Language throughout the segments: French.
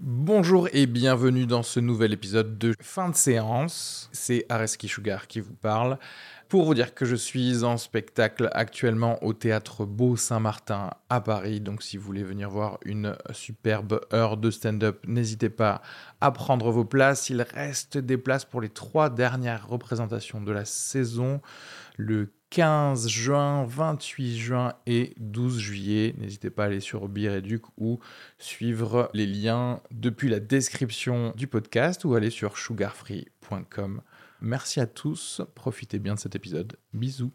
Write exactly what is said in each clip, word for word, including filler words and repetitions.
Bonjour et bienvenue dans ce nouvel épisode de Fin de séance. C'est Areski Sugar qui vous parle. Pour vous dire que je suis en spectacle actuellement au Théâtre Beau Saint-Martin à Paris. Donc si vous voulez venir voir une superbe heure de stand-up, n'hésitez pas à prendre vos places. Il reste des places pour les trois dernières représentations de la saison. Le quinze juin, vingt-huit juin et douze juillet. N'hésitez pas à aller sur Bireduc ou suivre les liens depuis la description du podcast ou aller sur sugarfree point com. Merci à tous, profitez bien de cet épisode. Bisous.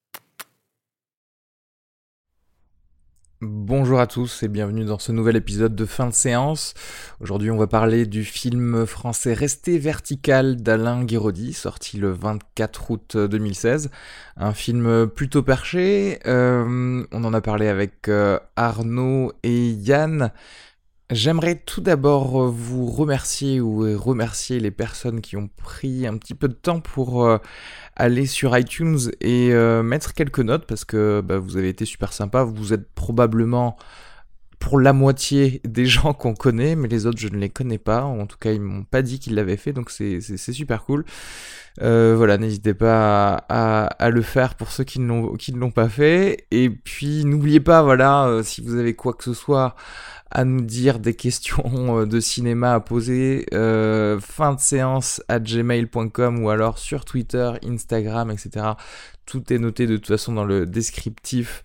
Bonjour à tous et bienvenue dans ce nouvel épisode de Fin de séance. Aujourd'hui, on va parler du film français Rester vertical d'Alain Guiraudy, sorti le vingt-quatre août deux mille seize. Un film plutôt perché. Euh, on en a parlé avec euh, Arnaud et Yann. J'aimerais tout d'abord vous remercier ou remercier les personnes qui ont pris un petit peu de temps pour euh, aller sur iTunes et euh, mettre quelques notes parce que bah, vous avez été super sympa. Vous êtes probablement pour la moitié des gens qu'on connaît, mais les autres je ne les connais pas. En tout cas, ils m'ont pas dit qu'ils l'avaient fait, donc c'est, c'est, c'est super cool. Euh, voilà, n'hésitez pas à, à, à le faire pour ceux qui ne l'ont, qui ne l'ont pas fait. Et puis n'oubliez pas, voilà, euh, si vous avez quoi que ce soit à nous dire, des questions de cinéma à poser, euh, fin de séance à gmail point com ou alors sur Twitter, Instagram, et cetera. Tout est noté de toute façon dans le descriptif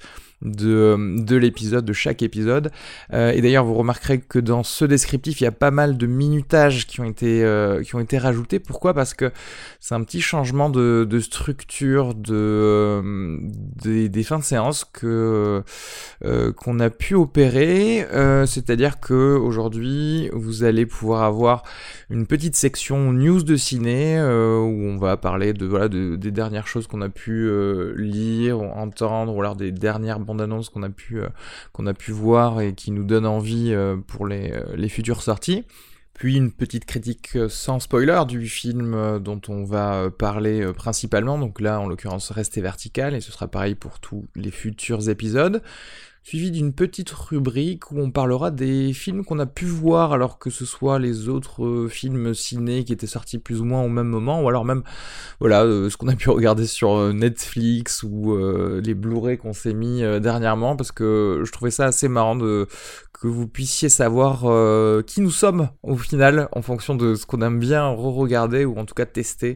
de, de l'épisode, de chaque épisode. Euh, et d'ailleurs, vous remarquerez que dans ce descriptif, il y a pas mal de minutages qui ont été, euh, qui ont été rajoutés. Pourquoi ? Parce que c'est un petit changement de, de structure de, euh, des, des fins de séance que, euh, qu'on a pu opérer. Euh, c'est-à-dire que aujourd'hui, vous allez pouvoir avoir une petite section news de ciné euh, où on va parler de, voilà, de, des dernières choses qu'on a pu euh, lire, entendre, ou alors des dernières bandes annonces qu'on a pu, euh, qu'on a pu voir et qui nous donnent envie euh, pour les, euh, les futures sorties. Puis une petite critique sans spoiler du film dont on va parler principalement. Donc là, en l'occurrence, Rester vertical, et ce sera pareil pour tous les futurs épisodes. Suivi d'une petite rubrique où on parlera des films qu'on a pu voir, alors que ce soit les autres euh, films ciné qui étaient sortis plus ou moins au même moment, ou alors même voilà euh, ce qu'on a pu regarder sur euh, Netflix ou euh, les Blu-ray qu'on s'est mis euh, dernièrement, parce que je trouvais ça assez marrant de que vous puissiez savoir euh, qui nous sommes au final en fonction de ce qu'on aime bien re-regarder ou en tout cas tester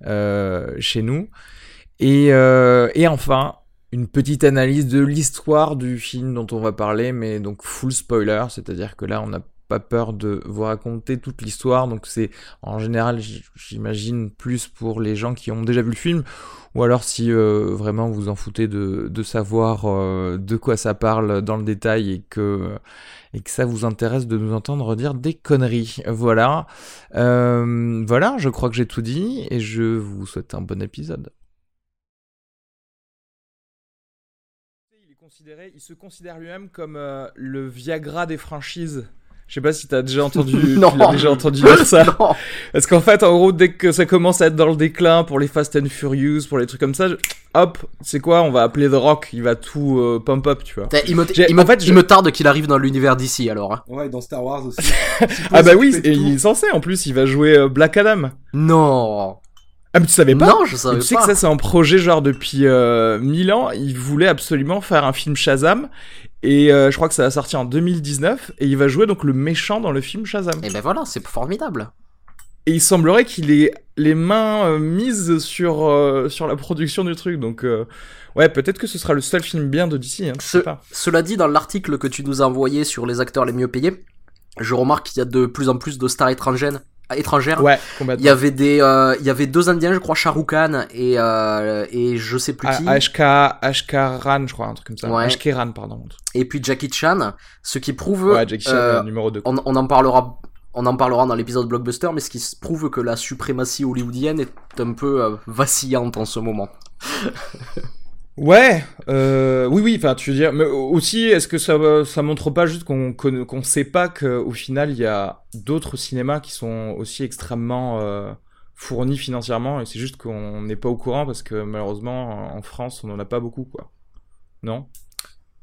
euh, chez nous. Et, euh, et enfin, une petite analyse de l'histoire du film dont on va parler, mais donc full spoiler, c'est-à-dire que là on n'a pas peur de vous raconter toute l'histoire, donc c'est en général j'imagine plus pour les gens qui ont déjà vu le film, ou alors si euh, vraiment vous en foutez de, de savoir euh, de quoi ça parle dans le détail et que, et que ça vous intéresse de nous entendre dire des conneries. Voilà, euh, voilà, je crois que j'ai tout dit et je vous souhaite un bon épisode. Considéré, il se considère lui-même comme euh, le Viagra des franchises. Je sais pas si t'as déjà entendu, tu l'as déjà entendu dire ça. Non. Parce qu'en fait, en gros, dès que ça commence à être dans le déclin pour les Fast and Furious, pour les trucs comme ça, je... hop, c'est quoi ? On va appeler The Rock, il va tout euh, pump up, tu vois. Il me, il me, en fait, je... il me tarde qu'il arrive dans l'univers d'ici, alors. Hein. Ouais, dans Star Wars aussi. Ah bah oui, et il est censé, en plus, il va jouer euh, Black Adam. Non. Ah mais tu savais pas ? Non, je savais tu pas. sais que ça c'est un projet genre depuis euh, mille ans, ils voulaient absolument faire un film Shazam et euh, je crois que ça va sortir en deux mille dix-neuf et il va jouer donc le méchant dans le film Shazam. Et ben voilà, c'est formidable. Et il semblerait qu'il ait les mains euh, mises sur euh, sur la production du truc, donc euh, ouais, peut-être que ce sera le seul film bien de D C, hein, je sais pas. Cela dit, dans l'article que tu nous as envoyé sur les acteurs les mieux payés, je remarque qu'il y a de plus en plus de stars étrangères. étrangère. Ouais, complètement. Il y avait des, euh, il y avait deux Indiens, je crois, Shah Rukh Khan et euh, et je sais plus qui. Ashka, Ashkaran, je crois, un truc comme ça. Ouais. Ashkeran, pardon. Et puis Jackie Chan, ce qui prouve. Ouais, Jackie Chan, euh, numéro deux. On, on en parlera, on en parlera dans l'épisode blockbuster, mais ce qui prouve que la suprématie hollywoodienne est un peu euh, vacillante en ce moment. Ouais, euh, oui, oui, enfin, tu veux dire, mais aussi, est-ce que ça, ça montre pas juste qu'on, qu'on, qu'on sait pas qu'au final, il y a d'autres cinémas qui sont aussi extrêmement euh, fournis financièrement, et c'est juste qu'on n'est pas au courant parce que malheureusement, en France, on en a pas beaucoup, quoi. Non ?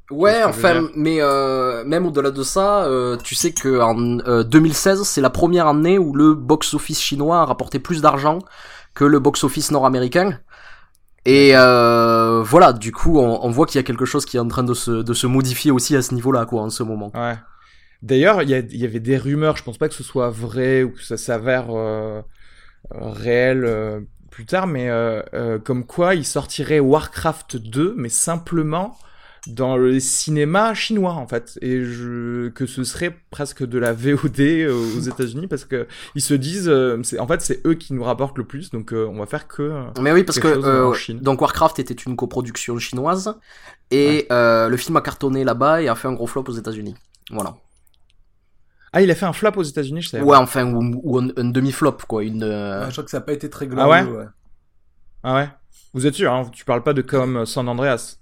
Ouais, enfin, mais euh, même au-delà de ça, euh, tu sais que en euh, deux mille seize, c'est la première année où le box-office chinois a rapporté plus d'argent que le box-office nord-américain. Et euh, voilà, du coup, on, on voit qu'il y a quelque chose qui est en train de se, de se modifier aussi à ce niveau-là, quoi, en ce moment. Ouais. D'ailleurs, il y, a, y avait des rumeurs, je pense pas que ce soit vrai ou que ça s'avère euh, réel euh, plus tard, mais euh, euh, comme quoi il sortirait Warcraft deux, mais simplement dans le cinéma chinois en fait, et je, que ce serait presque de la V O D aux États-Unis parce que ils se disent, euh, c'est, en fait c'est eux qui nous rapportent le plus, donc euh, on va faire que. Euh, mais oui, parce que euh, donc Warcraft était une coproduction chinoise et ouais. euh, le film a cartonné là-bas et a fait un gros flop aux États-Unis. Voilà. Ah, il a fait un flop aux États-Unis, je savais. Ouais, pas. enfin ou, ou un, un demi-flop quoi, une. Euh... Ouais, je crois que ça a pas été très glorieux. Ah ouais. ouais. Ah ouais. Vous êtes sûr, hein, tu parles pas de comme San Andreas.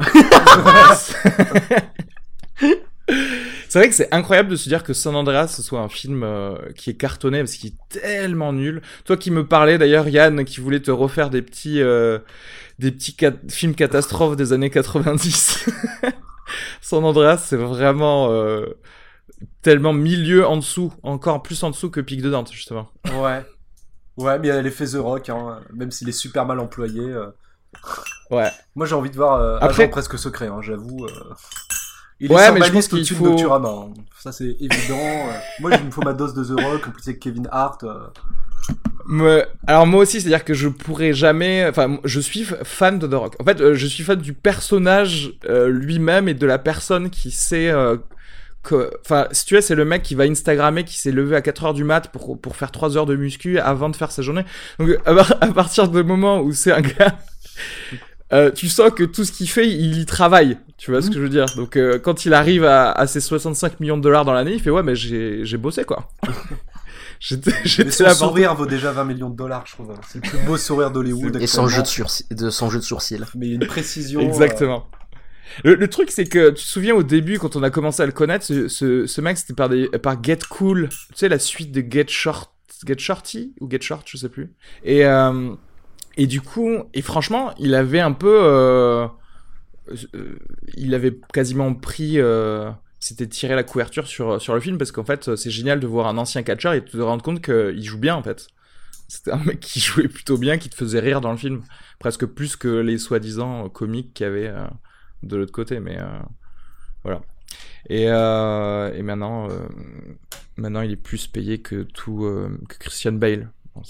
C'est vrai que c'est incroyable de se dire que San Andreas ce soit un film euh, qui est cartonné parce qu'il est tellement nul. Toi qui me parlais d'ailleurs, Yann, qui voulait te refaire des petits euh, des petits cat- films catastrophes des années quatre-vingt-dix. San Andreas, c'est vraiment euh, tellement milieu en dessous, encore plus en dessous que Pic de Dante justement. Ouais. Ouais, mais il y a l'effet The Rock, hein, même s'il est super mal employé. Euh... Ouais. Moi, j'ai envie de voir euh, Après... Agent presque secret, hein, j'avoue. Euh... Il ouais, est sur mais ma je pense liste qu'il au-dessus faut... de Nocturama. Hein. Ça, c'est évident. euh... Moi, il me faut ma dose de The Rock, en plus avec Kevin Hart. Euh... Me... Alors moi aussi, c'est-à-dire que je pourrais jamais... Enfin, je suis fan de The Rock. En fait, euh, je suis fan du personnage euh, lui-même et de la personne qui sait... Euh... Que... Enfin, si tu veux, c'est le mec qui va Instagrammer, qui s'est levé à quatre heures du mat pour, pour faire trois heures de muscu avant de faire sa journée. Donc, à partir du moment où c'est un gars, euh, tu sens que tout ce qu'il fait, il y travaille. Tu vois mmh. ce que je veux dire? Donc, euh, quand il arrive à, à ses soixante-cinq millions de dollars dans l'année, il fait ouais, mais j'ai, j'ai bossé, quoi. j'étais, j'étais mais son sourire vaut déjà vingt millions de dollars, je trouve. C'est le plus beau sourire d'Hollywood. Et son jeu de, sursi- de son jeu de sourcil. Mais une précision. Exactement. Euh... Le, le truc, c'est que tu te souviens au début, quand on a commencé à le connaître, ce, ce, ce mec, c'était par, des, par Get Cool, tu sais, la suite de Get Short, Get Shorty ou Get Short, je sais plus. Et, euh, et du coup, et franchement, il avait un peu, euh, euh, il avait quasiment pris, euh, s'était tiré la couverture sur, sur le film parce qu'en fait, c'est génial de voir un ancien catcheur et de te rendre compte qu'il joue bien en fait. C'était un mec qui jouait plutôt bien, qui te faisait rire dans le film, presque plus que les soi-disant comiques qu'il y avait. Euh, de l'autre côté, mais euh, voilà. Et, euh, et maintenant, euh, maintenant, il est plus payé que tout euh, que Christian Bale. Bon,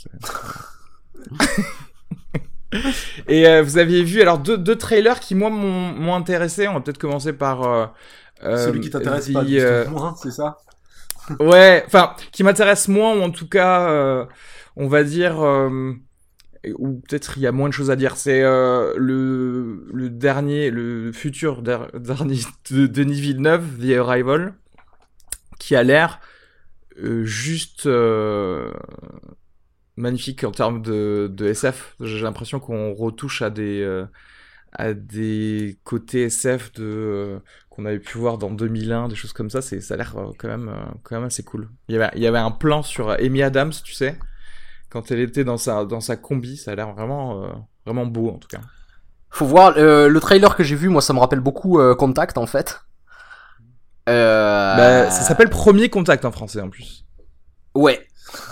et euh, vous aviez vu alors deux, deux trailers qui moi m'ont, m'ont intéressé. On va peut-être commencer par euh, celui qui t'intéresse the, pas euh... moins, c'est ça? Ouais, enfin, qui m'intéresse moins ou en tout cas, euh, on va dire. Euh, ou peut-être il y a moins de choses à dire, c'est euh, le, le dernier, le futur der, dernier de Denis Villeneuve, The Arrival, qui a l'air euh, juste euh, magnifique en termes de, de S F. J'ai l'impression qu'on retouche à des, euh, à des côtés S F de, euh, qu'on avait pu voir dans deux mille un, des choses comme ça, c'est, ça a l'air euh, quand, même, euh, quand même assez cool. Il y avait, il y avait un plan sur Amy Adams, tu sais, quand elle était dans sa dans sa combi, ça a l'air vraiment euh, vraiment beau en tout cas. Faut voir euh, le trailer que j'ai vu, moi ça me rappelle beaucoup euh, Contact en fait. Euh... Bah, ça s'appelle Premier Contact en français en plus. Ouais.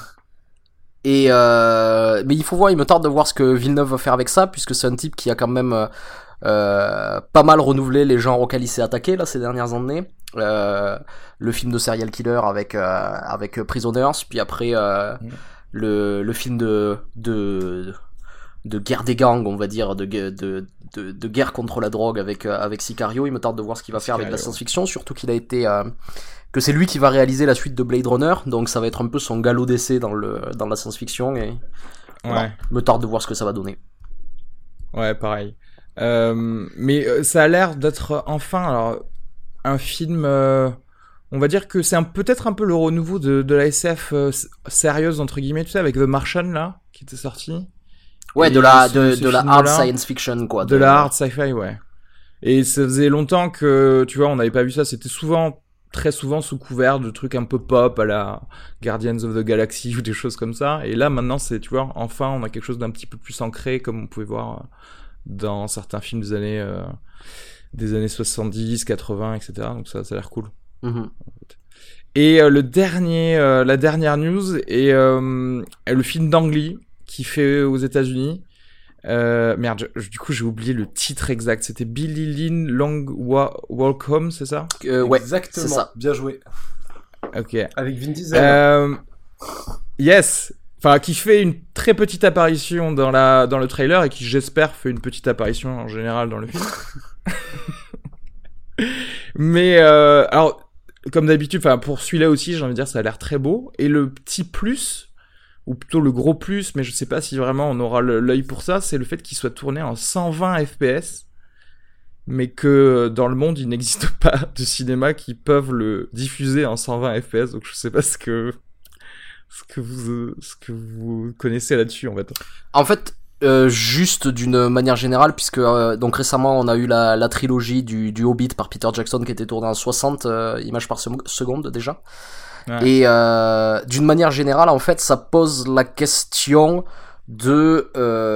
Et euh... mais il faut voir, il me tarde de voir ce que Villeneuve va faire avec ça, puisque c'est un type qui a quand même euh, euh, pas mal renouvelé les genres auxquels il s'est attaqué là ces dernières années. Euh, le film de serial killer avec euh, avec Prisoners, puis après. Euh, mmh. Le, le film de, de, de guerre des gangs, on va dire, de, de, de, de guerre contre la drogue avec, avec Sicario. Il me tarde de voir ce qu'il va Sicario. faire avec la science-fiction, surtout qu'il a été, euh, que c'est lui qui va réaliser la suite de Blade Runner, donc ça va être un peu son galop d'essai dans le, dans la science-fiction et, voilà. Ouais. Me tarde de voir ce que ça va donner. Ouais, pareil. Euh, mais euh, ça a l'air d'être enfin, alors, un film, euh... on va dire que c'est un, peut-être un peu le renouveau de, de la S F euh, sérieuse, entre guillemets, tu sais, avec The Martian, là, qui était sorti. Ouais, et de la, ce, de, ce de la hard science fiction, quoi. De, de la hard sci-fi, ouais. Et ça faisait longtemps que, tu vois, on n'avait pas vu ça. C'était souvent, très souvent sous couvert de trucs un peu pop à la Guardians of the Galaxy ou des choses comme ça. Et là, maintenant, c'est, tu vois, enfin, on a quelque chose d'un petit peu plus ancré, comme on pouvait voir dans certains films des années... Euh, des années soixante-dix, quatre-vingts, et cetera. Donc ça, ça a l'air cool. Mm-hmm. Et euh, le dernier, euh, la dernière news est, euh, est le film d'Ang Lee qui fait aux États-Unis. Euh, merde, je, du coup j'ai oublié le titre exact. C'était Billie Lynn Long Wa- Walk Home, c'est ça? Euh, ouais, Exactement. c'est ça. Bien joué. Ok. Avec Vin Diesel. Euh, yes. Enfin, qui fait une très petite apparition dans la dans le trailer et qui, j'espère, fait une petite apparition en général dans le film. Mais euh, alors. Comme d'habitude, enfin pour celui-là aussi, j'ai envie de dire, ça a l'air très beau. Et le petit plus, ou plutôt le gros plus, mais je sais pas si vraiment on aura le, l'œil pour ça, c'est le fait qu'il soit tourné en cent vingt F P S, mais que dans le monde, il n'existe pas de cinéma qui peuvent le diffuser en cent vingt F P S. Donc je sais pas ce que ce que vous ce que vous connaissez là-dessus en fait. En fait. Euh, juste d'une manière générale, puisque euh, donc récemment on a eu la, la trilogie du, du Hobbit par Peter Jackson qui était tournée en soixante euh, images par se- seconde déjà. Ouais. Et euh, d'une manière générale, en fait, ça pose la question de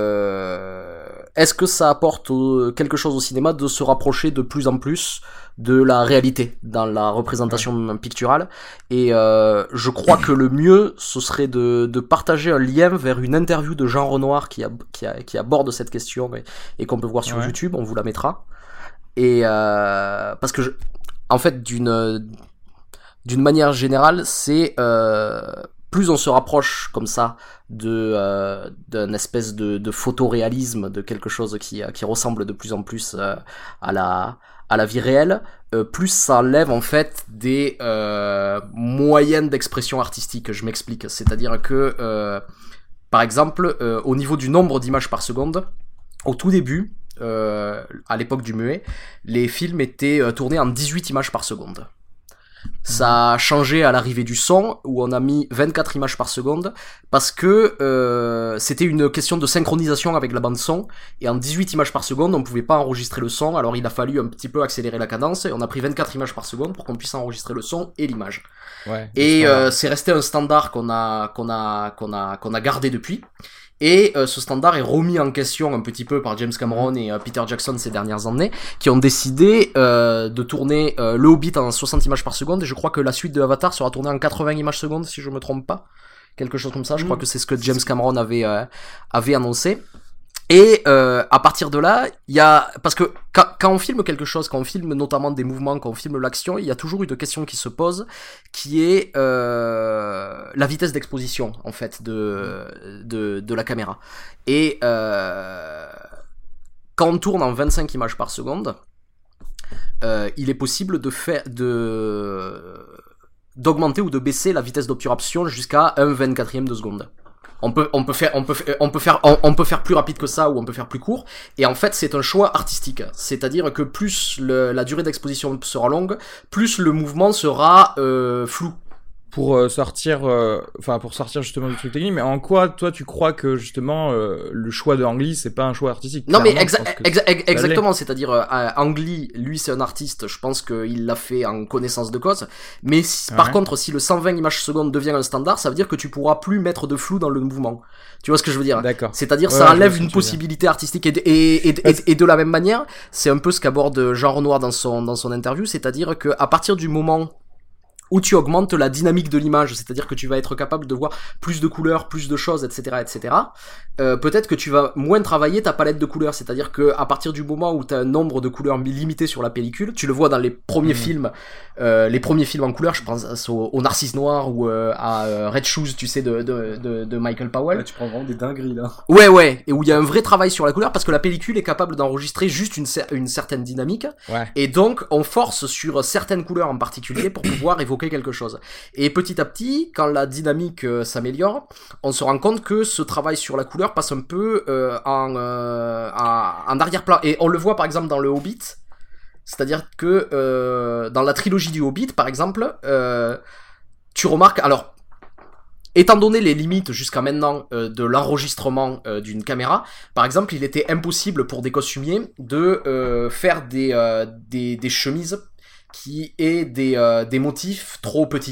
euh, est-ce que ça apporte au, quelque chose au cinéma de se rapprocher de plus en plus de la réalité dans la représentation ouais. picturale, et euh, je crois que le mieux ce serait de, de partager un lien vers une interview de Jean Renoir qui, a, qui, a, qui aborde cette question et, et qu'on peut voir sur ouais. YouTube, on vous la mettra. Et euh, parce que je, en fait d'une d'une manière générale, c'est euh, plus on se rapproche comme ça de euh, d'une espèce de, de photoréalisme, de quelque chose qui qui ressemble de plus en plus euh, à la à la vie réelle, euh, plus ça enlève en fait des euh, moyens d'expression artistique. Je m'explique, c'est-à-dire que euh, par exemple euh, au niveau du nombre d'images par seconde, au tout début, euh, à l'époque du muet, les films étaient euh, tournés en dix-huit images par seconde. Ça a changé à l'arrivée du son, où on a mis vingt-quatre images par seconde, parce que euh, c'était une question de synchronisation avec la bande son, et en dix-huit images par seconde, on pouvait pas enregistrer le son, alors il a fallu un petit peu accélérer la cadence, et on a pris vingt-quatre images par seconde pour qu'on puisse enregistrer le son et l'image. Ouais, et euh, c'est resté un standard qu'on a qu'on a qu'on a qu'on a gardé depuis. Et euh, ce standard est remis en question un petit peu par James Cameron et euh, Peter Jackson ces dernières années, qui ont décidé euh, de tourner euh, le Hobbit en soixante images par seconde, et je crois que la suite de Avatar sera tournée en quatre-vingts images secondes, si je me trompe pas. Quelque chose comme ça, je mmh. crois que c'est ce que James Cameron avait, euh, avait annoncé. Et euh, à partir de là, il y a... Parce que quand, quand on filme quelque chose, quand on filme notamment des mouvements, quand on filme l'action, il y a toujours une question qui se pose, qui est euh, la vitesse d'exposition, en fait, de, de, de la caméra. Et euh, quand on tourne en vingt-cinq images par seconde, euh, il est possible de faire... de d'augmenter ou de baisser la vitesse d'obturation jusqu'à un vingt-quatrième de seconde. On peut, on peut faire, on peut, on peut faire, on, on peut faire plus rapide que ça ou on peut faire plus court. Et en fait, c'est un choix artistique. C'est-à-dire que plus le, la durée d'exposition sera longue, plus le mouvement sera euh, flou. Pour euh, sortir, enfin euh, pour sortir justement du truc technique. Mais en quoi, toi, tu crois que justement euh, le choix de Ang Lee, c'est pas un choix artistique? Non, mais exa- exa- exa- exactement. C'est-à-dire, euh, Ang Lee, lui, c'est un artiste. Je pense qu'il l'a fait en connaissance de cause. Mais si, ouais. par contre, si le cent vingt images secondes devient un standard, ça veut dire que tu pourras plus mettre de flou dans le mouvement. Tu vois ce que je veux dire? D'accord. C'est-à-dire, ouais, ça enlève une possibilité artistique. Et, et, et, et, et de la même manière, c'est un peu ce qu'aborde Jean Renoir dans son dans son interview. C'est-à-dire que à partir du moment où tu augmentes la dynamique de l'image, c'est-à-dire que tu vas être capable de voir plus de couleurs, plus de choses, et cetera, et cetera. Euh, peut-être que tu vas moins travailler ta palette de couleurs, c'est-à-dire que à partir du moment où tu as un nombre de couleurs limité sur la pellicule, tu le vois dans les premiers mmh. films, euh, les premiers films en couleurs, je pense au, au Narcisse Noir ou euh, à euh, Red Shoes, tu sais, de de de, de Michael Powell. Ouais, tu prends vraiment des dingueries là. Ouais, ouais, et où il y a un vrai travail sur la couleur parce que la pellicule est capable d'enregistrer juste une cer- une certaine dynamique, ouais. et donc on force sur certaines couleurs en particulier pour pouvoir évoquer quelque chose. Et petit à petit, quand la dynamique euh, s'améliore, on se rend compte que ce travail sur la couleur passe un peu euh, en, euh, en, en arrière-plan. Et on le voit par exemple dans le Hobbit, c'est-à-dire que euh, dans la trilogie du Hobbit, par exemple, euh, tu remarques... Alors, étant donné les limites jusqu'à maintenant euh, de l'enregistrement euh, d'une caméra, par exemple, il était impossible pour des costumiers de euh, faire des, euh, des, des chemises qui aient des, euh, des motifs trop petits.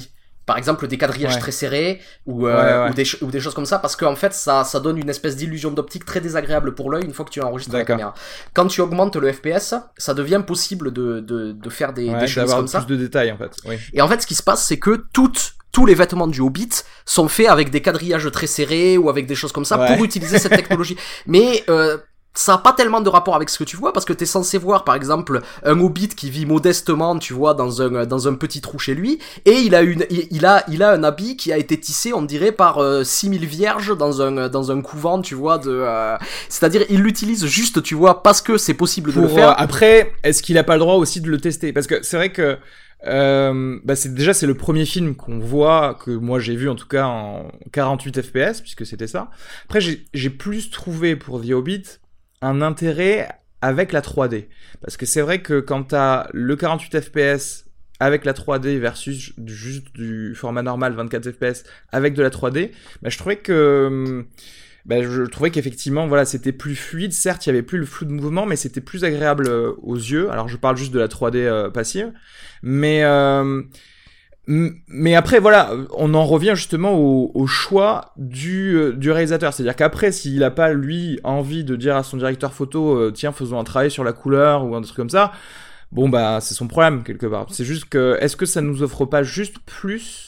Par exemple, des quadrillages Ouais. très serrés ou, euh, Ouais, ouais. ou, des, ch- ou des choses comme ça, parce qu'en fait, ça, ça donne une espèce d'illusion d'optique très désagréable pour l'œil une fois que tu enregistres la D'accord. caméra. Quand tu augmentes le F P S, ça devient possible de, de, de faire des, Ouais, des choses d'avoir comme plus ça. de détails en fait. Oui. Et en fait, ce qui se passe, c'est que toutes, tous les vêtements du Hobbit sont faits avec des quadrillages très serrés ou avec des choses comme ça Ouais. pour utiliser cette technologie. Mais euh, ça a pas tellement de rapport avec ce que tu vois, parce que t'es censé voir, par exemple, un Hobbit qui vit modestement, tu vois, dans un dans un petit trou chez lui, et il a une il, il a il a un habit qui a été tissé, on dirait, par euh, six mille vierges dans un dans un couvent, tu vois, de euh, c'est-à-dire il l'utilise juste, tu vois, parce que c'est possible de Pour, le faire. euh, après, est-ce qu'il a pas le droit aussi de le tester? Parce que c'est vrai que euh, bah c'est déjà c'est le premier film qu'on voit, que moi j'ai vu en tout cas en quarante-huit F P S puisque c'était ça. Après j'ai j'ai plus trouvé pour The Hobbit un intérêt avec la trois D, parce que c'est vrai que quand t'as le quarante-huit F P S avec la trois D versus juste du format normal vingt-quatre F P S avec de la trois D, bah je trouvais que bah, je trouvais qu'effectivement, voilà, c'était plus fluide. Certes, il y avait plus le flou de mouvement, mais c'était plus agréable euh, aux yeux. Alors, je parle juste de la trois D euh, passive, mais euh, m- mais après, voilà, on en revient justement au, au choix du euh, du réalisateur. C'est-à-dire qu'après, s'il a pas lui envie de dire à son directeur photo, euh, tiens, faisons un travail sur la couleur ou un truc comme ça, bon bah, c'est son problème quelque part. C'est juste que, est-ce que ça nous offre pas juste plus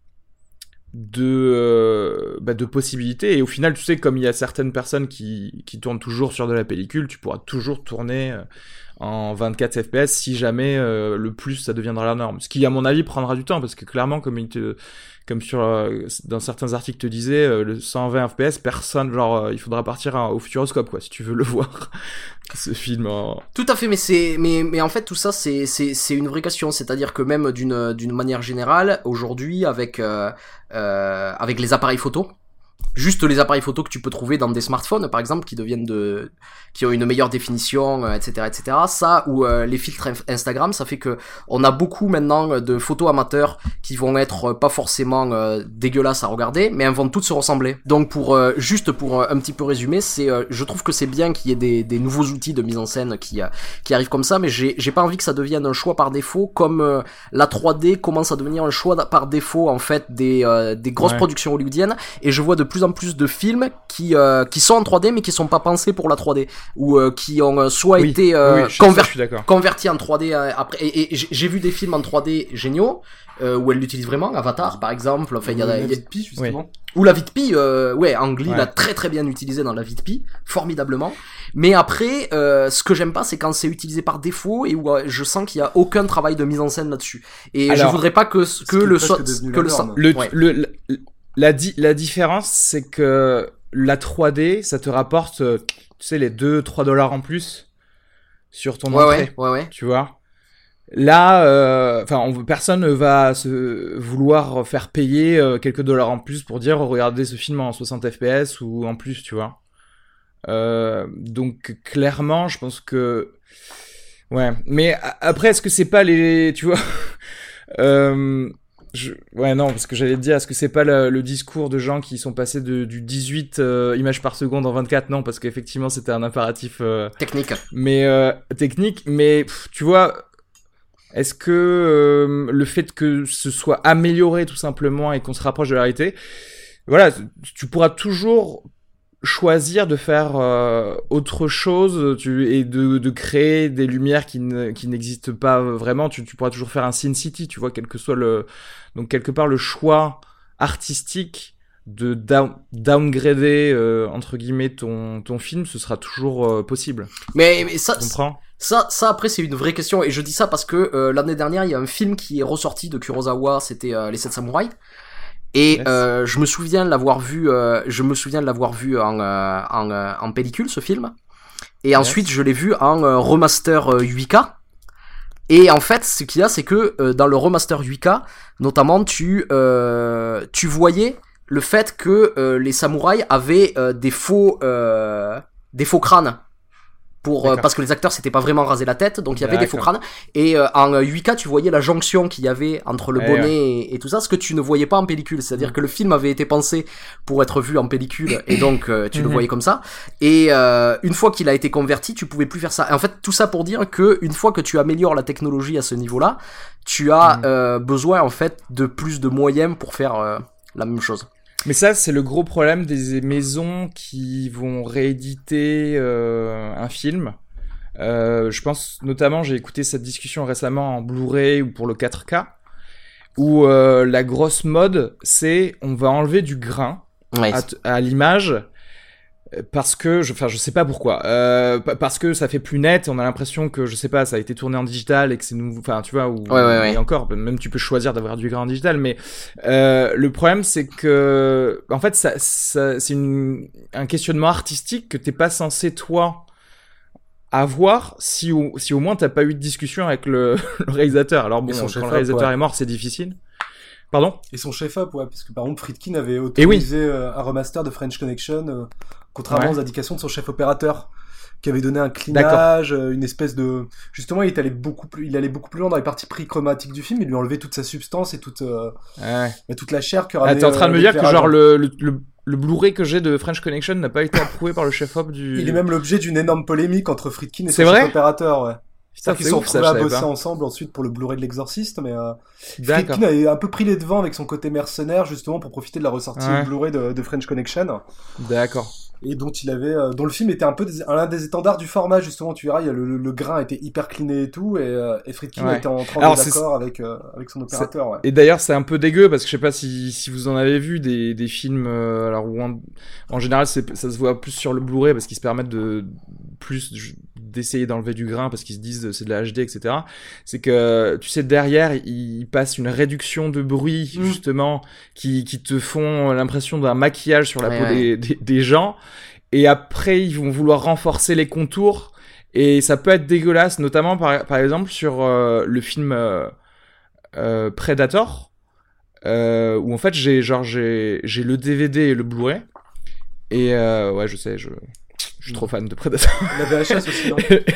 de euh, bah, de possibilités, et au final tu sais, comme il y a certaines personnes qui qui tournent toujours sur de la pellicule, tu pourras toujours tourner euh, en vingt-quatre F P S si jamais euh, le plus ça deviendra la norme, ce qui à mon avis prendra du temps, parce que clairement, comme il te comme sur euh, dans certains articles te disaient, euh, le cent vingt F P S, personne, genre euh, il faudra partir à, au futuroscope quoi si tu veux le voir ce film en... Tout à fait, mais c'est, mais, mais en fait tout ça c'est, c'est, c'est une vraie question, c'est-à-dire que même d'une, d'une manière générale, aujourd'hui avec, euh, euh, avec les appareils photo, juste les appareils photo que tu peux trouver dans des smartphones par exemple, qui deviennent de, qui ont une meilleure définition, euh, et cetera, et cetera. Ça ou euh, les filtres Instagram, ça fait que on a beaucoup maintenant de photos amateurs qui vont être pas forcément euh, dégueulasses à regarder, mais elles vont toutes se ressembler. Donc pour euh, juste pour euh, un petit peu résumer, c'est, euh, je trouve que c'est bien qu'il y ait des, des nouveaux outils de mise en scène qui euh, qui arrivent comme ça, mais j'ai j'ai pas envie que ça devienne un choix par défaut, comme euh, la trois D commence à devenir un choix par défaut en fait des euh, des grosses Ouais. productions hollywoodiennes, et je vois de plus en plus de films qui euh, qui sont en trois D mais qui sont pas pensés pour la trois D, ou euh, qui ont euh, soit oui, été euh, oui, je, conver- je suis d'accord. convertis en trois D euh, après, et, et j'ai j'ai vu des films en trois D géniaux euh, où elle l'utilise vraiment, Avatar par exemple, enfin il y a, la il y a- vie de Pi, justement. ou La Vie de Pi, euh, ouais, Ang Lee Ouais. l'a très très bien utilisé dans La Vie de Pi, formidablement. Mais après, euh, ce que j'aime pas, c'est quand c'est utilisé par défaut et où euh, je sens qu'il y a aucun travail de mise en scène là-dessus. Et Alors, je voudrais pas que que qui est le presque so- devenu que la le norme. Le, ouais. le, la, la, di- la différence, c'est que la trois D, ça te rapporte, euh, tu sais, les deux trois dollars en plus sur ton Ouais, entrée, ouais, ouais, ouais. tu vois. Là, euh, enfin, on, personne ne va se vouloir faire payer euh, quelques dollars en plus pour dire, regardez ce film en soixante F P S ou en plus, tu vois. Euh, donc clairement, je pense que ouais. Mais a- après, est-ce que c'est pas les, tu vois, euh, je... ouais non, parce que j'allais te dire, est-ce que c'est pas le, le discours de gens qui sont passés de, du dix-huit euh, images par seconde en vingt-quatre? Non, parce qu'effectivement, c'était un impératif euh, Technique. mais euh, technique. Mais pff, tu vois. Est-ce que euh, le fait que ce soit amélioré tout simplement et qu'on se rapproche de la réalité, voilà, tu pourras toujours choisir de faire euh, autre chose, tu, et de, de créer des lumières qui, ne, qui n'existent pas vraiment. Tu, tu pourras toujours faire un Sin City, tu vois, quel que soit le... Donc quelque part, le choix artistique de down, downgrader, euh, entre guillemets, ton, ton film, ce sera toujours euh, possible. Mais, mais ça, Tu comprends ? ça, ça après c'est une vraie question, et je dis ça parce que euh, l'année dernière il y a un film qui est ressorti de Kurosawa, c'était euh, Les Sept Samouraïs. Et Yes. euh, je me souviens de l'avoir vu, euh, je me souviens de l'avoir vu en euh, en, euh, en pellicule, ce film. Et ensuite je l'ai vu en euh, remaster euh, huit K. Et en fait, ce qu'il y a, c'est que euh, dans le remaster huit K, notamment, tu euh, tu voyais le fait que euh, les samouraïs avaient euh, des faux euh, des faux crânes. pour euh, parce que les acteurs s'étaient pas vraiment rasé la tête, donc il y avait D'accord. des faux crânes. Et euh, en huit K, tu voyais la jonction qu'il y avait entre le bonnet ouais. et, et tout ça, ce que tu ne voyais pas en pellicule. C'est-à-dire mmh. que le film avait été pensé pour être vu en pellicule, et donc euh, tu mmh. le voyais comme ça. Et euh, une fois qu'il a été converti, tu pouvais plus faire ça. Et en fait, tout ça pour dire que une fois que tu améliores la technologie à ce niveau-là, tu as mmh. euh, besoin en fait de plus de moyens pour faire euh, la même chose. Mais ça, c'est le gros problème des maisons qui vont rééditer euh, un film. Euh, je pense notamment, j'ai écouté cette discussion récemment en Blu-ray ou pour le quatre K, où euh, la grosse mode, c'est on va enlever du grain ouais. à, à l'image parce que, je, enfin, je sais pas pourquoi, euh, parce que ça fait plus net. On a l'impression que, je sais pas, ça a été tourné en digital et que c'est nouveau. Enfin, tu vois, ou ouais, ouais, ouais. et encore, même tu peux choisir d'avoir du grain en digital, mais euh, le problème c'est que, en fait, ça, ça c'est une, un questionnement artistique que t'es pas censé toi avoir si au, si au moins t'as pas eu de discussion avec le, le réalisateur. Alors bon, quand le réalisateur ouais. est mort, c'est difficile. Pardon ? Et son chef-op, ouais, parce que par exemple, Friedkin avait autorisé oui. un remaster de French Connection, euh, contrairement ouais. aux indications de son chef opérateur, qui avait donné un clinage, euh, une espèce de... Justement, il allait beaucoup plus, il allait beaucoup plus loin dans les parties pré-chromatiques du film, il lui enlevait toute sa substance et toute, euh, ouais. toute la chair que ah, t'es en train de me dire que genre le, le, le, le Blu-ray que j'ai de French Connection n'a pas été approuvé par le chef-op du... Il est même l'objet d'une énorme polémique entre Friedkin et son chef opérateur, ouais. C'est qu'ils se sont retrouvés à bosser ensemble ensuite pour le Blu-ray de l'Exorciste, mais euh, Friedkin avait un peu pris les devants avec son côté mercenaire justement pour profiter de la ressortie ouais. Blu-ray de, de French Connection. D'accord. Et dont il avait, euh, dont le film était un peu des, l'un des étendards du format justement. Tu verras, il y a le, le, le grain était hyper cleané et tout, et, euh, et Friedkin ouais. était en train d'accord avec euh, avec son opérateur. Ouais. Et d'ailleurs, c'est un peu dégueu parce que je sais pas si si vous en avez vu des des films, euh, alors où en, en général c'est ça se voit plus sur le Blu-ray parce qu'ils se permettent de plus d'essayer d'enlever du grain parce qu'ils se disent c'est de la H D, et cetera. C'est que, tu sais, derrière, ils passent une réduction de bruit, mmh. justement, qui, qui te font l'impression d'un maquillage sur la ouais, peau ouais. Des, des, des gens. Et après, ils vont vouloir renforcer les contours. Et ça peut être dégueulasse, notamment, par, par exemple, sur euh, le film euh, euh, Predator, euh, où en fait, j'ai, genre, j'ai, j'ai le D V D et le Blu-ray. Et, euh, ouais, je sais, je... Je suis trop fan de Predator. La V H S aussi, non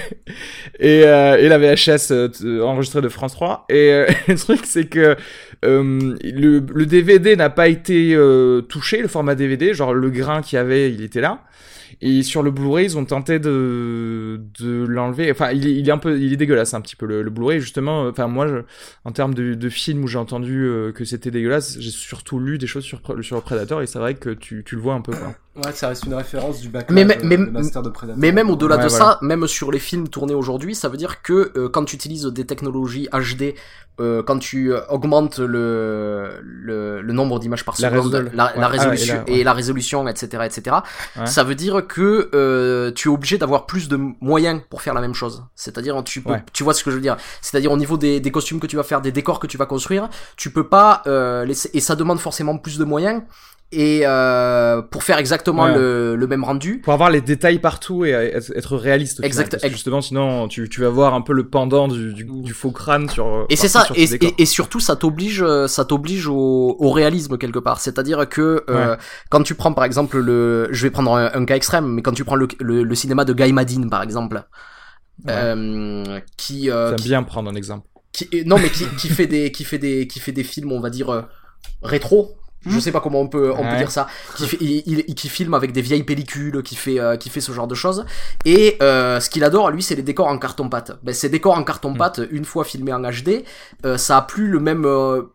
et, euh, et la V H S euh, enregistrée de France trois. Et euh, le truc, c'est que euh, le, le D V D n'a pas été euh, touché, le format D V D. Genre, le grain qu'il y avait, il était là. Et sur le Blu-ray, ils ont tenté de, de l'enlever. Enfin, il est, il est un peu, il est dégueulasse un petit peu le, le Blu-ray. Justement, enfin moi, je, en termes de, de films où j'ai entendu euh, que c'était dégueulasse, j'ai surtout lu des choses sur sur le Predator et c'est vrai que tu tu le vois un peu quoi. Ouais, ça reste une référence du backlash, mais, mais, euh, master de Predator. Mais même au-delà ouais, de voilà. ça, même sur les films tournés aujourd'hui, ça veut dire que euh, quand tu utilises des technologies H D, euh, quand tu augmentes le le, le nombre d'images par la seconde, résol... la, ouais. la résolution ah, et, la, ouais. et la résolution, et cetera, et cetera, ouais. ça veut dire que euh, tu es obligé d'avoir plus de moyens pour faire la même chose. C'est-à-dire, tu peux, ouais. tu vois ce que je veux dire. C'est-à-dire au niveau des, des costumes que tu vas faire, des décors que tu vas construire, tu peux pas euh, laisser, et ça demande forcément plus de moyens. Et euh, pour faire exactement ouais. le, le même rendu. Pour avoir les détails partout et être réaliste. Exact. Final, justement, sinon tu, tu vas voir un peu le pendant du, du, du faux crâne sur. Et c'est ça. Et, et, et surtout, ça t'oblige, ça t'oblige au, au réalisme quelque part. C'est-à-dire que euh, ouais. quand tu prends par exemple le, je vais prendre un, un cas extrême, mais quand tu prends le, le, le cinéma de Guy Maddin par exemple, ouais. euh, qui. Euh, T'aimes qui, bien prendre un exemple. Qui, non, mais qui, qui fait des, qui fait des, qui fait des films, on va dire euh, rétro. Je sais pas comment on peut on ouais. peut dire ça, qui fait, il, il, qui filme avec des vieilles pellicules, qui fait euh, qui fait ce genre de choses. Et euh, ce qu'il adore lui, c'est les décors en carton pâte. Ben ces décors en carton pâte, mmh. une fois filmés en H D, euh, ça a plus le même euh,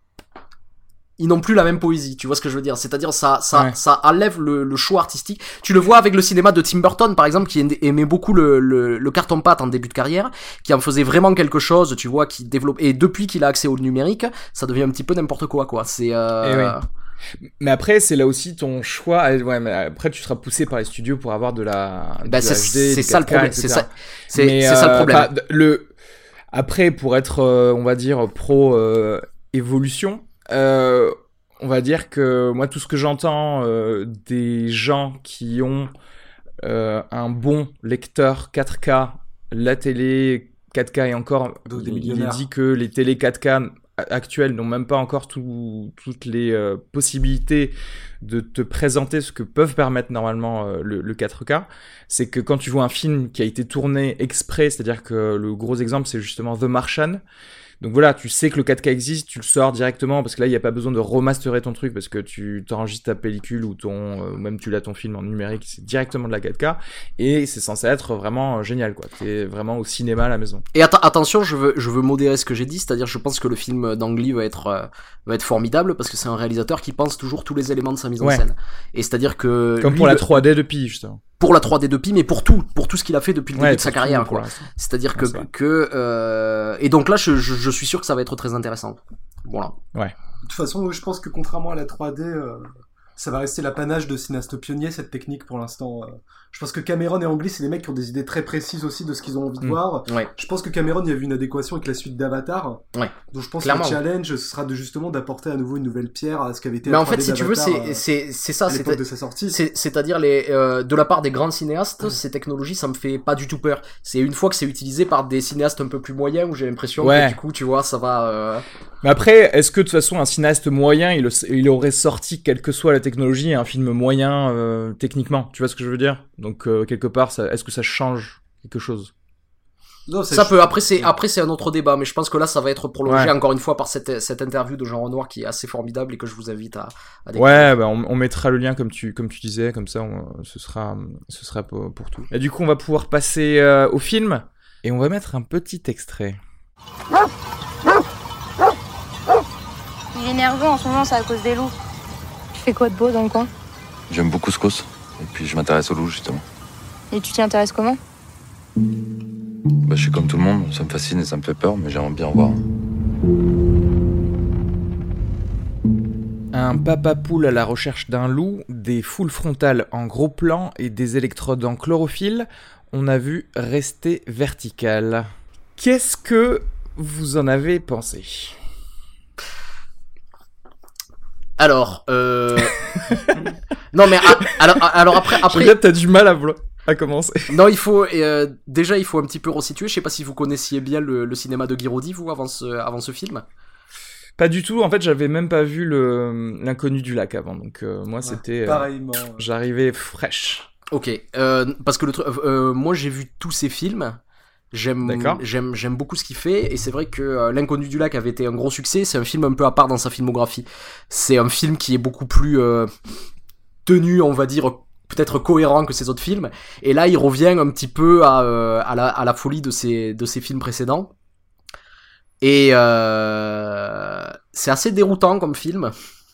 ils n'ont plus la même poésie, tu vois ce que je veux dire. C'est-à-dire ça ça ouais. ça enlève le, le choix artistique. Tu le vois avec le cinéma de Tim Burton par exemple, qui aimait beaucoup le le, le carton pâte en début de carrière, qui en faisait vraiment quelque chose, tu vois, qui développe. Et depuis qu'il a accès au numérique, ça devient un petit peu n'importe quoi quoi. C'est euh... Et oui. Mais après, c'est là aussi ton choix. Ouais, mais après, tu seras poussé par les studios pour avoir de la. Bah, de c'est, H D, c'est ça le problème. C'est ça. C'est, mais, c'est euh, ça le problème. Bah, le. Après, pour être, euh, on va dire, pro euh, évolution, euh, on va dire que moi, tout ce que j'entends euh, des gens qui ont euh, un bon lecteur quatre K, la télé quatre K et encore, il, il est dit que les télé quatre K actuels n'ont même pas encore tout, toutes les euh, possibilités de te présenter ce que peuvent permettre normalement euh, le, le quatre K, c'est que quand tu vois un film qui a été tourné exprès, c'est-à-dire que le gros exemple c'est justement The Martian, donc voilà, tu sais que le quatre K existe, tu le sors directement parce que là il n'y a pas besoin de remasterer ton truc parce que tu t'enregistres ta pellicule ou ton, euh, même tu l'as ton film en numérique, c'est directement de la quatre K et c'est censé être vraiment génial quoi. T'es vraiment au cinéma à la maison. Et att- attention, je veux je veux modérer ce que j'ai dit, c'est-à-dire je pense que le film d'Ang Lee va être euh, va être formidable parce que c'est un réalisateur qui pense toujours tous les éléments de sa mise en Ouais. scène. Et c'est-à-dire que Comme lui, pour la le- trois D de Pi justement. pour la trois D de Pi, mais pour tout, pour tout ce qu'il a fait depuis le Ouais, début de sa pour tout, carrière, pour quoi. l'instant. C'est-à-dire Ouais, que, c'est vrai. que euh... et donc là, je, je, je suis sûr que ça va être très intéressant. Voilà. De toute façon, je pense que contrairement à la trois D, euh, ça va rester l'apanage de cinéastes pionniers, cette technique pour l'instant. Euh. Je pense que Cameron et Ang Lee, c'est des mecs qui ont des idées très précises aussi de ce qu'ils ont envie de Mm. voir. Ouais. Je pense que Cameron, il y a vu une adéquation avec la suite d'Avatar. Ouais. Donc je pense Clairement. que le challenge ce sera de justement d'apporter à nouveau une nouvelle pierre à ce qu'avait été Mais la en fait, trois D si tu veux, d'Avatar, c'est euh, c'est c'est ça, à c'est l'époque de sa sortie. c'est c'est-à-dire les euh, de la part des grands cinéastes, ces technologies, ça me fait pas du tout peur. C'est une fois que c'est utilisé par des cinéastes un peu plus moyens où j'ai l'impression Ouais. que du coup, tu vois, ça va. Euh... Mais après, est-ce que de toute façon un cinéaste moyen, il, il aurait sorti, quelle que soit la technologie, un film moyen euh, techniquement? Tu vois ce que je veux dire? Donc euh, quelque part, ça, est-ce que ça change quelque chose? Non, Ça peut. Après, c'est après c'est un autre débat, mais je pense que là, ça va être prolongé Ouais. encore une fois par cette cette interview de Jean Renoir qui est assez formidable et que je vous invite à. à découvrir. Ouais, bah on, on mettra le lien comme tu comme tu disais, comme ça, on, ce sera ce sera pour, pour tout. Et du coup, on va pouvoir passer euh, au film et on va mettre un petit extrait. Il est nerveux en ce moment, c'est à cause des loups. Tu fais quoi de beau dans le coin? J'aime beaucoup ce cause. Et puis je m'intéresse aux loups, justement. Et tu t'y intéresses comment? Bah, je suis comme tout le monde, ça me fascine et ça me fait peur, mais j'aimerais bien en voir. Un papa poule à la recherche d'un loup, des foules frontales en gros plan et des électrodes en chlorophylle. On a vu Rester vertical. Qu'est-ce que vous en avez pensé? Alors, euh... non mais a- alors alors après Je après regarde, t'as du mal à, vlo- à commencer. non il faut euh, déjà il faut un petit peu resituer. Je sais pas si vous connaissiez bien le, le cinéma de Guiraudy vous avant ce avant ce film. Pas du tout, en fait j'avais même pas vu le l'inconnu du lac avant, donc euh, moi Ouais, c'était... euh, pareillement. j'arrivais fraîche. Ok, euh, parce que le truc, euh, moi j'ai vu tous ces films. J'aime, D'accord. j'aime, j'aime beaucoup ce qu'il fait et c'est vrai que euh, L'Inconnu du lac avait été un gros succès. C'est un film un peu à part dans sa filmographie. C'est un film qui est beaucoup plus euh, tenu, on va dire, peut-être cohérent que ses autres films. Et là, il revient un petit peu à, euh, à, la, à la folie de ses, de ses films précédents. Et euh, c'est assez déroutant comme film.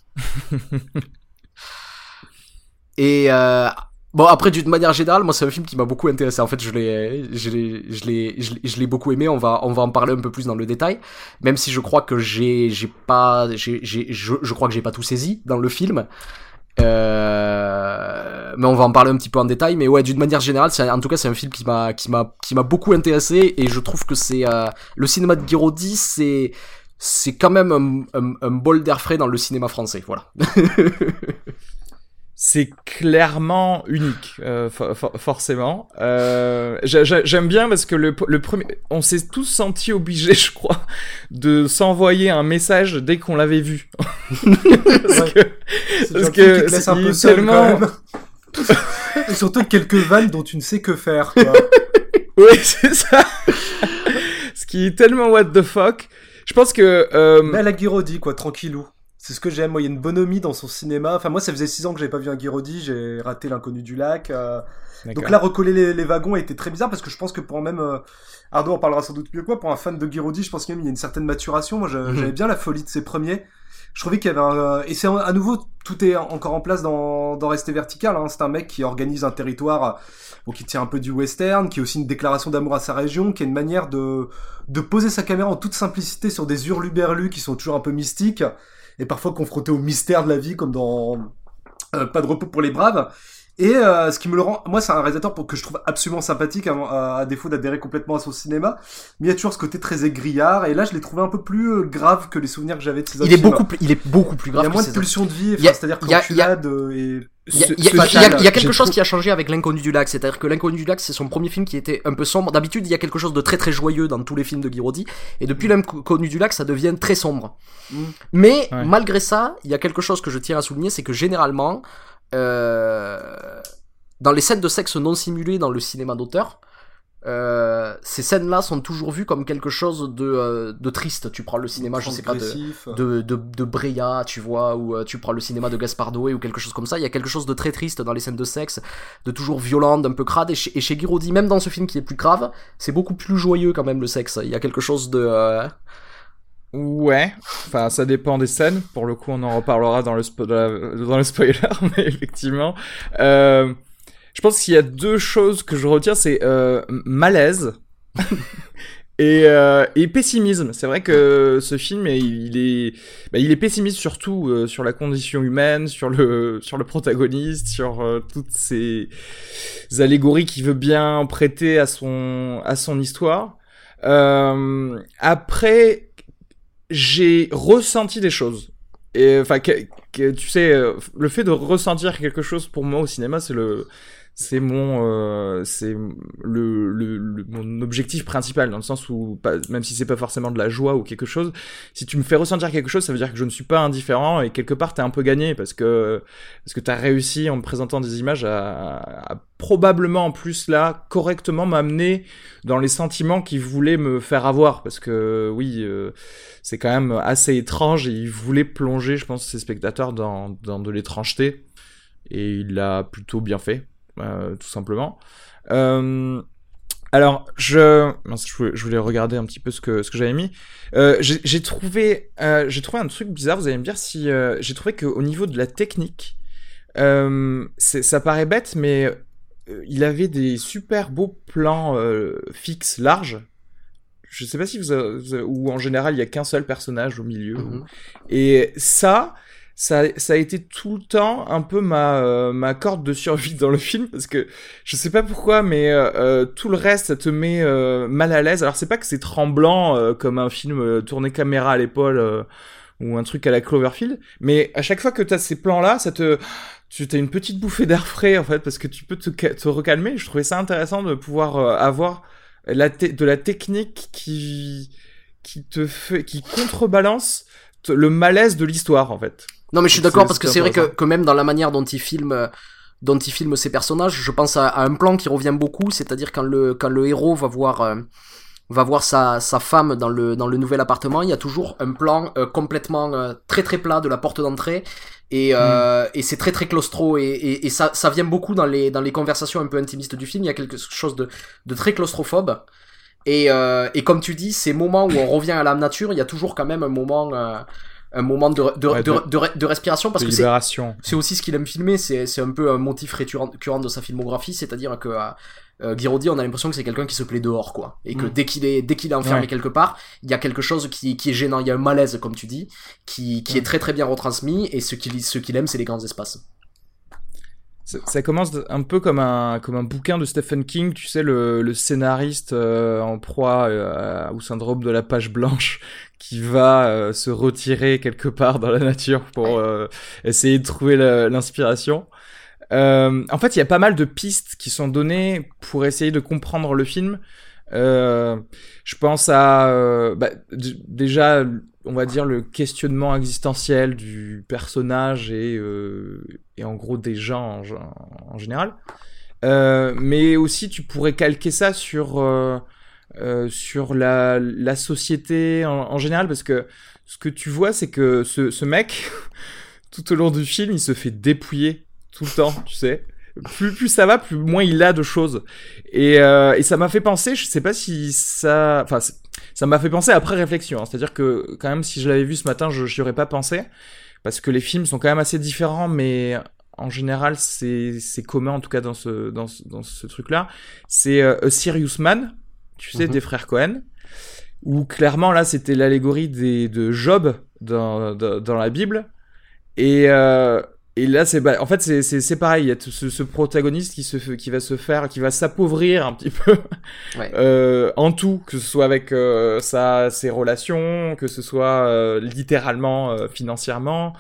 Et euh, bon, après, d'une manière générale, moi, c'est un film qui m'a beaucoup intéressé. En fait, je l'ai, je l'ai, je l'ai, je l'ai, je l'ai beaucoup aimé. On va, on va en parler un peu plus dans le détail. Même si je crois que j'ai, j'ai pas, j'ai, j'ai, je, je crois que j'ai pas tout saisi dans le film. Euh, mais on va en parler un petit peu en détail. Mais ouais, d'une manière générale, c'est, en tout cas, c'est un film qui m'a, qui m'a, qui m'a beaucoup intéressé. Et je trouve que c'est, euh, le cinéma de Guiraudy, c'est, c'est quand même un, un, un bol d'air frais dans le cinéma français. Voilà. C'est clairement unique, euh, for- for- forcément. Euh, j'a- j'a- j'aime bien parce que le, le premier, on s'est tous sentis obligés, je crois, de s'envoyer un message dès qu'on l'avait vu. parce Ouais. que, C'est parce le que film qui te laisse un il peu est seul tellement- quand même. Et surtout quelques vannes dont tu ne sais que faire, quoi. oui, c'est ça. Ce qui est tellement what the fuck. Je pense que euh, Mais à la Guiraudy, quoi, tranquillou. C'est ce que j'aime. Moi, il y a une bonhomie dans son cinéma. Enfin, moi, ça faisait six ans que j'avais pas vu un Guiraudy. J'ai raté L'Inconnu du lac. Euh... d'accord. Donc là, recoller les, les wagons a été très bizarre parce que je pense que pour même... Euh... Arnaud en parlera sans doute mieux que moi. Pour un fan de Guiraudy, je pense qu'il y a une certaine maturation. Moi, je- Mhm. j'avais bien la folie de ses premiers. Je trouvais qu'il y avait un... euh, Et c'est à nouveau, tout est encore en place dans, dans Rester vertical. Hein. C'est un mec qui organise un territoire... Bon, qui tient un peu du western, qui est aussi une déclaration d'amour à sa région, qui est une manière de, de poser sa caméra en toute simplicité sur des hurluberlus qui sont toujours un peu mystiques, et parfois confrontés au mystère de la vie, comme dans euh, Pas de repos pour les braves. Et euh, ce qui me le rend... Moi, c'est un réalisateur pour que je trouve absolument sympathique, à, à, à défaut d'adhérer complètement à son cinéma, mais il y a toujours ce côté très aigriard, et là, je l'ai trouvé un peu plus euh, grave que les souvenirs que j'avais de ses autres Il est films. beaucoup plus, il est beaucoup plus Il grave y a que moins ses de pulsions de vie, Il y a- enfin, c'est-à-dire que il y a- il y a- l'enculade euh, est Il y, a, il, y a, il, y a, il y a quelque chose qui a changé avec L'Inconnu du Lac, c'est-à-dire que L'Inconnu du Lac, c'est son premier film qui était un peu sombre. D'habitude, il y a quelque chose de très très joyeux dans tous les films de Guiraudy, et depuis L'Inconnu du Lac, ça devient très sombre. Mm. Mais ouais. malgré ça, il y a quelque chose que je tiens à souligner, c'est que généralement, euh, dans les scènes de sexe non simulées dans le cinéma d'auteur, Euh, ces scènes-là sont toujours vues comme quelque chose de, euh, de triste. Tu prends le cinéma, je sais pas, de, de, de, de Breya, tu vois, ou euh, tu prends le cinéma de Gaspard Noé ou quelque chose comme ça. Il y a quelque chose de très triste dans les scènes de sexe, de toujours violent, d'un peu crade. Et chez, et chez Guiraudy, même dans ce film qui est plus grave, c'est beaucoup plus joyeux quand même le sexe. Il y a quelque chose de... Euh... Ouais, enfin ça dépend des scènes. Pour le coup, on en reparlera dans le, spo- dans le spoiler, mais effectivement... Euh... Je pense qu'il y a deux choses que je retiens, c'est euh, malaise et, euh, et pessimisme. C'est vrai que ce film, il est, bah, il est pessimiste surtout euh, sur la condition humaine, sur le, sur le protagoniste, sur euh, toutes ces allégories qu'il veut bien prêter à son, à son histoire. Euh, après, j'ai ressenti des choses. Et enfin, que, que, tu sais, le fait de ressentir quelque chose pour moi au cinéma, c'est le c'est mon euh, c'est le, le, le mon objectif principal, dans le sens où pas, même si c'est pas forcément de la joie ou quelque chose, si tu me fais ressentir quelque chose, ça veut dire que je ne suis pas indifférent, et quelque part t'es un peu gagné, parce que parce que t'as réussi en me présentant des images à, à probablement en plus là correctement m'amener dans les sentiments qu'il voulait me faire avoir, parce que oui euh, c'est quand même assez étrange, et il voulait plonger, je pense, ses spectateurs dans dans de l'étrangeté, et il l'a plutôt bien fait. Euh, tout simplement. Euh, alors, je, mince, je, voulais, je voulais regarder un petit peu ce que ce que j'avais mis. Euh, j'ai, j'ai trouvé, euh, j'ai trouvé un truc bizarre. Vous allez me dire si euh, j'ai trouvé qu'au niveau de la technique, euh, c'est, ça paraît bête, mais euh, il avait des super beaux plans euh, fixes, larges. Je sais pas si vous, avez, vous avez, ou en général il y a qu'un seul personnage au milieu. Mm-hmm. Ou... Et ça. Ça, ça a été tout le temps un peu ma, euh, ma corde de survie dans le film, parce que je sais pas pourquoi, mais euh, tout le reste, ça te met euh, mal à l'aise. Alors c'est pas que c'est tremblant euh, comme un film euh, tourné caméra à l'épaule euh, ou un truc à la Cloverfield, mais à chaque fois que t'as ces plans-là, ça te, tu t'as une petite bouffée d'air frais en fait, parce que tu peux te, te recalmer. Je trouvais ça intéressant de pouvoir euh, avoir la te- de la technique qui qui te fait, qui contrebalance t- le malaise de l'histoire en fait. Non mais je suis d'accord, c'est, parce que c'est vrai que, que même dans la manière dont il filme, dont il filme ses personnages, je pense à, à un plan qui revient beaucoup, c'est-à-dire quand le quand le héros va voir euh, va voir sa sa femme dans le dans le nouvel appartement, il y a toujours un plan euh, complètement euh, très très plat de la porte d'entrée, et euh, mm. et c'est très très claustro, et et, et ça ça vient beaucoup dans les dans les conversations un peu intimistes du film. Il y a quelque chose de de très claustrophobe, et euh, et comme tu dis, ces moments où on revient à la nature, il y a toujours quand même un moment euh, un moment de de, ouais, de, de, de, de respiration, parce de que c'est, c'est aussi ce qu'il aime filmer, c'est, c'est un peu un motif récurrent de sa filmographie, c'est-à-dire que euh, Guiraudy, on a l'impression que c'est quelqu'un qui se plaît dehors, quoi, et que mmh. dès qu'il est dès qu'il est enfermé ouais. quelque part, il y a quelque chose qui, qui est gênant, il y a un malaise, comme tu dis, qui, qui mmh. est très très bien retransmis, et ce qu'il, ce qu'il aime, c'est les grands espaces. Ça, ça commence un peu comme un comme un bouquin de Stephen King, tu sais, le, le scénariste euh, en proie euh, au syndrome de la page blanche, qui va euh, se retirer quelque part dans la nature pour euh, essayer de trouver la, l'inspiration. Euh, en fait, il y a pas mal de pistes qui sont données pour essayer de comprendre le film. Euh, je pense à euh, bah, d- déjà, on va dire, le questionnement existentiel du personnage et, euh, et en gros des gens en, en général. Euh, mais aussi, tu pourrais calquer ça sur, euh, euh, sur la, la société en, en général, parce que ce que tu vois, c'est que ce, ce mec, tout au long du film, il se fait dépouiller tout le temps, tu sais. Plus, plus ça va, plus moins il a de choses. Et, euh, et ça m'a fait penser, je sais pas si ça... Enfin, ça m'a fait penser après réflexion. Hein. C'est-à-dire que, quand même, si je l'avais vu ce matin, je n'y aurais pas pensé. Parce que les films sont quand même assez différents, mais en général, c'est, c'est commun, en tout cas, dans ce, dans ce, dans ce truc-là. C'est euh, A Serious Man, tu sais, mm-hmm. des frères Cohen. Où, clairement, là, c'était l'allégorie des, de Job dans, dans, dans la Bible. Et... Euh, Et là, c'est bah, en fait c'est c'est c'est pareil. Il y a ce, ce protagoniste qui se qui va se faire, qui va s'appauvrir un petit peu ouais. euh, en tout, que ce soit avec euh, sa ses relations, que ce soit euh, littéralement euh, financièrement,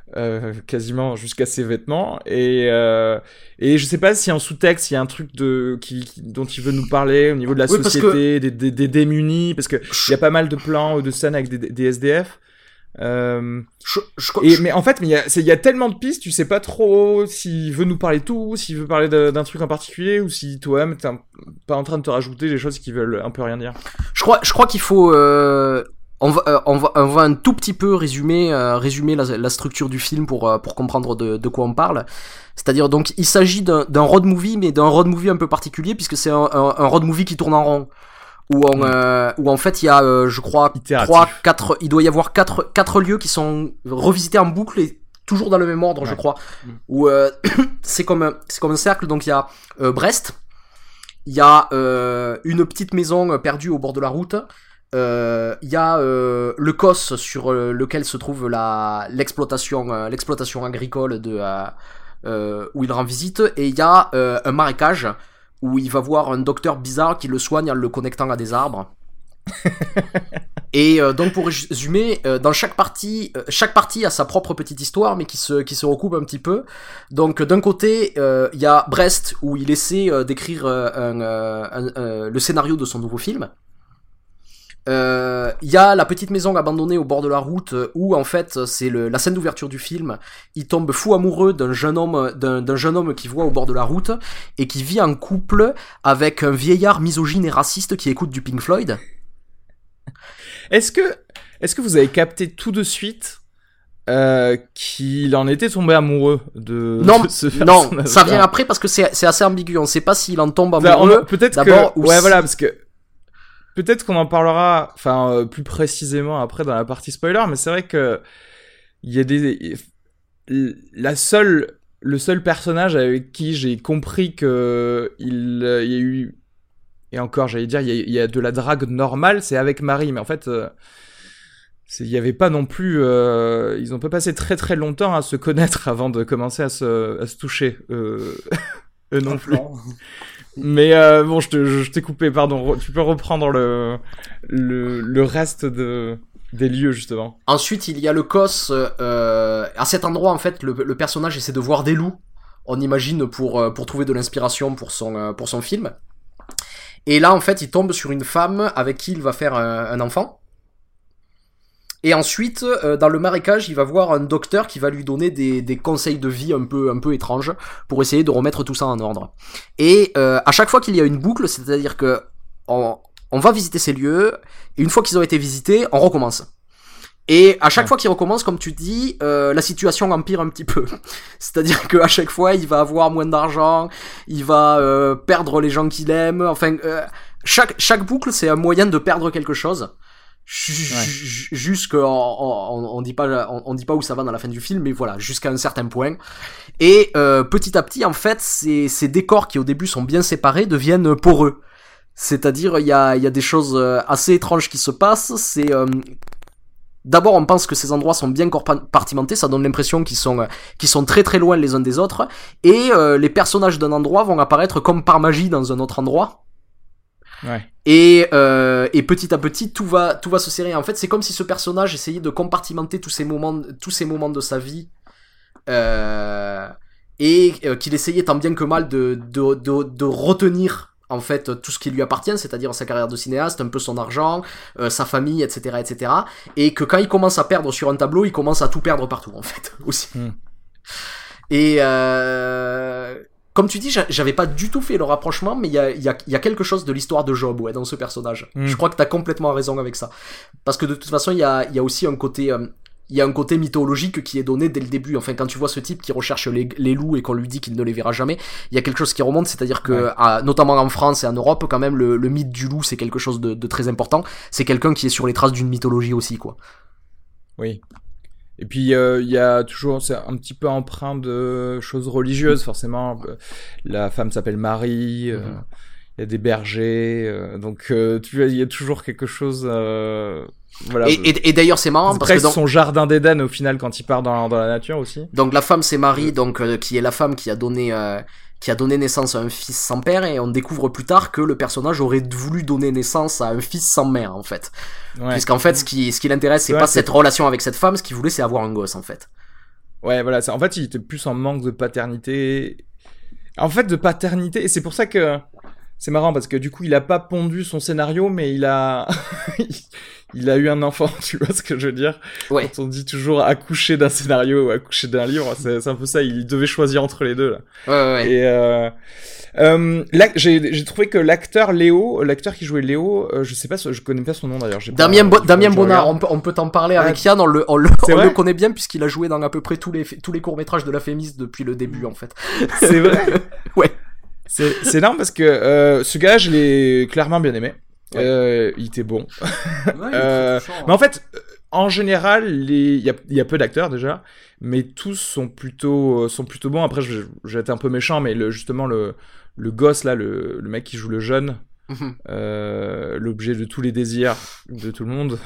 euh, quasiment jusqu'à ses vêtements. Et, euh, et je sais pas s'il y a un sous-texte, il y a un truc de, qui, qui, dont il veut nous parler au niveau de la oui, société, que... des, des, des démunis, parce que il y a pas mal de plans, de scènes avec des, des S D F. Euh, je, je, et, je... mais en fait, il y a, il y a tellement de pistes, tu sais pas trop s'il veut nous parler de tout, s'il veut parler de, d'un truc en particulier, ou si toi-même t'es un, pas en train de te rajouter des choses qui veulent un peu rien dire. Je crois, je crois qu'il faut, euh, on va, euh, on va, on va un tout petit peu résumer, euh, résumer la, la structure du film pour, euh, pour comprendre de, de quoi on parle. C'est-à-dire donc, il s'agit d'un, d'un road movie, mais d'un road movie un peu particulier puisque c'est un, un, un road movie qui tourne en rond. Où, on, euh, où en fait il y a euh, je crois trois, quatre, il doit y avoir quatre, quatre lieux qui sont revisités en boucle et toujours dans le même ordre ouais. je crois. Mmh. Où euh, c'est comme c'est comme un cercle, donc il y a euh, Brest, il y a euh, une petite maison perdue au bord de la route, il euh, y a euh, le Cos sur euh, lequel se trouve la l'exploitation euh, l'exploitation agricole de euh, euh, où il rend visite, et il y a euh, un marécage où il va voir un docteur bizarre qui le soigne en le connectant à des arbres. Et euh, donc pour résumer, euh, dans chaque partie, euh, chaque partie a sa propre petite histoire, mais qui se qui se recoupe un petit peu. Donc d'un côté, il euh, y a Brest où il essaie euh, d'écrire euh, un, euh, un, euh, le scénario de son nouveau film. Il euh, y a la petite maison abandonnée au bord de la route où en fait c'est le, la scène d'ouverture du film. Il tombe fou amoureux d'un jeune homme, d'un, d'un jeune homme qu'il voit au bord de la route et qui vit en couple avec un vieillard misogyne et raciste qui écoute du Pink Floyd. Est-ce que, est-ce que vous avez capté tout de suite euh, qu'il en était tombé amoureux de, non, de ce personnage? Non, ça vient après parce que c'est, c'est assez ambigu. On sait pas s'il en tombe amoureux. Enfin, peut-être d'abord, que, ouais, si... voilà, parce que. Peut-être qu'on en parlera, enfin, euh, plus précisément après dans la partie spoiler, mais c'est vrai que il y a des, la seule, le seul personnage avec qui j'ai compris que il, euh, il y a eu, et encore, j'allais dire, il y a, il y a de la drague normale, c'est avec Marie, mais en fait, euh, c'est, il y avait pas non plus, euh, ils ont pas passé très très longtemps à se connaître avant de commencer à se, à se toucher, euh, eux non plus. Mais euh, bon, je, te, je, je t'ai coupé, pardon. Tu peux reprendre le, le, le reste de, des lieux, justement. Ensuite, il y a le Cos. Euh, à cet endroit, en fait, le, le personnage essaie de voir des loups. On imagine pour, pour trouver de l'inspiration pour son, pour son film. Et là, en fait, il tombe sur une femme avec qui il va faire un, un enfant. Et ensuite, euh, dans le marécage, il va voir un docteur qui va lui donner des, des conseils de vie un peu, un peu étranges pour essayer de remettre tout ça en ordre. Et euh, à chaque fois qu'il y a une boucle, c'est-à-dire que on, on va visiter ces lieux, et une fois qu'ils ont été visités, on recommence. Et à chaque ouais. fois qu'il recommence, comme tu dis, euh, la situation empire un petit peu. C'est-à-dire qu'à chaque fois, il va avoir moins d'argent, il va euh, perdre les gens qu'il aime. Enfin, euh, chaque chaque boucle, c'est un moyen de perdre quelque chose. Ouais. Juste qu'on on, on dit pas on, on dit pas où ça va dans la fin du film, mais voilà, jusqu'à un certain point. Et euh, petit à petit, en fait, ces, ces décors qui au début sont bien séparés deviennent poreux. C'est-à-dire, il y a, il y a des choses assez étranges qui se passent. C'est euh, d'abord, on pense que ces endroits sont bien compartimentés, ça donne l'impression qu'ils sont qu'ils sont très très loin les uns des autres. Et euh, les personnages d'un endroit vont apparaître comme par magie dans un autre endroit. Ouais. Et, euh, et petit à petit tout va tout va se serrer. En fait, c'est comme si ce personnage essayait de compartimenter tous ces moments tous ces moments de sa vie euh, et euh, qu'il essayait tant bien que mal de de de, de retenir en fait tout ce qui lui appartient, c'est-à-dire sa carrière de cinéaste, un peu son argent, euh, sa famille, et cetera, et cetera. Et que quand il commence à perdre sur un tableau, il commence à tout perdre partout en fait aussi. Mm. Et euh... comme tu dis, j'avais pas du tout fait le rapprochement, mais il y a, y, a, y a quelque chose de l'histoire de Job, ouais, dans ce personnage. Mm. Je crois que t'as complètement raison avec ça. Parce que de toute façon, il y a, y a aussi un côté, euh, il y a un côté mythologique qui est donné dès le début. Enfin, quand tu vois ce type qui recherche les, les loups et qu'on lui dit qu'il ne les verra jamais, il y a quelque chose qui remonte, c'est-à-dire que, ouais. à, notamment en France et en Europe, quand même, le, le mythe du loup, c'est quelque chose de, de très important. C'est quelqu'un qui est sur les traces d'une mythologie aussi, quoi. Oui. Et puis il euh, y a toujours, c'est un petit peu empreint de choses religieuses forcément. La femme s'appelle Marie, il euh, mm-hmm. y a des bergers, euh, donc euh, tu vois, il y a toujours quelque chose. Euh, voilà. Et, et, et d'ailleurs c'est marrant c'est parce que dans... son jardin d'Éden au final quand il part dans, dans la nature aussi. Donc la femme c'est Marie, donc euh, qui est la femme qui a donné. Euh... qui a donné naissance à un fils sans père, et on découvre plus tard que le personnage aurait voulu donner naissance à un fils sans mère, en fait. Ouais. Puisqu'en fait, ce qui, ce qui l'intéresse, c'est ouais, pas c'est... cette relation avec cette femme, ce qu'il voulait, c'est avoir un gosse, en fait. Ouais, voilà. Ça, en fait, il était plus en manque de paternité. En fait, de paternité. Et c'est pour ça que c'est marrant parce que du coup, il a pas pondu son scénario, mais il a, il a eu un enfant. Tu vois ce que je veux dire? Ouais. Quand on dit toujours accoucher d'un scénario ou accoucher d'un livre, c'est, c'est un peu ça. Il devait choisir entre les deux là. Ouais, ouais, ouais. Et euh, euh, là, j'ai, j'ai trouvé que l'acteur Léo, l'acteur qui jouait Léo, euh, je sais pas, je connais pas son nom d'ailleurs. J'ai Damien, pas, Bo- Damien Bonnard, on peut, on peut t'en parler avec Yann, on le, on le, on le connaît bien puisqu'il a joué dans à peu près tous les, tous les courts-métrages de la Fémis depuis le début, en fait. C'est vrai? Ouais. C'est, c'est énorme parce que, euh, ce gars, je l'ai clairement bien aimé. Ouais. Euh, il était bon. Ouais, il euh, touchant, hein. Mais en fait, en général, les, il y a, il y a peu d'acteurs déjà, mais tous sont plutôt, sont plutôt bons. Après, je, j'ai été un peu méchant, mais le, justement, le, le gosse là, le, le mec qui joue le jeune, mmh. euh, l'objet de tous les désirs de tout le monde.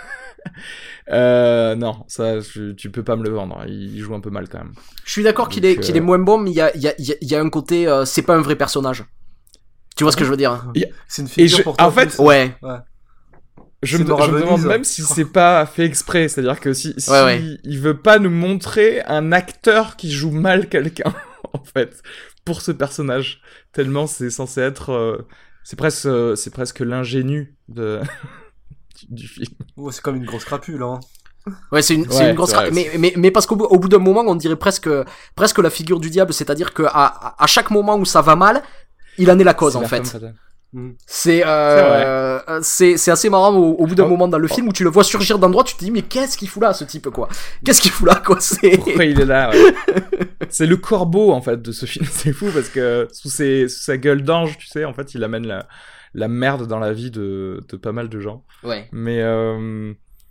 euh, non, ça, je, tu peux pas me le vendre. Il joue un peu mal quand même. Je suis d'accord Donc, qu'il est, euh... qu'il est moins bon, mais il y a, il y a, il y a un côté, euh, c'est pas un vrai personnage. Tu vois ce que je veux dire? a... C'est une figure je, pour toi. En fait, ouais. ouais. Je, me, je me demande même si c'est pas fait exprès, c'est-à-dire que si, si ouais, ouais. il veut pas nous montrer un acteur qui joue mal quelqu'un, en fait, pour ce personnage, tellement c'est censé être, euh, c'est presque, euh, c'est presque l'ingénu de du, du film. Oh, c'est comme une grosse crapule, hein. Ouais, c'est une, ouais, c'est une grosse, cra... mais, mais, mais parce qu'au bout, au bout d'un moment, on dirait presque, presque la figure du diable, c'est-à-dire que à, à chaque moment où ça va mal, il en est la cause, c'est en la fait. Femme, c'est euh, c'est c'est assez marrant au, au bout d'un oh, moment dans le oh. film où tu le vois surgir d'endroit, tu te dis mais qu'est-ce qu'il fout là ce type quoi? Qu'est-ce qu'il fout là quoi? C'est pourquoi il est là? Ouais. C'est le corbeau en fait de ce film, c'est fou parce que sous, ses, sous sa gueule d'ange, tu sais, en fait, il amène la la merde dans la vie de de pas mal de gens. Ouais. Mais euh,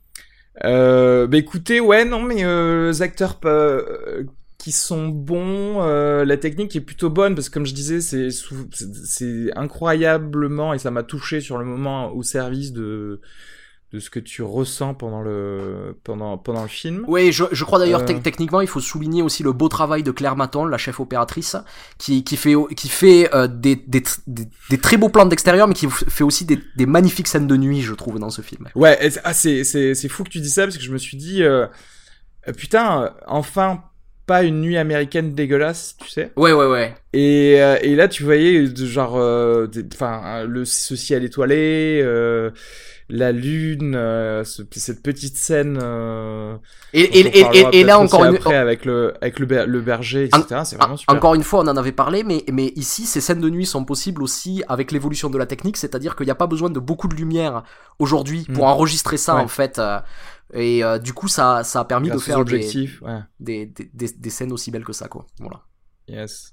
euh bah écoutez, ouais non mais euh, les acteurs euh, qui sont bons, euh, la technique est plutôt bonne parce que comme je disais c'est c'est, c'est incroyablement et ça m'a touché sur le moment au service de de ce que tu ressens pendant le pendant pendant le film. Oui, je je crois d'ailleurs euh... te- techniquement il faut souligner aussi le beau travail de Claire Maton, la chef opératrice, qui qui fait qui fait euh, des, des des des très beaux plans d'extérieur mais qui fait aussi des des magnifiques scènes de nuit, je trouve, dans ce film. Ouais, et, ah c'est c'est c'est fou que tu dis ça parce que je me suis dit euh, putain, enfin pas une nuit américaine dégueulasse, tu sais. Ouais, ouais, ouais. Et, euh, et là, tu voyais, genre, enfin, euh, le ce ciel étoilé, euh, la lune, euh, ce, cette petite scène. Euh, et et, et, et, et là, encore une fois. Avec, le, avec le, ber- le berger, et cetera. En, c'est vraiment super. Encore une fois, on en avait parlé, mais, mais ici, ces scènes de nuit sont possibles aussi avec l'évolution de la technique, c'est-à-dire qu'il n'y a pas besoin de beaucoup de lumière aujourd'hui pour mmh. enregistrer ça, ouais. en fait. Euh, Et euh, du coup, ça, ça a permis Grâce de faire des, ouais. des, des, des, des scènes aussi belles que ça, quoi. Voilà. Yes.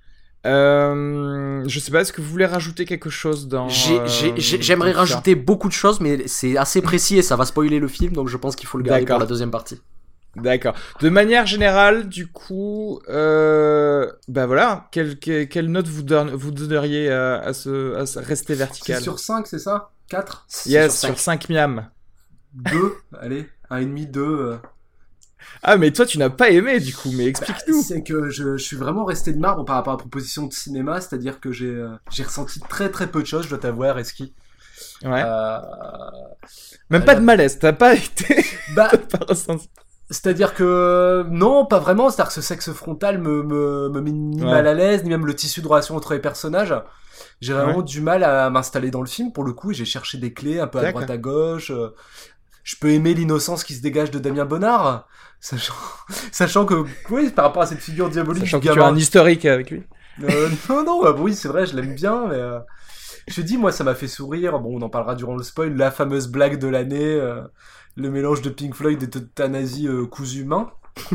Euh, je sais pas, est-ce que vous voulez rajouter quelque chose dans... J'ai, j'ai, j'ai, j'aimerais dans rajouter beaucoup de choses, mais c'est assez précis et ça va spoiler le film, donc je pense qu'il faut le garder D'accord. pour la deuxième partie. D'accord. De manière générale, du coup, euh, bah voilà, quelle, quelle, quelle note vous, donne, vous donneriez à, à, ce, à ce rester vertical? six sur cinq, c'est ça? quatre? Yes, sur cinq miam. deux, allez, un et demi, deux. Euh... Ah, mais toi, tu n'as pas aimé, du coup, mais explique-nous. Bah, c'est que je, je suis vraiment resté de marbre par rapport à la proposition de cinéma, c'est-à-dire que j'ai, euh, j'ai ressenti très très peu de choses, je dois t'avouer, Reski. Ouais. Euh... Même euh, pas de malaise, t'as pas été... Bah, t'as pas ressenti... C'est-à-dire que, non, pas vraiment, c'est-à-dire que ce sexe frontal me, me, me met ni ouais. mal à l'aise, ni même le tissu de relation entre les personnages. J'ai vraiment ouais. du mal à m'installer dans le film, pour le coup, j'ai cherché des clés un peu à D'accord. droite à gauche... Euh... Je peux aimer l'innocence qui se dégage de Damien Bonnard, sachant, sachant que, oui, par rapport à cette figure diabolique, sachant que tu as un historique avec lui. Euh, non, non, bah, oui, c'est vrai, je l'aime bien, mais euh, je te dis, moi, ça m'a fait sourire. Bon, on en parlera durant le spoil. La fameuse blague de l'année, euh, le mélange de Pink Floyd et d'euthanasie euh, cousu main.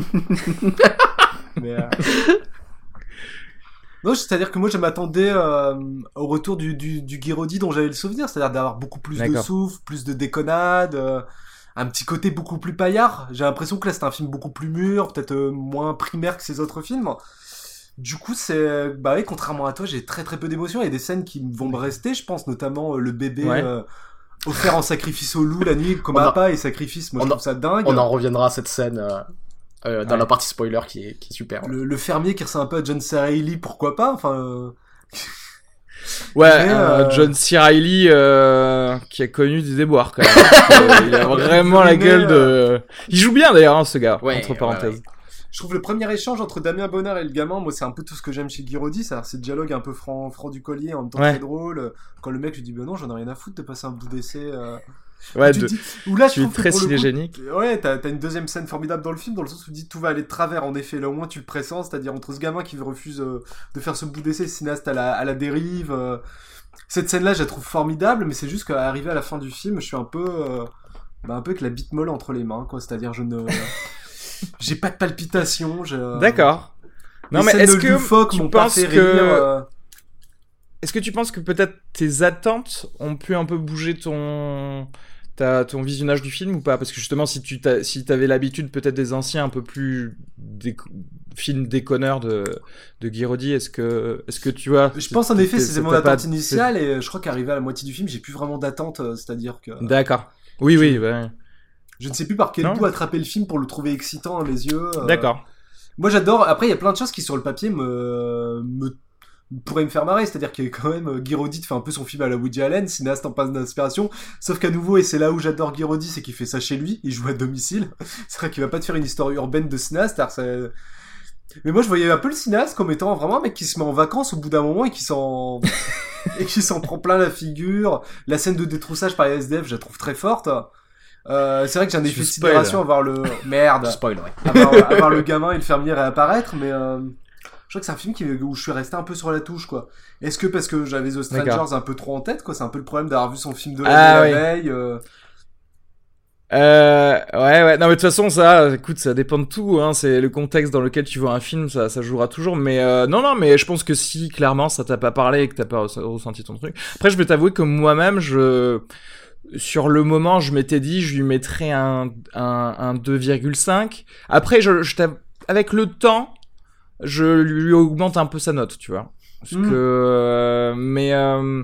mais euh... non, c'est-à-dire que moi, je m'attendais euh, au retour du, du, du Guiraudy dont j'avais le souvenir, c'est-à-dire d'avoir beaucoup plus D'accord. de souffle, plus de déconnade, euh, un petit côté beaucoup plus paillard. J'ai l'impression que là, c'est un film beaucoup plus mûr, peut-être euh, moins primaire que ses autres films. Du coup, c'est, bah oui, contrairement à toi, j'ai très très peu d'émotions. Il y a des scènes qui vont me rester, je pense, notamment euh, le bébé ouais. euh, offert en sacrifice au loup la nuit, comme un pas et sacrifice. Moi, je trouve ça dingue. On en reviendra à cette scène. Euh... Euh, dans ouais. la partie spoiler qui est, qui est super. Ouais. Le, le fermier qui ressemble un peu à John C. Reilly, pourquoi pas, enfin... Euh... Ouais, euh, euh... John C. Reilly euh, qui a connu des déboires quand même. euh, il a vraiment la gueule de... Il joue bien d'ailleurs, hein, ce gars, ouais, entre parenthèses. Ouais, ouais. je trouve le premier échange entre Damien Bonnard et le gamin, moi c'est un peu tout ce que j'aime chez Guiraudy, c'est ce dialogue un peu franc, franc du collier, en même temps ouais. très drôle. Quand le mec lui dit bah non, j'en ai rien à foutre de passer un bout d'essai. Euh... Ouais, de... dis... Ou là, tu es très cinégénique. Ouais, t'as, t'as une deuxième scène formidable dans le film, dans le sens où tu dis tout va aller de travers. En effet, là au moins tu le pressens, c'est-à-dire entre ce gamin qui refuse euh, de faire ce bout d'essai, le cinéaste à la, à la dérive. Euh... Cette scène-là, je la trouve formidable, mais c'est juste qu'arrivé à la fin du film, je suis un peu, euh... bah, un peu avec la bite molle entre les mains, quoi. C'est-à-dire, je ne, j'ai pas de palpitations. Je... D'accord. Non, les mais est-ce que Loufoque tu m'ont penses pas fait que rire, euh... est-ce que tu penses que peut-être tes attentes ont pu un peu bouger ton Ta, ton visionnage du film ou pas? Parce que justement, si tu t'as, si t'avais l'habitude peut-être des anciens un peu plus déco- films déconneurs de, de Guiraudy, est-ce que, est-ce que tu vois? Je pense en effet, c'était mon attente initiale et je crois qu'arrivé à la moitié du film, j'ai plus vraiment d'attente, c'est-à-dire que... D'accord. Oui, je, oui, ouais. Je ne sais plus par quel non. bout attraper le film pour le trouver excitant à mes yeux. D'accord. Moi, j'adore... Après, il y a plein de choses qui, sur le papier, me... me... pourrait me faire marrer, c'est-à-dire qu'il y a quand même Guiraudy fait un peu son film à la Woody Allen, cinéaste en panne d'inspiration, sauf qu'à nouveau, et c'est là où j'adore Guiraudy, c'est qu'il fait ça chez lui, il joue à domicile, c'est vrai qu'il va pas te faire une histoire urbaine de cinéaste, alors ça... mais moi je voyais un peu le cinéaste comme étant vraiment un mec qui se met en vacances au bout d'un moment et qui s'en et qui s'en prend plein la figure. La scène de détroussage par les S D F, je la trouve très forte. Euh, c'est vrai que j'ai un effet de sidération à voir le merde, spoil, ouais. à, voir, à voir le gamin et le fermier réapparaître, mais euh... je crois que c'est un film qui, où je suis resté un peu sur la touche, quoi. Est-ce que parce que j'avais The Strangers D'accord. un peu trop en tête, quoi? C'est un peu le problème d'avoir vu son film de l'année ah, la oui. veille. Euh... Euh, ouais, ouais. Non, mais de toute façon, ça, écoute, ça dépend de tout, hein. C'est le contexte dans lequel tu vois un film, ça, ça jouera toujours. Mais euh, non, non, mais je pense que si, clairement, ça t'a pas parlé et que t'as pas ressenti ton truc. Après, je vais t'avouer que moi-même, je... sur le moment, je m'étais dit, je lui mettrais un, un, un deux virgule cinq. Après, je, je avec le temps, je lui augmente un peu sa note, tu vois. Parce mmh. que, euh, mais, euh,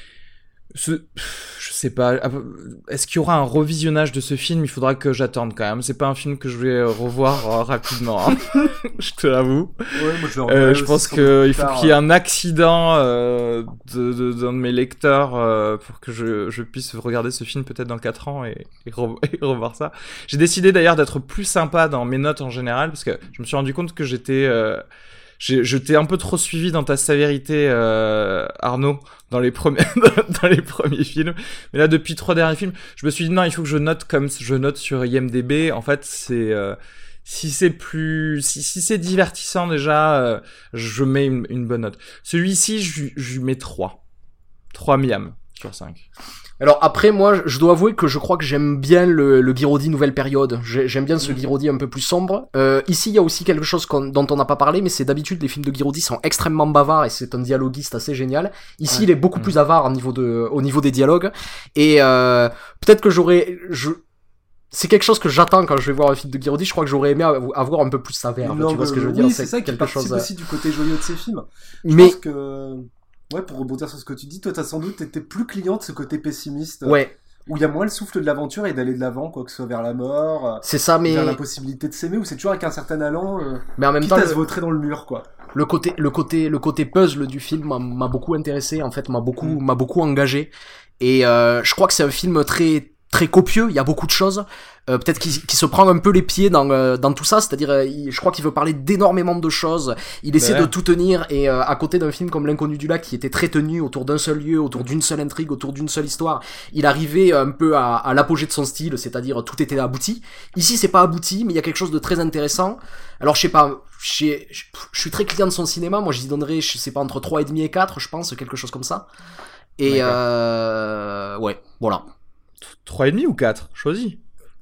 ce, je sais pas, est-ce qu'il y aura un revisionnage de ce film? Il faudra que j'attende quand même. C'est pas un film que je vais revoir euh, rapidement, hein. Je te l'avoue. Ouais, moi je, euh, je pense que il faut qu'il y ait un accident euh, de, de, d'un de mes lecteurs euh, pour que je, je puisse regarder ce film peut-être dans quatre ans et, et, re, et revoir ça. J'ai décidé d'ailleurs d'être plus sympa dans mes notes en général parce que je me suis rendu compte que j'étais euh, J'ai, je t'ai un peu trop suivi dans ta sévérité, euh, Arnaud, dans les premiers, dans les premiers films. Mais là, depuis trois derniers films, je me suis dit non, il faut que je note comme je note sur I M D B. En fait, c'est euh, si c'est plus, si, si c'est divertissant déjà, euh, je mets une, une bonne note. Celui-ci, je, je lui mets trois, trois miam sur cinq. Alors après, moi, je dois avouer que je crois que j'aime bien le, le Guiraudy nouvelle période. J'aime bien ce Guiraudy un peu plus sombre. Euh, ici, il y a aussi quelque chose qu'on, dont on n'a pas parlé, mais c'est d'habitude les films de Guiraudy sont extrêmement bavards et c'est un dialoguiste assez génial. Ici, ouais. il est beaucoup mmh. plus avare au niveau de, au niveau des dialogues. Et euh, peut-être que j'aurais, je, c'est quelque chose que j'attends quand je vais voir un film de Guiraudy. Je crois que j'aurais aimé avoir un peu plus sa verve. Tu vois ce que je veux oui, dire? C'est, c'est ça qui participe aussi du côté joyeux de ces films. Je mais pense que ouais, pour rebondir sur ce que tu dis, toi, t'as sans doute été plus client de ce côté pessimiste. Ouais. Où il y a moins le souffle de l'aventure et d'aller de l'avant, quoi que ce soit vers la mort, c'est ça, mais vers l'impossibilité de s'aimer, où c'est toujours avec un certain allant, euh, mais en même quitte temps, à le... se vautrer dans le mur, quoi. Le côté, le côté, le côté puzzle du film m'a, m'a beaucoup intéressé, en fait, m'a beaucoup, mm. m'a beaucoup engagé. Et euh, je crois que c'est un film très, très copieux. Il y a beaucoup de choses. Euh, peut-être qu'il, qu'il se prend un peu les pieds dans, euh, dans tout ça. C'est-à-dire, euh, il, je crois qu'il veut parler d'énormément de choses. Il essaie ouais. de tout tenir. Et euh, à côté d'un film comme L'Inconnu du Lac, qui était très tenu autour d'un seul lieu, autour d'une seule intrigue, autour d'une seule histoire, il arrivait un peu à, à l'apogée de son style. C'est-à-dire, tout était abouti. Ici, c'est pas abouti, mais il y a quelque chose de très intéressant. Alors, je sais pas, je, je, je suis très client de son cinéma. Moi, j'y donnerais, je sais pas, entre trois virgule cinq et quatre, je pense, quelque chose comme ça. Et euh, ouais, voilà. trois virgule cinq ou quatre, choisis.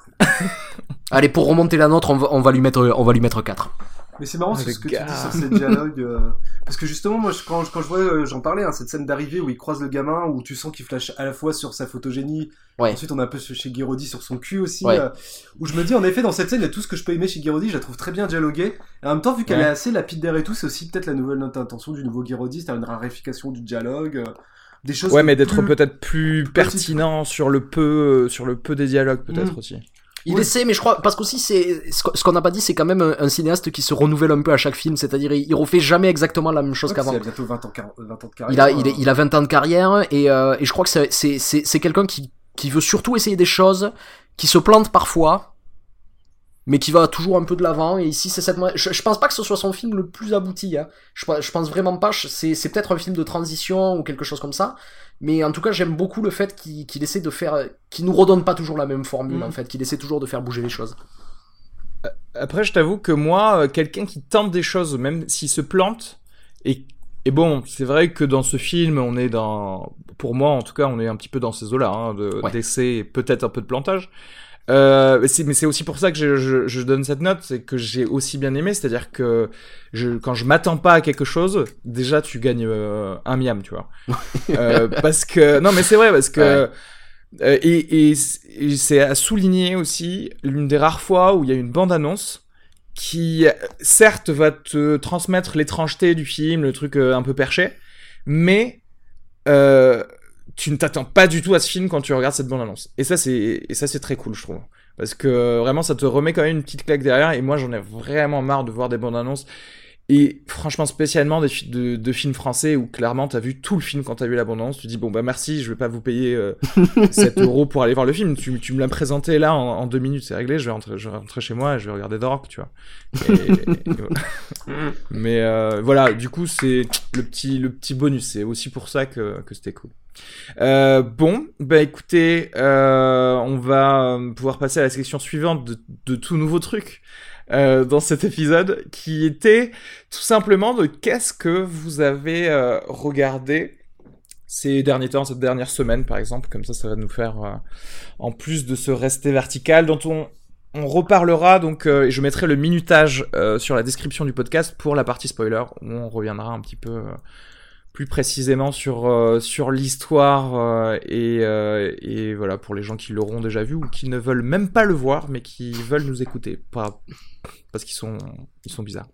Allez, pour remonter la nôtre, on va, on va lui mettre, on va lui mettre quatre. Mais c'est marrant, c'est ce que gars. tu dis sur ces dialogues, euh, parce que justement, moi, je, quand, quand je vois, euh, j'en parlais, hein, cette scène d'arrivée où il croise le gamin, où tu sens qu'il flash à la fois sur sa photogénie, ouais. ensuite on a un peu chez Guiraudy sur son cul aussi, ouais. euh, où je me dis, en effet, dans cette scène, il y a tout ce que je peux aimer chez Guiraudy, je la trouve très bien dialoguée, et en même temps, vu qu'elle ouais. est assez lapidaire et tout, c'est aussi peut-être la nouvelle intention du nouveau Guiraudy, c'est une raréfication du dialogue, euh, des choses. Ouais, mais d'être plus... peut-être plus pertinent sur le peu, sur le peu des dialogues, peut-être mmh. aussi. Il oui. essaie, mais je crois, parce qu'aussi, c'est, ce qu'on n'a pas dit, c'est quand même un, un cinéaste qui se renouvelle un peu à chaque film, c'est-à-dire, il, il refait jamais exactement la même chose ouais, qu'avant. Il a bientôt vingt ans, vingt ans de carrière. Il a, il, est, il a vingt ans de carrière, et, euh, et je crois que c'est, c'est, c'est, c'est quelqu'un qui, qui veut surtout essayer des choses, qui se plante parfois, mais qui va toujours un peu de l'avant. Et ici, c'est cette, je, je pense pas que ce soit son film le plus abouti, hein. Je, je pense vraiment pas. C'est, c'est peut-être un film de transition ou quelque chose comme ça. Mais en tout cas, j'aime beaucoup le fait qu'il, qu'il essaie de faire, qu'il nous redonne pas toujours la même formule, mmh. en fait, qu'il essaie toujours de faire bouger les choses. Après, je t'avoue que moi, quelqu'un qui tente des choses, même s'il se plante, et, et bon, c'est vrai que dans ce film, on est dans, pour moi en tout cas, on est un petit peu dans ces eaux-là, hein, de, ouais. d'essai et peut-être un peu de plantage. Euh, c'est, mais c'est aussi pour ça que je, je, je donne cette note, c'est que j'ai aussi bien aimé, c'est-à-dire que je, quand je m'attends pas à quelque chose, déjà tu gagnes euh, un miam, tu vois. euh, parce que, non mais c'est vrai, parce que... Ouais. Euh, et, et, et c'est à souligner aussi l'une des rares fois où il y a une bande-annonce qui, certes, va te transmettre l'étrangeté du film, le truc euh, un peu perché, mais euh, tu ne t'attends pas du tout à ce film quand tu regardes cette bande-annonce. Et ça, c'est, et ça, c'est très cool, je trouve. Parce que euh, vraiment, ça te remet quand même une petite claque derrière, et moi, j'en ai vraiment marre de voir des bandes-annonces. Et franchement, spécialement des fi- de, de films français où clairement t'as vu tout le film quand t'as vu l'abondance, tu dis bon bah merci, je vais pas vous payer euh, sept euros pour aller voir le film, tu, tu me l'as présenté là en, en deux minutes, c'est réglé, je vais rentrer, je vais rentrer chez moi et je vais regarder The Rock, tu vois. Et, et voilà. Mais euh, voilà, du coup c'est le petit, le petit bonus, c'est aussi pour ça que, que c'était cool. Euh, bon, bah écoutez, euh, on va pouvoir passer à la section suivante de, de tout nouveau truc. Euh, dans cet épisode, qui était tout simplement de qu'est-ce que vous avez euh, regardé ces derniers temps, cette dernière semaine par exemple, comme ça ça va nous faire, euh, en plus de ce rester vertical dont on, on reparlera, donc euh, et je mettrai le minutage euh, sur la description du podcast pour la partie spoiler, où on reviendra un petit peu euh, plus précisément sur, euh, sur l'histoire euh, et, euh, et voilà, pour les gens qui l'auront déjà vu ou qui ne veulent même pas le voir mais qui veulent nous écouter, pas, parce qu'ils sont, ils sont bizarres.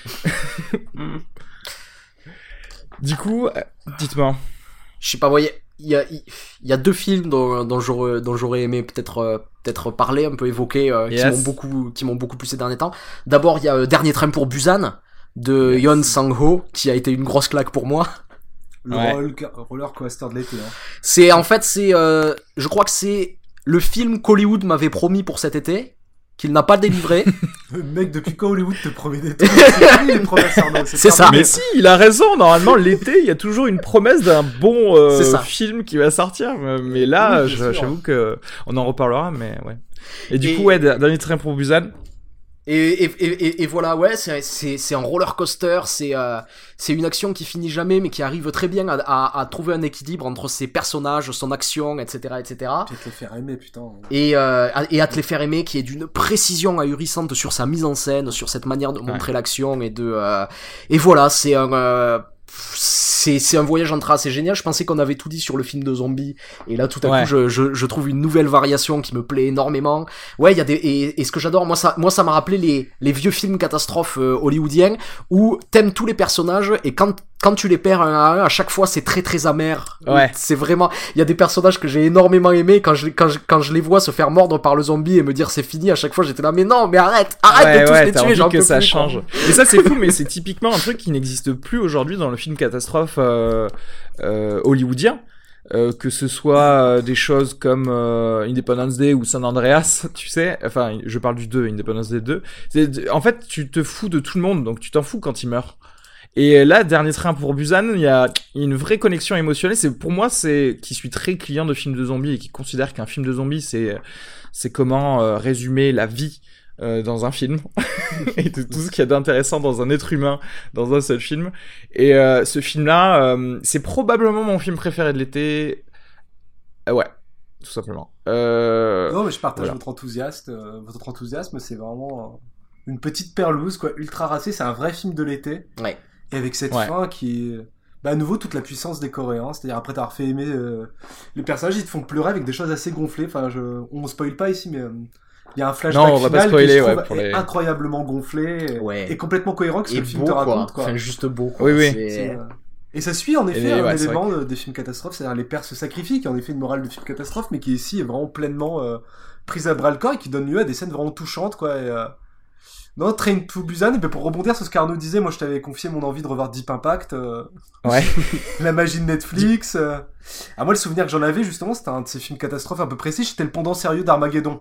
Du coup, dites-moi. Je sais pas, voyez, il y a, il y a deux films dont, dont, j'aurais, dont j'aurais aimé peut-être, euh, peut-être parler, un peu évoquer, euh, yes. qui m'ont beaucoup, qui m'ont beaucoup plu ces derniers temps. D'abord, il y a euh, Dernier train pour Busan de yes. Yeon Sang-ho, qui a été une grosse claque pour moi. Le ouais. roller, roller coaster de l'été. Hein. C'est en fait c'est euh, je crois que c'est le film qu'Hollywood m'avait promis pour cet été, qu'il n'a pas délivré. Mec, depuis quand Hollywood te promet des trucs? C'est les promesses, Arnaud. C'est, c'est ça. Mais si, il a raison. Normalement, l'été, il y a toujours une promesse d'un bon euh, film qui va sortir. Mais là, oui, je, j'avoue que on en reparlera. Mais ouais. Et du et... coup, ouais, Dernier train pour Busan. Et, et, et, et voilà, ouais, c'est, c'est, c'est un roller coaster, c'est, euh, c'est une action qui finit jamais, mais qui arrive très bien à, à, à trouver un équilibre entre ses personnages, son action, et cetera, et cetera. Et à te les faire aimer, putain. Et, euh, et à te les faire aimer, qui est d'une précision ahurissante sur sa mise en scène, sur cette manière de montrer ouais. l'action et de, euh, et voilà, c'est un, euh, c'est c'est un voyage en train assez génial. Je pensais qu'on avait tout dit sur le film de zombies et là tout à ouais. coup je, je je trouve une nouvelle variation qui me plaît énormément. Ouais, il y a des et, et ce que j'adore moi ça moi ça m'a rappelé les les vieux films catastrophes euh, hollywoodiens où t'aimes tous les personnages et quand quand tu les perds un à un, à chaque fois c'est très très amer. Ouais. C'est vraiment, il y a des personnages que j'ai énormément aimés quand je quand je quand je les vois se faire mordre par le zombie et me dire c'est fini, à chaque fois j'étais là mais non, mais arrête, arrête ouais, de tous ouais, les t'as tuer, envie j'en que peux ça plus, change. quoi. Et ça c'est fou, mais c'est typiquement un truc qui n'existe plus aujourd'hui dans le film catastrophe euh, euh, hollywoodien. Euh, que ce soit euh, des choses comme euh, Independence Day ou San Andreas, tu sais, enfin je parle du deux, Independence Day deux, c'est, en fait tu te fous de tout le monde, donc tu t'en fous quand il meurt. Et là, Dernier train pour Busan, il y a une vraie connexion émotionnelle. C'est pour moi, c'est qui suis très client de films de zombies et qui considère qu'un film de zombies, c'est c'est comment euh, résumer la vie euh, dans un film et de tout ce qu'il y a d'intéressant dans un être humain dans un seul film. Et euh, ce film-là, euh, c'est probablement mon film préféré de l'été. Euh, ouais, tout simplement. Euh, non, mais je partage voilà. votre enthousiasme. Euh, votre enthousiasme, c'est vraiment euh, une petite perlouse, quoi, ultra racée. C'est un vrai film de l'été. Ouais. Et avec cette ouais. fin qui est, bah, à nouveau, toute la puissance des Coréens. C'est-à-dire, après t'avoir fait aimer euh, les personnages, ils te font pleurer avec des choses assez gonflées. Enfin, je, on spoil pas ici, mais il euh, y a un flashback non, on va final pas spoiler, qui je ouais, trouve pour les... incroyablement gonflé ouais. et complètement cohérent que ce que le film beau, te raconte, quoi. Enfin, juste beau, quoi. Oui, oui. C'est... C'est, euh... Et ça suit, en effet, et un ouais, élément de, des films catastrophes, c'est-à-dire les pères se sacrifient, qui est en effet une morale de film catastrophe, mais qui ici est vraiment pleinement euh, prise à bras-le-corps et qui donne lieu à des scènes vraiment touchantes, quoi. Et, euh... Non, Train to Busan, et ben pour rebondir sur ce qu'Arnaud disait, moi je t'avais confié mon envie de revoir Deep Impact, euh... ouais. la magie de Netflix. Euh... Ah, moi le souvenir que j'en avais justement, c'était un de ces films catastrophes un peu précis, c'était le pendant sérieux d'Armageddon,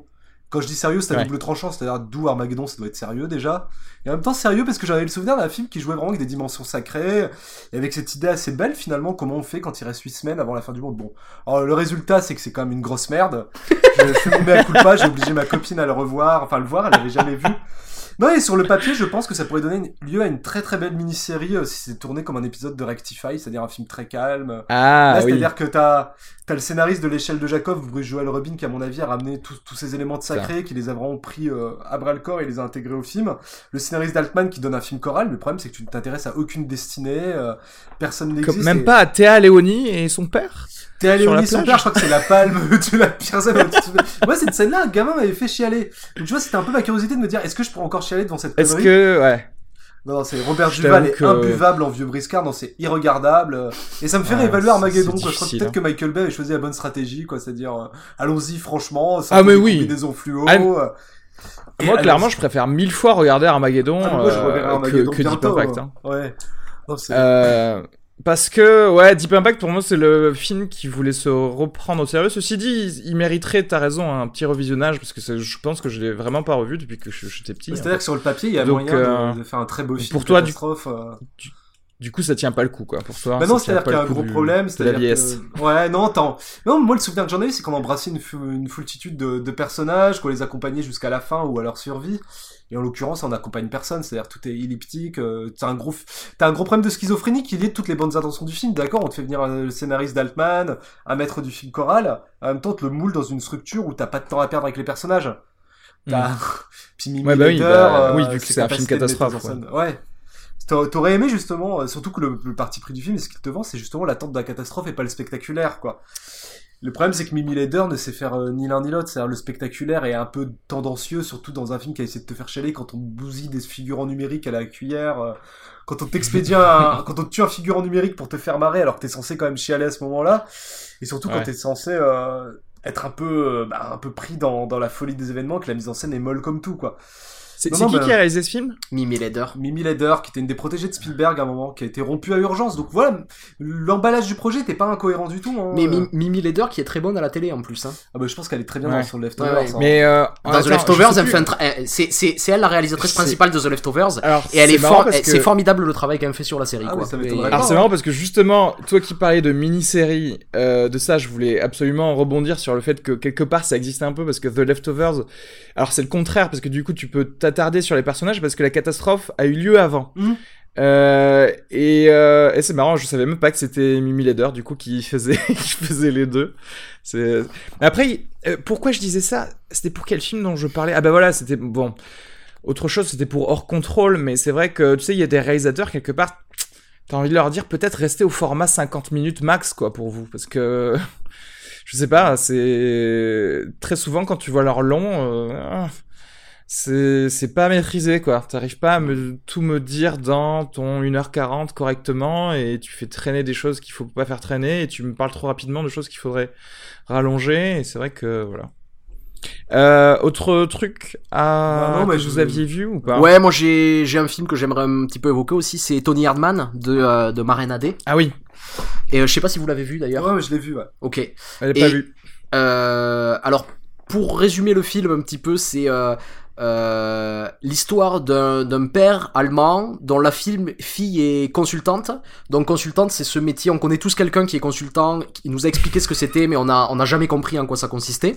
Quand je dis sérieux, c'est à Ouais. double tranchant, c'est-à-dire d'où Armageddon, ça doit être sérieux déjà. Et en même temps sérieux parce que j'avais le souvenir d'un film qui jouait vraiment avec des dimensions sacrées, et avec cette idée assez belle finalement, comment on fait quand il reste huit semaines avant la fin du monde. Bon, alors le résultat c'est que c'est quand même une grosse merde. Je fais mon mea culpa, j'ai obligé ma copine à le revoir, enfin le voir, elle l'avait jamais vu. Non, et sur le papier, je pense que ça pourrait donner une- lieu à une très très belle mini-série euh, si c'est tourné comme un épisode de Rectify, c'est-à-dire un film très calme. Ah Là, oui. c'est-à-dire que t'as, t'as le scénariste de l'échelle de Jacob, Bruce Joel Rubin, qui à mon avis a ramené tous tous ces éléments de sacré, qui les a vraiment pris euh, à bras le corps et les a intégrés au film. Le scénariste d'Altman qui donne un film choral, mais le problème c'est que tu ne t'intéresses à aucune destinée, euh, personne n'existe. Comme, même et... pas à Théa Léonie et son père. T'es allé sur au la nid son plage. père, je crois que c'est la palme de la pire scène. Moi, cette scène-là, un gamin m'avait fait chialer. Donc, tu vois, c'était un peu ma curiosité de me dire, est-ce que je pourrais encore chialer devant cette Est-ce connerie? que... Ouais. Non, non, c'est Robert Je Duval t'avoue est que- imbuvable en vieux briscard, non, c'est irregardable. Et ça me fait Ouais, réévaluer c'est- Armageddon, c'est quoi. Je crois que difficile, peut-être hein. que Michael Bay avait choisi la bonne stratégie, quoi. C'est-à-dire, euh, allons-y, franchement. Ah, mais oui. Combinaison fluo. Ah, euh, et Moi, alors- clairement, je préfère mille fois regarder Armageddon Ah, mais moi, je euh, reverrai Armageddon que, que Deep bientôt, Impact. Hein. Ouais. Non, c'est... Euh, parce que, ouais, Deep Impact, pour moi, c'est le film qui voulait se reprendre au sérieux. Ceci dit, il, il mériterait, t'as raison, un petit revisionnage, parce que c'est- je pense que je l'ai vraiment pas revu depuis que je- j'étais petit. C'est-à-dire que sur le papier, il y a Donc, moyen euh, de, de faire un très beau film. pour toi, du- catastrophe, euh... Du coup, ça tient pas le coup, quoi, pour toi. Bah non, ça tient c'est-à-dire pas qu'il y a le un coup gros du- problème, de la c'est-à-dire vieillesse. que... Ouais, non, attends. Non, moi, le souvenir que j'en ai eu, c'est qu'on embrassait une, fou- une foultitude de, de personnages, qu'on les accompagnait jusqu'à la fin ou à leur survie. Et en l'occurrence, on n'accompagne personne, c'est-à-dire tout est elliptique, euh, t'as un gros, f- t'as un gros problème de schizophrénie qui lie toutes les bonnes intentions du film, d'accord, on te fait venir un- le scénariste d'Altman, un maître du film choral, en même temps, on te le moule dans une structure où t'as pas de temps à perdre avec les personnages. T'as, puis Mimi Ouais, bah oui, Leder, bah, euh, oui, vu que ses c'est un film capacités de mettre en catastrophe, scène. Ouais. T'a- T'aurais aimé justement, euh, surtout que le, le parti pris du film et ce qu'il te vend, c'est justement l'attente de la catastrophe et pas le spectaculaire, quoi. Le problème, c'est que Mimi Leder ne sait faire euh, ni l'un ni l'autre, c'est-à-dire le spectaculaire est un peu tendancieux, surtout dans un film qui a essayé de te faire chialer quand on bousille des figurants numériques à la cuillère, euh, quand on t'expédie un, quand on te tue un figurant numérique pour te faire marrer alors que t'es censé quand même chialer à ce moment-là, et surtout quand Ouais. t'es censé euh, être un peu, euh, bah, un peu pris dans, dans la folie des événements, que la mise en scène est molle comme tout, quoi. C'est Non, c'est non, qui bah- qui a réalisé ce film? Mimi Leder. Mimi Leder, qui était une des protégées de Spielberg à un moment, qui a été rompue à urgence. Donc voilà, l'emballage du projet n'était pas incohérent du tout. Hein. Mais Euh, Mi- Mimi Leder qui est très bonne à la télé en plus. Hein. Ah bah je pense qu'elle est très bien Ouais. dans son Leftovers. Ouais, ouais. hein. Mais euh, Dans attends, The je Leftovers, sais elle plus. fait un tra- euh, c'est c'est c'est elle la réalisatrice C'est- principale de The Leftovers. Alors, Et elle est, c'est marrant for- parce eh, que- c'est formidable le travail qu'elle fait sur la série. Ah, quoi. mais ça m'étonnerait Et- pas. Alors c'est marrant parce que justement, toi qui parlais de mini-série, euh, de ça, je voulais absolument rebondir sur le fait que quelque part ça existe un peu parce que The Leftovers, alors c'est le contraire parce que du coup tu peux t'attarder sur les personnages parce que la catastrophe a eu lieu avant. Mhm. Euh, et, euh, et c'est marrant, je savais même pas que c'était Mimi Leder du coup qui faisait qui faisait les deux. C'est après euh, pourquoi je disais ça, c'était pour quel film dont je parlais? Ah bah voilà, c'était bon. Autre chose, c'était pour Hors Contrôle, mais c'est vrai que tu sais, il y a des réalisateurs quelque part. T'as envie de leur dire peut-être rester au format cinquante minutes max quoi pour vous parce que je sais pas, c'est très souvent quand tu vois leur long euh, c'est c'est pas maîtrisé quoi. T'arrives pas à me tout me dire dans ton une heure quarante correctement et tu fais traîner des choses qu'il faut pas faire traîner et tu me parles trop rapidement de choses qu'il faudrait rallonger et c'est vrai que voilà. Euh, autre truc à Bah non, mais que je- vous aviez vu ou pas? Ouais, moi j'ai j'ai un film que j'aimerais un petit peu évoquer aussi, c'est Tony Erdmann de euh, de Marraine A D. Ah oui, Et euh, je sais pas si vous l'avez vu d'ailleurs. Ouais, mais je l'ai vu, ouais. Ok. elle est pas Et- vue. Euh, alors, pour résumer le film un petit peu, c'est euh, euh, l'histoire d'un d'un père allemand dont la film, fille est consultante. Donc consultante, c'est ce métier, on connaît tous quelqu'un qui est consultant, qui nous a expliqué ce que c'était, mais on a on a jamais compris en quoi ça consistait.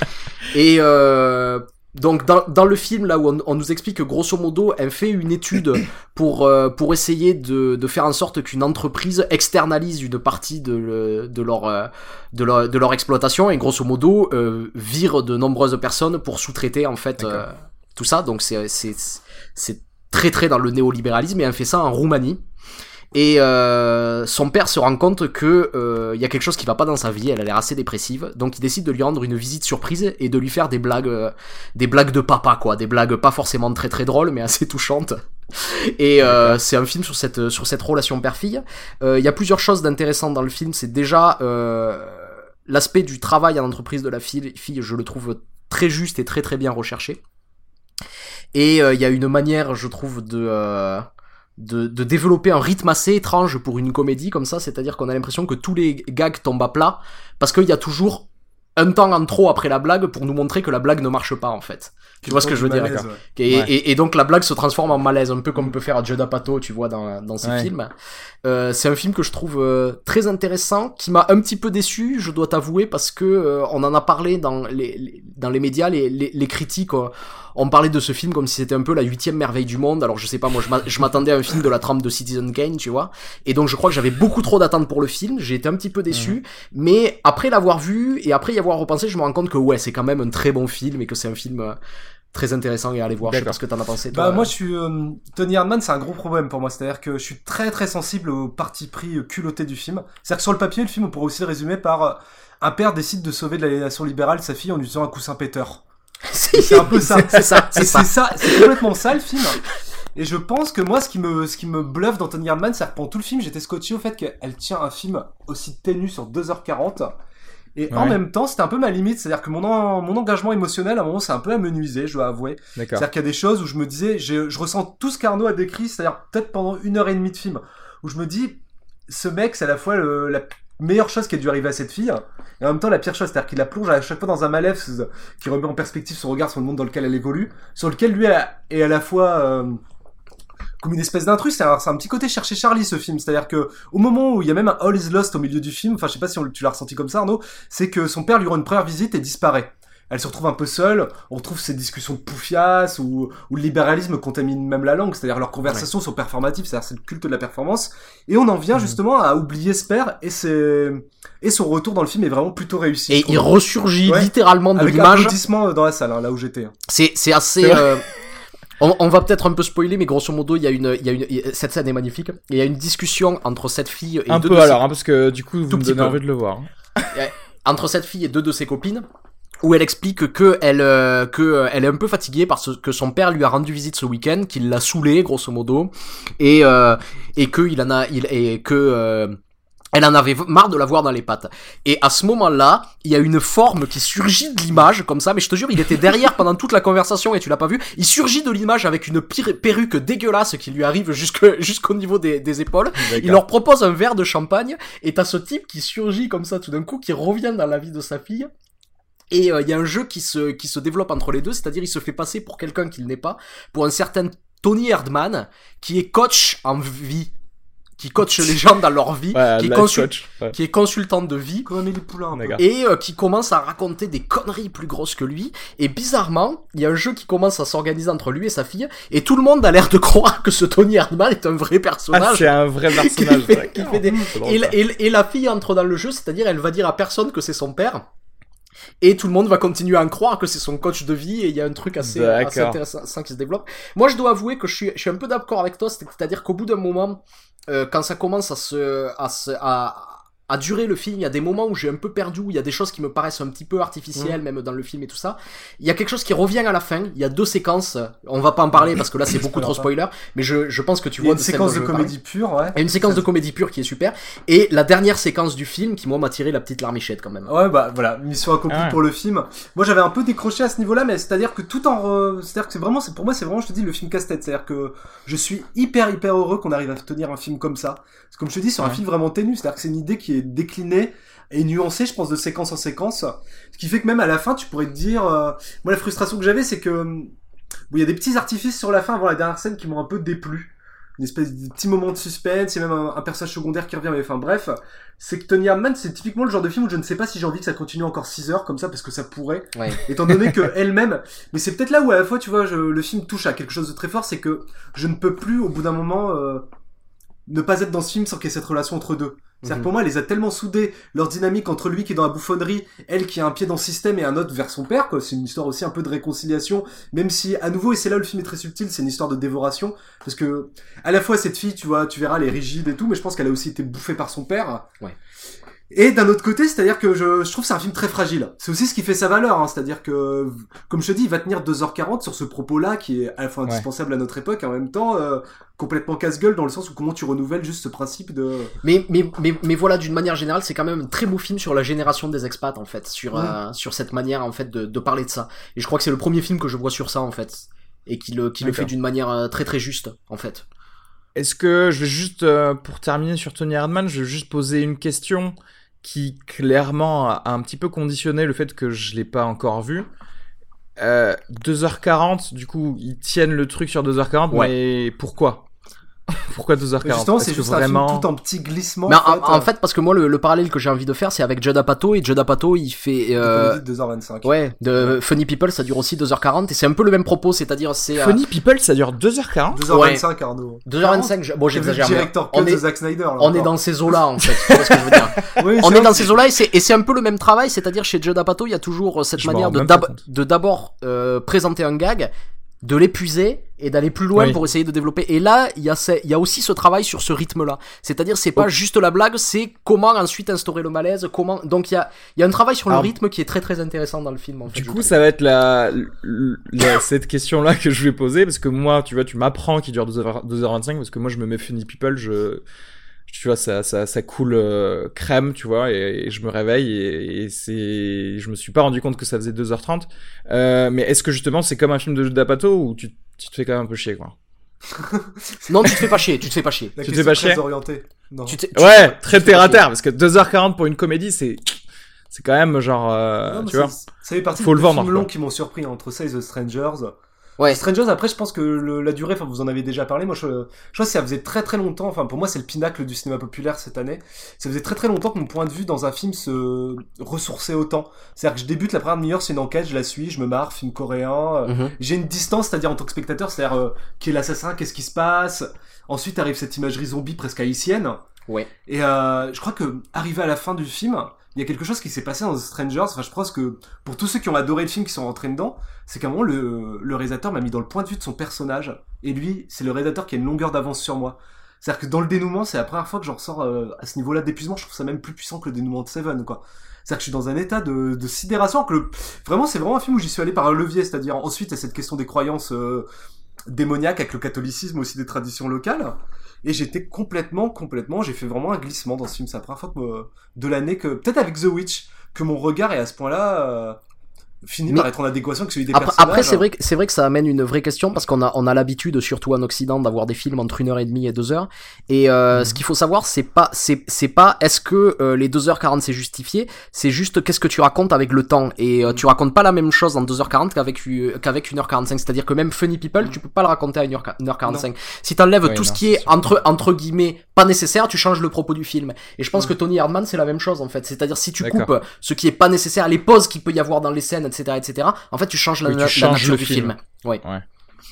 Et euh, donc dans, dans le film là où on, on nous explique que grosso modo elle fait une étude pour euh, pour essayer de de faire en sorte qu'une entreprise externalise une partie de le, de leur euh, de leur de leur exploitation et grosso modo euh, vire de nombreuses personnes pour sous-traiter en fait euh, tout ça. Donc c'est c'est c'est très très dans le néolibéralisme et elle fait ça en Roumanie. Et euh, son père se rend compte que euh, il y a quelque chose qui va pas dans sa vie, elle a l'air assez dépressive, donc il décide de lui rendre une visite surprise et de lui faire des blagues, euh, des blagues de papa quoi, des blagues pas forcément très très drôles mais assez touchantes. Et euh, c'est un film sur cette sur cette relation père-fille. Euh, Il y a plusieurs choses d'intéressantes dans le film, c'est déjà euh, l'aspect du travail en entreprise de la fille, fille, je le trouve très juste et très très bien recherché. Et il euh, y a une manière, je trouve, de euh, De, de développer un rythme assez étrange pour une comédie comme ça, c'est-à-dire qu'on a l'impression que tous les gags tombent à plat, parce qu'il y a toujours un temps en trop après la blague pour nous montrer que la blague ne marche pas en fait. Tu vois ce que je veux dire, malaise, ouais. et, Ouais. et, et donc la blague se transforme en malaise, un peu comme peut faire Judd Apatow, tu vois, dans, dans ses Ouais. films. Euh, c'est un film que je trouve euh, très intéressant, qui m'a un petit peu déçu, je dois t'avouer, parce que euh, on en a parlé dans les, les dans les médias, les, les, les critiques. Euh, on parlait de ce film comme si c'était un peu la huitième merveille du monde. Alors je sais pas, moi je, m'a, je m'attendais à un film de la trempe de Citizen Kane, tu vois. Et donc je crois que j'avais beaucoup trop d'attentes pour le film. J'ai été un petit peu déçu, mmh. mais après l'avoir vu et après y avoir repensé, je me rends compte que ouais, c'est quand même un très bon film et que c'est un film euh, très intéressant et à aller voir. D'accord. Je sais pas ce que t'en as pensé, toi. Bah, moi, je suis, euh, Tony Hardman, c'est un gros problème pour moi. C'est-à-dire que je suis très, très sensible au parti pris culotté du film. C'est-à-dire que sur le papier, le film, on pourrait aussi le résumer par euh, un père décide de sauver de l'aliénation libérale sa fille en utilisant un coussin péteur. C'est un peu ça. C'est ça, c'est ça. C'est ça, c'est complètement ça, le film. Et je pense que moi, ce qui me, ce qui me bluffe dans Tony Hardman, c'est que pendant tout le film, j'étais scotché au fait qu'elle tient un film aussi ténu sur deux heures quarante. Et ouais. en même temps, c'était un peu ma limite, c'est-à-dire que mon, en, mon engagement émotionnel, à un moment, c'est un peu amenuisé, je dois avouer. D'accord. C'est-à-dire qu'il y a des choses où je me disais, je, je ressens tout ce qu'Arnaud a décrit, c'est-à-dire peut-être pendant une heure et demie de film, où je me dis, ce mec, c'est à la fois le, la meilleure chose qui a dû arriver à cette fille, et en même temps la pire chose, c'est-à-dire qu'il la plonge à chaque fois dans un malaise qui remet en perspective son regard sur le monde dans lequel elle évolue, sur lequel lui est à la fois... Euh, comme une espèce d'intrus, c'est un, c'est un petit côté chercher Charlie, ce film. C'est-à-dire que, au moment où il y a même un All is Lost au milieu du film, enfin, je sais pas si on, tu l'as ressenti comme ça, Arnaud, c'est que son père lui rend une première visite et disparaît. Elle se retrouve un peu seule, on retrouve ces discussions de poufias, où, où le libéralisme contamine même la langue, c'est-à-dire leurs conversations ouais. sont performatives, c'est-à-dire c'est le culte de la performance, et on en vient mmh. justement à oublier ce père, et c'est, et son retour dans le film est vraiment plutôt réussi. Et il ressurgit ouais. littéralement de avec l'image. Avec applaudissements dans la salle, hein, là où j'étais. C'est, c'est assez, c'est euh... On, on va peut-être un peu spoiler, mais grosso modo, il y a une, il y a une, cette scène est magnifique. Il y a une discussion entre cette fille et un deux peu de alors, ses... hein, parce que du coup, vous me donnez envie de le voir. Entre cette fille et deux de ses copines, où elle explique que elle, euh, que euh, elle est un peu fatiguée parce que son père lui a rendu visite ce week-end, qu'il l'a saoulée, grosso modo, et euh, et que il en a, il et que euh, elle en avait marre de la voir dans les pattes. Et à ce moment-là, il y a une forme qui surgit de l'image, comme ça, mais je te jure, il était derrière pendant toute la conversation et tu l'as pas vu. Il surgit de l'image avec une pire perruque dégueulasse qui lui arrive jusque, jusqu'au niveau des, des épaules. D'accord. Il leur propose un verre de champagne et t'as ce type qui surgit comme ça tout d'un coup, qui revient dans la vie de sa fille. Et il euh, y a un jeu qui se, qui se développe entre les deux, c'est-à-dire il se fait passer pour quelqu'un qu'il n'est pas, pour un certain Tony Hardman, qui est coach en vie. Qui coach les gens dans leur vie, ouais, qui, est consul... ouais. qui est consultant de vie, comme Amélie Poulain, et euh, qui commence à raconter des conneries plus grosses que lui. Et bizarrement, il y a un jeu qui commence à s'organiser entre lui et sa fille, et tout le monde a l'air de croire que ce Tony Hardman est un vrai personnage. Ah, c'est un vrai personnage. qui fait, qui fait des... et, et, et la fille entre dans le jeu, c'est-à-dire elle va dire à personne que c'est son père. Et tout le monde va continuer à en croire que c'est son coach de vie, et il y a un truc assez, assez intéressant qui se développe. Moi, je dois avouer que je suis, je suis un peu d'accord avec toi, c'est-à-dire qu'au bout d'un moment, euh, quand ça commence à se, à se, à, à durer le film, il y a des moments où j'ai un peu perdu, où il y a des choses qui me paraissent un petit peu artificielles, mmh. même dans le film et tout ça. Il y a quelque chose qui revient à la fin, il y a deux séquences, on va pas en parler parce que là c'est beaucoup trop spoiler, mais je, je pense que tu vois de celle dont je veux parler. Il y a une séquence de comédie pure, ouais. Et une séquence de comédie pure qui est super, et la dernière séquence du film qui moi m'a tiré la petite larmichette quand même. Ouais, bah voilà, mission accomplie ah ouais. pour le film. Moi j'avais un peu décroché à ce niveau-là, mais c'est-à-dire que tout en, re... c'est-à-dire que c'est vraiment, c'est pour moi c'est vraiment, je te dis, le film casse-tête, c'est-à-dire que je suis hyper hyper heureux qu'on arrive à tenir un film comme ça. Parce que comme je te dis, c'est ouais. un film vraiment ténu, c'est-à-dire que c'est une idée qui est déclinée et nuancé, je pense, de séquence en séquence, ce qui fait que même à la fin, tu pourrais te dire, euh, moi la frustration que j'avais, c'est que bon, il y a des petits artifices sur la fin avant la dernière scène qui m'ont un peu déplu, une espèce de petit moment de suspense, il y a même un, un personnage secondaire qui revient, mais enfin bref, c'est que Tony Hardman, c'est typiquement le genre de film où je ne sais pas si j'ai envie que ça continue encore six heures comme ça, parce que ça pourrait, ouais. étant donné que elle-même, mais c'est peut-être là où à la fois, tu vois, je, le film touche à quelque chose de très fort, c'est que je ne peux plus, au bout d'un moment, euh, ne pas être dans ce film sans qu'il y ait cette relation entre deux. C'est-à-dire que pour moi, elle les a tellement soudés, leur dynamique entre lui qui est dans la bouffonnerie, elle qui a un pied dans le système et un autre vers son père, quoi. C'est une histoire aussi un peu de réconciliation, même si, à nouveau, et c'est là où le film est très subtil, c'est une histoire de dévoration, parce que, à la fois, cette fille, tu vois, tu verras, elle est rigide et tout, mais je pense qu'elle a aussi été bouffée par son père. Ouais. Et d'un autre côté, c'est-à-dire que je, je trouve que c'est un film très fragile. C'est aussi ce qui fait sa valeur, hein. C'est-à-dire que, comme je te dis, il va tenir deux heures quarante sur ce propos-là qui est à la fois indispensable ouais. à notre époque et en même temps euh, complètement casse-gueule dans le sens où comment tu renouvelles juste ce principe de... Mais, mais, mais, mais voilà, d'une manière générale, c'est quand même un très beau film sur la génération des expats, en fait, sur, mmh. euh, sur cette manière, en fait, de, de parler de ça. Et je crois que c'est le premier film que je vois sur ça, en fait. Et qui le, qui le fait d'une manière euh, très très juste, en fait. Est-ce que, je vais juste, euh, pour terminer sur Tony Hardman, je vais juste poser une question qui clairement a un petit peu conditionné le fait que je l'ai pas encore vu. Euh, deux heures quarante, du coup, ils tiennent le truc sur deux heures quarante, ouais. Mais pourquoi ? Pourquoi deux heures quarante ? Justement, c'est juste vraiment... un film tout en petit glissement. Mais en, en, fait, en fait, parce que moi, le, le parallèle que j'ai envie de faire, c'est avec Judd Apatow, et Judd Apatow, il fait... Euh... deux heures vingt-cinq. Ouais, de Funny People, ça dure aussi deux heures quarante, et c'est un peu le même propos, c'est-à-dire, c'est... Funny euh... People, ça dure deux heures quarante ? deux heures vingt-cinq, ouais. Arnaud. deux heures vingt-cinq, je... bon, j'exagère. On est, Zack Snyder, là, on est dans ces eaux-là, en fait, tu vois ce que je veux dire. Oui, on est dans ces eaux-là, et c'est, et c'est un peu le même travail, c'est-à-dire, chez Judd Apatow, il y a toujours cette je manière de, d'ab... de d'abord euh, présenter un gag, de l'épuiser et d'aller plus loin oui. pour essayer de développer. Et là, il y a ce, il y a aussi ce travail sur ce rythme-là. C'est-à-dire, c'est pas oh. juste la blague, c'est comment ensuite instaurer le malaise, comment, donc il y a, il y a un travail sur Alors, le rythme qui est très très intéressant dans le film, en fait. Du coup, ça va être la, la cette question-là que je vais poser, parce que moi, tu vois, tu m'apprends qu'il dure deux heures vingt-cinq, parce que moi, je me mets Funny People, je, tu vois, ça, ça, ça coule euh, crème, tu vois, et, et je me réveille et, et c'est, je me suis pas rendu compte que ça faisait deux heures trente. Euh, mais est-ce que justement c'est comme un film de D'Apatow ou tu, tu te fais quand même un peu chier, quoi? Non, tu te fais pas chier, tu te fais pas chier. La tu te fais pas chier. Non. Tu tu ouais, très terre à terre, parce que deux heures quarante pour une comédie, c'est, c'est quand même genre, euh, non, tu vois. Ça fait partie faut des le vendre, films longs qui m'ont surpris, entre ça et The Strangers. Ouais. The Strangers, après, je pense que le, la durée, enfin, vous en avez déjà parlé. Moi, je, je crois que ça faisait très très longtemps. Enfin, pour moi, c'est le pinacle du cinéma populaire cette année. Ça faisait très très longtemps que mon point de vue dans un film se ressourçait autant. C'est-à-dire que je débute la première demi-heure, c'est une enquête, je la suis, je me marre, film coréen. Mm-hmm. J'ai une distance, c'est-à-dire en tant que spectateur, c'est-à-dire euh, qui est l'assassin, qu'est-ce qui se passe. Ensuite arrive cette imagerie zombie presque haïtienne. Ouais. Et euh, je crois que arrivé à la fin du film, il y a quelque chose qui s'est passé dans The Strangers. Enfin, je pense que pour tous ceux qui ont adoré le film, qui sont rentrés dedans, c'est qu'à un moment, le, le réalisateur m'a mis dans le point de vue de son personnage. Et lui, c'est le réalisateur qui a une longueur d'avance sur moi. C'est-à-dire que dans le dénouement, c'est la première fois que j'en ressors euh, à ce niveau-là d'épuisement. Je trouve ça même plus puissant que le dénouement de Seven, quoi. C'est-à-dire que je suis dans un état de, de sidération. Que le... Vraiment, c'est vraiment un film où j'y suis allé par un levier. C'est-à-dire, ensuite, il y a cette question des croyances euh, démoniaques avec le catholicisme, aussi des traditions locales. Et j'étais complètement, complètement, j'ai fait vraiment un glissement dans ce film. C'est la première fois que, euh, de l'année que, peut-être avec The Witch, que mon regard est à ce point-là, euh, finit mais par être en adéquation avec celui des après, personnages. Après, c'est vrai que, c'est vrai que ça amène une vraie question, parce qu'on a, on a l'habitude, surtout en Occident, d'avoir des films entre une heure et demie et deux heures. Et, euh, mmh. ce qu'il faut savoir, c'est pas, c'est, c'est pas, est-ce que, euh, les deux heures quarante c'est justifié? C'est juste, qu'est-ce que tu racontes avec le temps? Et, euh, tu racontes pas la même chose en deux heures quarante qu'avec, euh, qu'avec une heure quarante-cinq. C'est-à-dire que même Funny People, mmh. tu peux pas le raconter à une heure quarante-cinq. Non. Si t'enlèves ouais, tout non, ce qui est, entre, entre guillemets, pas nécessaire, tu changes le propos du film. Et je pense mmh. que Tony Hardman, c'est la même chose, en fait. C'est-à-dire, si tu D'accord. coupes ce qui est pas nécessaire, les pauses qu'il peut y avoir dans les scènes, et cetera, et cetera, en fait, tu changes la, oui, tu na- changes la nature du film. film. Oui. Ouais.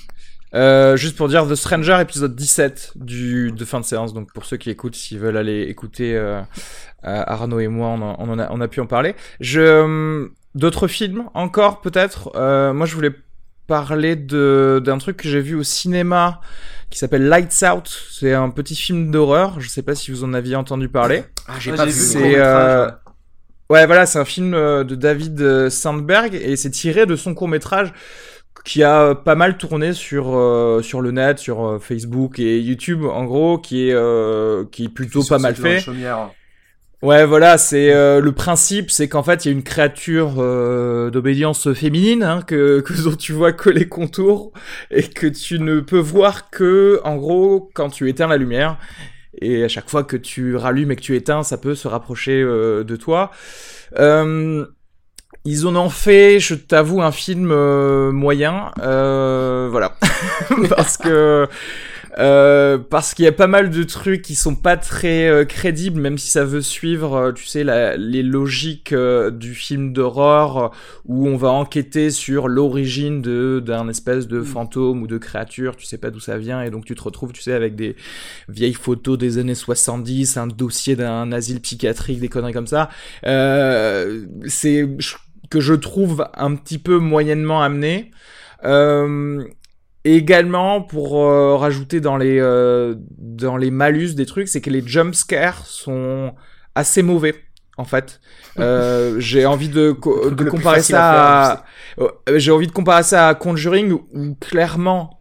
Euh, juste pour dire, The Stranger, épisode dix-sept du, de fin de séance. Donc, pour ceux qui écoutent, s'ils veulent aller écouter, euh, euh, Arnaud et moi, on, en, on, en a, on a pu en parler. Je, euh, d'autres films, encore, peut-être. Euh, moi, je voulais parler de, d'un truc que j'ai vu au cinéma qui s'appelle Lights Out. C'est un petit film d'horreur. Je sais pas si vous en aviez entendu parler. Ah, j'ai ouais, pas j'ai vu. C'est, euh, Ouais, voilà, c'est un film de David Sandberg et c'est tiré de son court-métrage qui a pas mal tourné sur euh, sur le net, sur euh, Facebook et YouTube, en gros, qui est euh, qui est plutôt pas mal fait. Ouais, voilà, c'est euh, le principe, c'est qu'en fait, il y a une créature euh, d'obédience féminine, hein, que que dont tu vois que les contours et que tu ne peux voir que, en gros, quand tu éteins la lumière. Et à chaque fois que tu rallumes et que tu éteins, ça peut se rapprocher euh, de toi. Euh, ils en ont fait, je t'avoue, un film euh, moyen. Euh, voilà. Parce que... Euh, parce qu'il y a pas mal de trucs qui sont pas très euh, crédibles, même si ça veut suivre, euh, tu sais, la, les logiques euh, du film d'horreur euh, où on va enquêter sur l'origine de d'un espèce de fantôme ou de créature, tu sais pas d'où ça vient, et donc tu te retrouves, tu sais, avec des vieilles photos des années soixante-dix, un dossier d'un asile psychiatrique, des conneries comme ça. Euh, c'est que je trouve un petit peu moyennement amené. Euh, Et également, pour euh, rajouter dans les euh, dans les malus des trucs, c'est que les jump scares sont assez mauvais, en fait. Euh, j'ai envie de co- de comparer ça à, à euh, j'ai envie de comparer ça à Conjuring, où, où clairement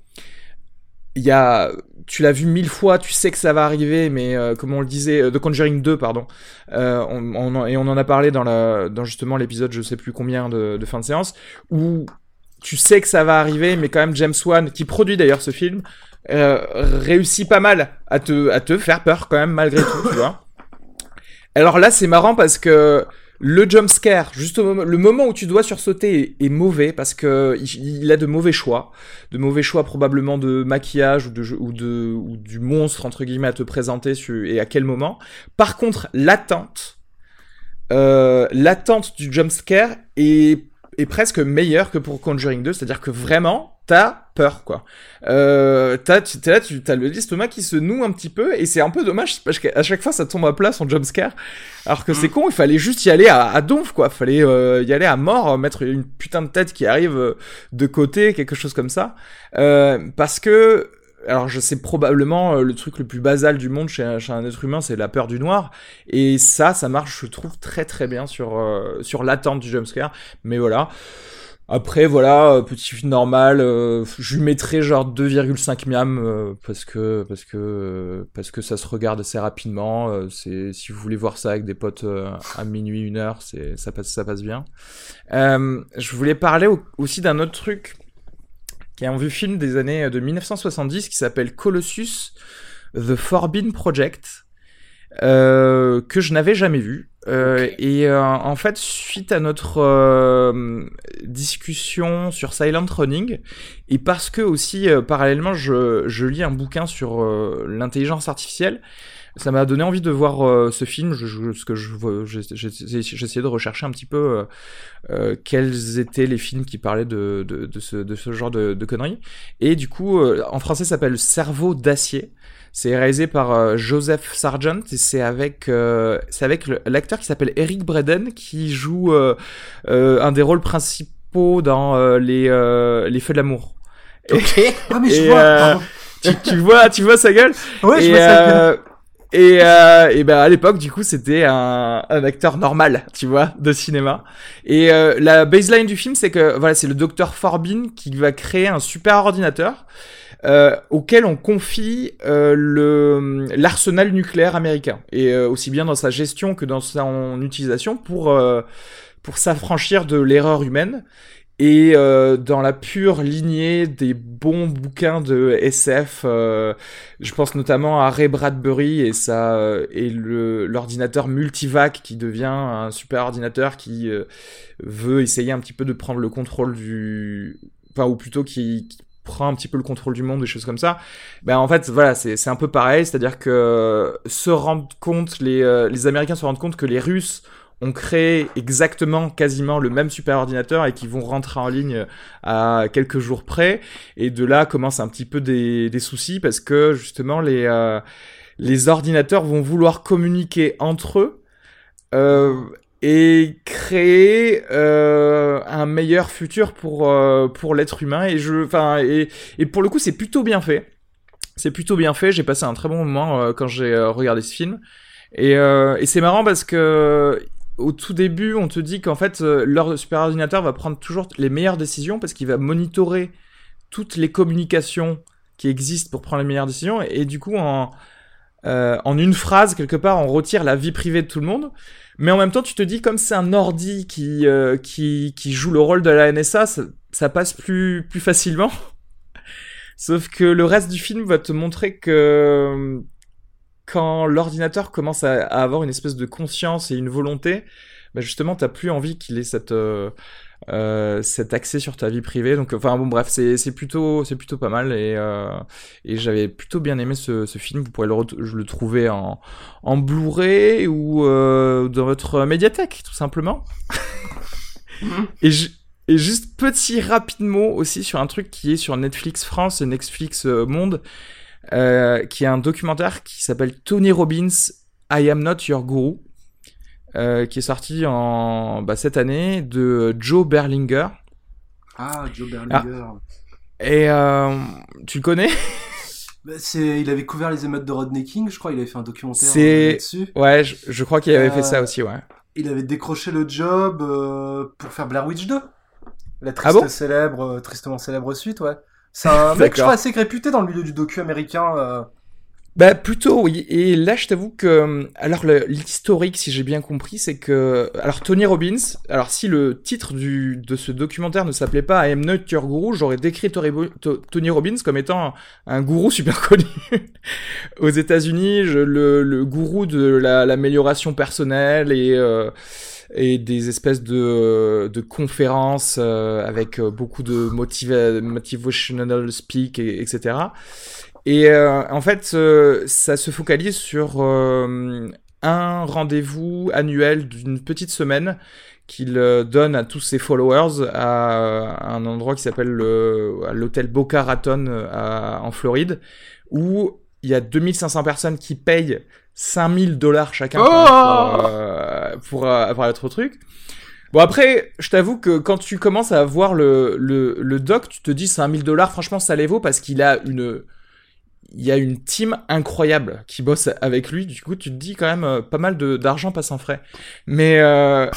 il y a, tu l'as vu mille fois, tu sais que ça va arriver, mais euh, comme on le disait, euh, de Conjuring deux, pardon, euh, on, on et on en a parlé dans la dans justement l'épisode, je sais plus combien de, de fin de séance, où tu sais que ça va arriver, mais quand même James Wan, qui produit d'ailleurs ce film, euh, réussit pas mal à te, à te faire peur quand même, malgré tout, tu vois. Alors là, c'est marrant parce que le jump scare, juste au moment, le moment où tu dois sursauter est, est mauvais parce que il, il a de mauvais choix, de mauvais choix probablement de maquillage ou de ou de ou du monstre entre guillemets à te présenter sur, et à quel moment. Par contre, l'attente, euh, l'attente du jump scare est est presque meilleure que pour Conjuring deux, c'est-à-dire que vraiment t'as peur, quoi. Euh, t'as, t'es là, tu, t'as l'estomac qui se noue un petit peu, et c'est un peu dommage, parce qu'à chaque fois, ça tombe à plat, son jumpscare, alors que mmh. c'est con, il fallait juste y aller à, à donf, quoi. Fallait euh, y aller à mort, mettre une putain de tête qui arrive euh, de côté, quelque chose comme ça. Euh, parce que, alors je sais probablement euh, le truc le plus basal du monde chez, chez un être humain, c'est la peur du noir, et ça, ça marche, je trouve, très très bien sur, euh, sur l'attente du jumpscare, mais voilà. Après, voilà, euh, petit film normal, euh, je lui mettrais genre deux virgule cinq miam, euh, parce que, parce que, euh, parce que ça se regarde assez rapidement, euh, c'est, si vous voulez voir ça avec des potes euh, à minuit, une heure, c'est, ça passe, ça passe bien. Euh, je voulais parler au, aussi d'un autre truc, qui est un vieux film des années de dix-neuf cent soixante-dix, qui s'appelle Colossus, The Forbidden Project, euh, que je n'avais jamais vu. Euh, okay. Et euh, en fait, suite à notre euh, discussion sur Silent Running, et parce que aussi euh, parallèlement, je, je lis un bouquin sur euh, l'intelligence artificielle, ça m'a donné envie de voir euh, ce film. Je, je, ce que je, j'ai, j'ai, j'ai essayé de rechercher un petit peu euh, euh, quels étaient les films qui parlaient de, de, de, ce, de ce genre de, de conneries. Et du coup, euh, en français, ça s'appelle Cerveau d'acier. C'est réalisé par euh, Joseph Sargent et c'est avec euh, c'est avec le, l'acteur qui s'appelle Eric Braeden qui joue euh, euh, un des rôles principaux dans euh, les euh, les Feux de l'amour. Ok. Et, ah mais je et, vois. Euh, tu, tu vois tu vois sa gueule. Ouais, et, je vois sa gueule. Euh, et euh, et ben à l'époque du coup c'était un, un acteur normal, tu vois, de cinéma. Et euh, la baseline du film c'est que voilà c'est le docteur Forbin qui va créer un super ordinateur. Euh, auquel on confie euh, le, l'arsenal nucléaire américain, et euh, aussi bien dans sa gestion que dans son utilisation pour, euh, pour s'affranchir de l'erreur humaine, et euh, dans la pure lignée des bons bouquins de S F, euh, je pense notamment à Ray Bradbury et, ça, euh, et le, l'ordinateur Multivac qui devient un super ordinateur qui euh, veut essayer un petit peu de prendre le contrôle du... Enfin, ou plutôt qui... qui prend un petit peu le contrôle du monde, des choses comme ça. Ben en fait, voilà, c'est c'est un peu pareil, c'est-à-dire que se rendent compte les euh, les Américains se rendent compte que les Russes ont créé exactement quasiment le même super ordinateur et qui vont rentrer en ligne à quelques jours près, et de là commencent un petit peu des des soucis parce que justement les euh, les ordinateurs vont vouloir communiquer entre eux. Euh, et créer euh, un meilleur futur pour euh, pour l'être humain, et je enfin et et pour le coup c'est plutôt bien fait. C'est plutôt bien fait, j'ai passé un très bon moment euh, quand j'ai euh, regardé ce film. Et euh, et c'est marrant parce que au tout début, on te dit qu'en fait euh, leur super ordinateur va prendre toujours les meilleures décisions parce qu'il va monitorer toutes les communications qui existent pour prendre les meilleures décisions, et, et du coup en euh, en une phrase quelque part, on retire la vie privée de tout le monde. Mais en même temps, tu te dis, comme c'est un ordi qui, euh, qui, qui joue le rôle de la N S A, ça, ça passe plus, plus facilement. Sauf que le reste du film va te montrer que quand l'ordinateur commence à, à avoir une espèce de conscience et une volonté, bah justement, t'as plus envie qu'il ait cette, euh, euh, cet accès sur ta vie privée. Donc, enfin bon, bref, c'est, c'est plutôt, c'est plutôt pas mal, et, euh, et j'avais plutôt bien aimé ce, ce film. Vous pourrez le, re- le trouver en, en Blu-ray ou euh, dans votre médiathèque, tout simplement. et, je, et juste petit rapidement aussi sur un truc qui est sur Netflix France et Netflix Monde, euh, qui est un documentaire qui s'appelle Tony Robbins, I Am Not Your Guru. Euh, qui est sorti en bah, cette année de Joe Berlinger. Ah, Joe Berlinger. Ah. Et euh, tu le connais? Bah, c'est, il avait couvert les émeutes de Rodney King, je crois. Il avait fait un documentaire c'est... là-dessus. Ouais, je, je crois qu'il avait euh, fait ça aussi, ouais. Il avait décroché le job euh, pour faire Blair Witch deux. La triste ah bon célèbre, euh, tristement célèbre suite, ouais. C'est un mec, je crois, assez réputé dans le milieu du docu américain. Euh... Bah plutôt oui, et là je t'avoue que alors le, l'historique si j'ai bien compris c'est que alors Tony Robbins, alors si le titre du de ce documentaire ne s'appelait pas I Am Not Your Guru, j'aurais décrit Tony, Tony Robbins comme étant un, un gourou super connu aux États-Unis, je, le, le gourou de la, l'amélioration personnelle et euh, et des espèces de de conférences euh, avec beaucoup de motiva- motivational speak et, etc. Et euh, en fait, euh, ça se focalise sur euh, un rendez-vous annuel d'une petite semaine qu'il euh, donne à tous ses followers à, à un endroit qui s'appelle le, à l'hôtel Boca Raton à, en Floride, où il y a deux mille cinq cents personnes qui payent cinq mille dollars chacun oh pour, euh, pour euh, avoir l'autre truc. Bon après, je t'avoue que quand tu commences à voir le, le, le doc, tu te dis cinq mille dollars, franchement ça les vaut parce qu'il a une... il y a une team incroyable qui bosse avec lui. Du coup, tu te dis quand même euh, pas mal de, d'argent passe en frais. Mais euh,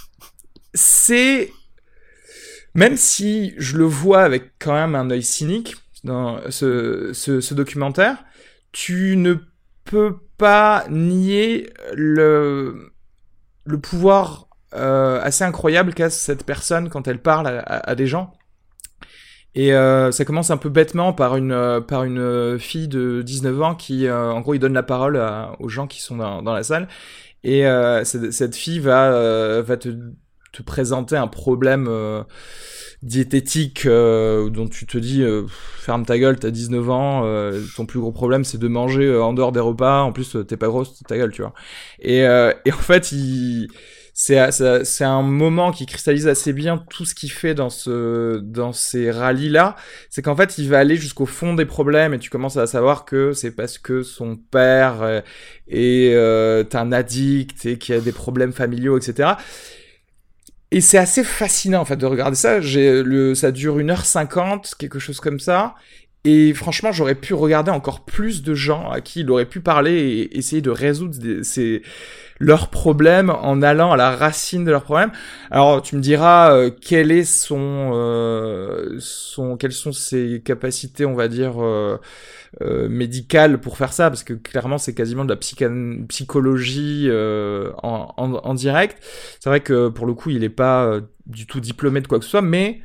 c'est... Même si je le vois avec quand même un œil cynique dans ce, ce, ce documentaire, tu ne peux pas nier le, le pouvoir euh, assez incroyable qu'a cette personne quand elle parle à, à, à des gens. Et euh, ça commence un peu bêtement par une euh, par une fille de dix-neuf ans qui euh, en gros il donne la parole à, aux gens qui sont dans, dans la salle et euh, cette, cette fille va euh, va te te présenter un problème euh, diététique euh, dont tu te dis euh, ferme ta gueule, t'as dix-neuf ans, euh, ton plus gros problème c'est de manger euh, en dehors des repas, en plus t'es pas grosse, ta gueule, tu vois. Et euh, et en fait il c'est, c'est, c'est un moment qui cristallise assez bien tout ce qu'il fait dans ce, dans ces rallyes-là. C'est qu'en fait, il va aller jusqu'au fond des problèmes et tu commences à savoir que c'est parce que son père est, est euh, un addict et qu'il y a des problèmes familiaux, et cetera. Et c'est assez fascinant, en fait, de regarder ça. J'ai le, ça dure une heure cinquante, quelque chose comme ça. Et franchement, j'aurais pu regarder encore plus de gens à qui il aurait pu parler et essayer de résoudre des, ces, leurs problèmes en allant à la racine de leurs problèmes. Alors, tu me diras euh, quel est son, euh, son, quelles sont ses capacités, on va dire, euh, euh, médicales pour faire ça, parce que clairement, c'est quasiment de la psycha- psychologie euh, en, en, en direct. C'est vrai que pour le coup, il est pas euh, du tout diplômé de quoi que ce soit, mais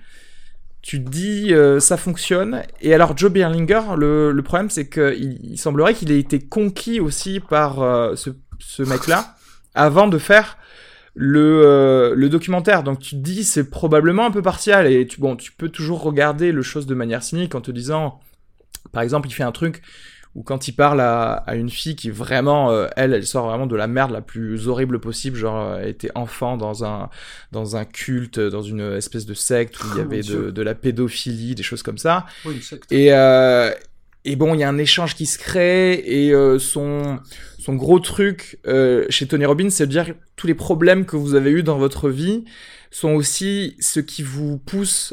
tu te dis euh, ça fonctionne. Et alors Joe Berlinger, le, le problème c'est qu'il il semblerait qu'il ait été conquis aussi par euh, ce, ce mec-là avant de faire le, euh, le documentaire. Donc tu te dis c'est probablement un peu partial et tu, bon, tu peux toujours regarder le chose de manière cynique en te disant, par exemple il fait un truc où quand il parle à, à une fille qui vraiment, euh, elle, elle sort vraiment de la merde la plus horrible possible, genre elle était enfant dans un dans un culte, dans une espèce de secte où il y avait de, de la pédophilie, des choses comme ça. Oui, une secte. Et euh, et bon, il y a un échange qui se crée et euh, son son gros truc euh, chez Tony Robbins, c'est de dire tous les problèmes que vous avez eus dans votre vie sont aussi ce qui vous pousse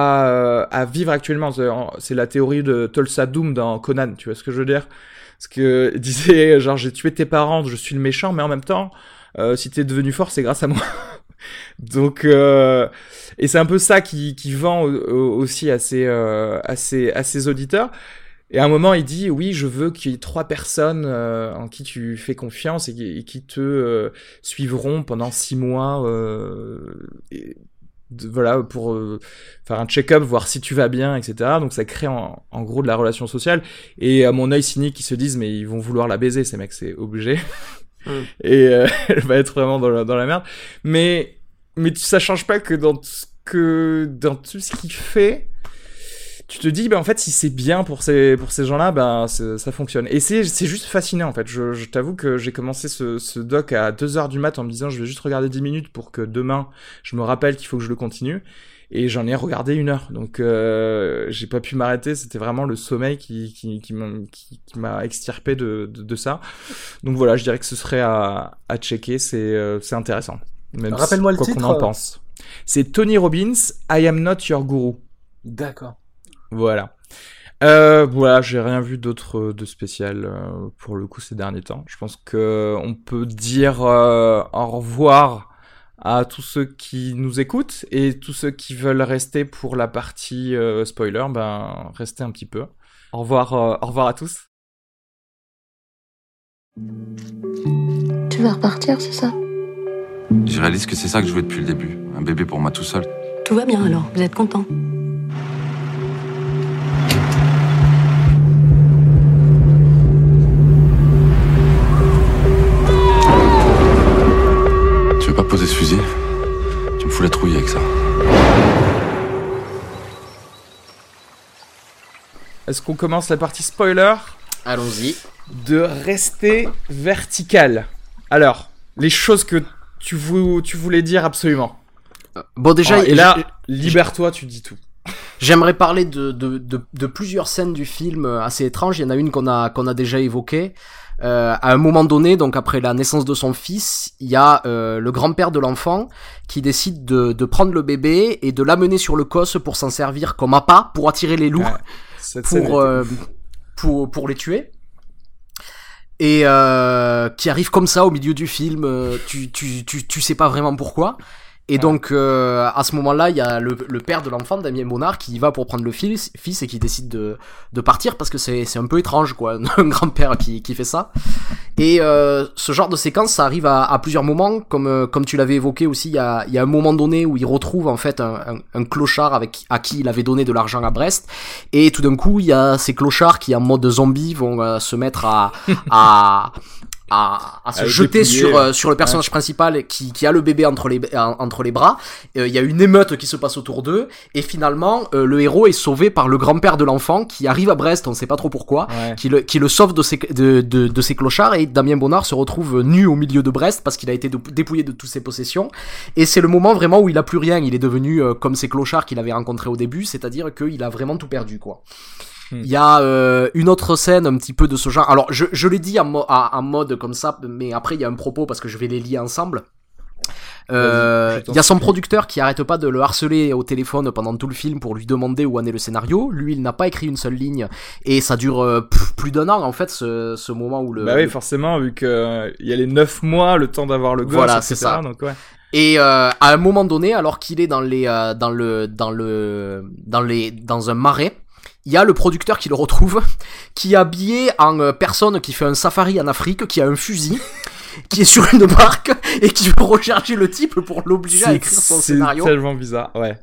à, à vivre actuellement. C'est la théorie de Tulsa Doom dans Conan, tu vois ce que je veux dire? Parce que il disait, genre, j'ai tué tes parents, je suis le méchant, mais en même temps, euh, si t'es devenu fort, c'est grâce à moi. Donc, euh, et c'est un peu ça qui, qui vend aussi à ses, euh, à ses, à ses auditeurs. Et à un moment, il dit, oui, je veux qu'il y ait trois personnes euh, en qui tu fais confiance et qui, et qui te euh, suivront pendant six mois, euh, et de, voilà, pour euh, faire un check-up, voir si tu vas bien, et cetera. Donc ça crée en, en gros de la relation sociale. Et à mon œil cynique, ils se disent, mais ils vont vouloir la baiser, ces mecs, c'est obligé. Mm. Et euh, elle va être vraiment dans la, dans la merde. Mais, mais ça change pas que dans, t- que dans tout ce qu'il fait, tu te dis, ben en fait, si c'est bien pour ces pour ces gens-là, ben ça fonctionne. Et c'est c'est juste fascinant en fait. Je, je t'avoue que j'ai commencé ce ce doc à deux heures du mat en me disant, je vais juste regarder dix minutes pour que demain je me rappelle qu'il faut que je le continue. Et j'en ai regardé une heure, donc euh, j'ai pas pu m'arrêter. C'était vraiment le sommeil qui qui qui m'a qui, qui m'a extirpé de, de de ça. Donc voilà, je dirais que ce serait à à checker. C'est euh, c'est intéressant. Même Rappelle-moi si, le quoi titre. Qu'on en pense. C'est Tony Robbins, I Am Not Your Guru. D'accord. Voilà. Euh, voilà, j'ai rien vu d'autre de spécial euh, pour le coup ces derniers temps. Je pense que on peut dire euh, au revoir à tous ceux qui nous écoutent et tous ceux qui veulent rester pour la partie euh, spoiler, ben restez un petit peu. Au revoir, euh, au revoir à tous. Tu vas repartir, c'est ça? Je réalise que c'est ça que je voulais depuis le début. Un bébé pour moi tout seul. Tout va bien alors, vous êtes content? Tu veux pas poser ce fusil? Tu me fous la trouille avec ça. Est-ce qu'on commence la partie spoiler? Allons-y. De Rester vertical. Alors, les choses que tu, vou- tu voulais dire absolument. Bon, déjà, oh, et là, libère-toi, tu dis tout. J'aimerais parler de, de, de, de plusieurs scènes du film assez étranges. Il y en a une qu'on a, qu'on a déjà évoquée. Euh, à un moment donné, donc après la naissance de son fils, il y a euh, le grand-père de l'enfant qui décide de, de prendre le bébé et de l'amener sur le cos pour s'en servir comme appât pour attirer les loups, ouais, pour, euh, pour, pour les tuer. Et euh, qui arrive comme ça au milieu du film, euh, tu, tu, tu, tu sais pas vraiment pourquoi. Et ouais. donc, euh, à ce moment-là, il y a le, le père de l'enfant, Damien Bonnard, qui y va pour prendre le fils, fils et qui décide de, de partir parce que c'est, c'est un peu étrange, quoi, un grand-père qui, qui fait ça. Et euh, ce genre de séquence, ça arrive à, à plusieurs moments, comme, comme tu l'avais évoqué aussi. Il y a, il y a un moment donné où il retrouve en fait un, un, un clochard avec à qui il avait donné de l'argent à Brest, et tout d'un coup, il y a ces clochards qui, en mode zombie, vont euh, se mettre à, à à, à se Avec jeter sur euh, sur le personnage ouais. principal qui qui a le bébé entre les euh, entre les bras. Il euh, y a une émeute qui se passe autour d'eux et finalement euh, le héros est sauvé par le grand-père de l'enfant qui arrive à Brest, on sait pas trop pourquoi, ouais. qui le qui le sauve de ces de de de ces clochards, et Damien Bonnard se retrouve nu au milieu de Brest parce qu'il a été dépouillé de toutes ses possessions, et c'est le moment vraiment où il a plus rien, il est devenu euh, comme ces clochards qu'il avait rencontrés au début, c'est-à-dire qu'il a vraiment tout perdu, quoi. Il y a euh, une autre scène un petit peu de ce genre. Alors, je, je l'ai dit en, mo- à, en mode comme ça, mais après il y a un propos parce que je vais les lier ensemble. Euh, il y a son producteur qui arrête pas de le harceler au téléphone pendant tout le film pour lui demander où en est le scénario. Lui, il n'a pas écrit une seule ligne et ça dure euh, pff, plus d'un an en fait, ce, ce moment où le. Bah oui, le... forcément, vu que euh, il y a les neuf mois, le temps d'avoir le gosse. Voilà, et cetera, c'est ça. Donc ouais. Et euh, à un moment donné, alors qu'il est dans les, euh, dans le, dans le, dans les, dans un marais. Il y a le producteur qui le retrouve, qui est habillé en euh, personne qui fait un safari en Afrique, qui a un fusil, qui est sur une barque et qui veut recharger le type pour l'obliger c'est, à écrire son c'est scénario. C'est tellement bizarre, ouais.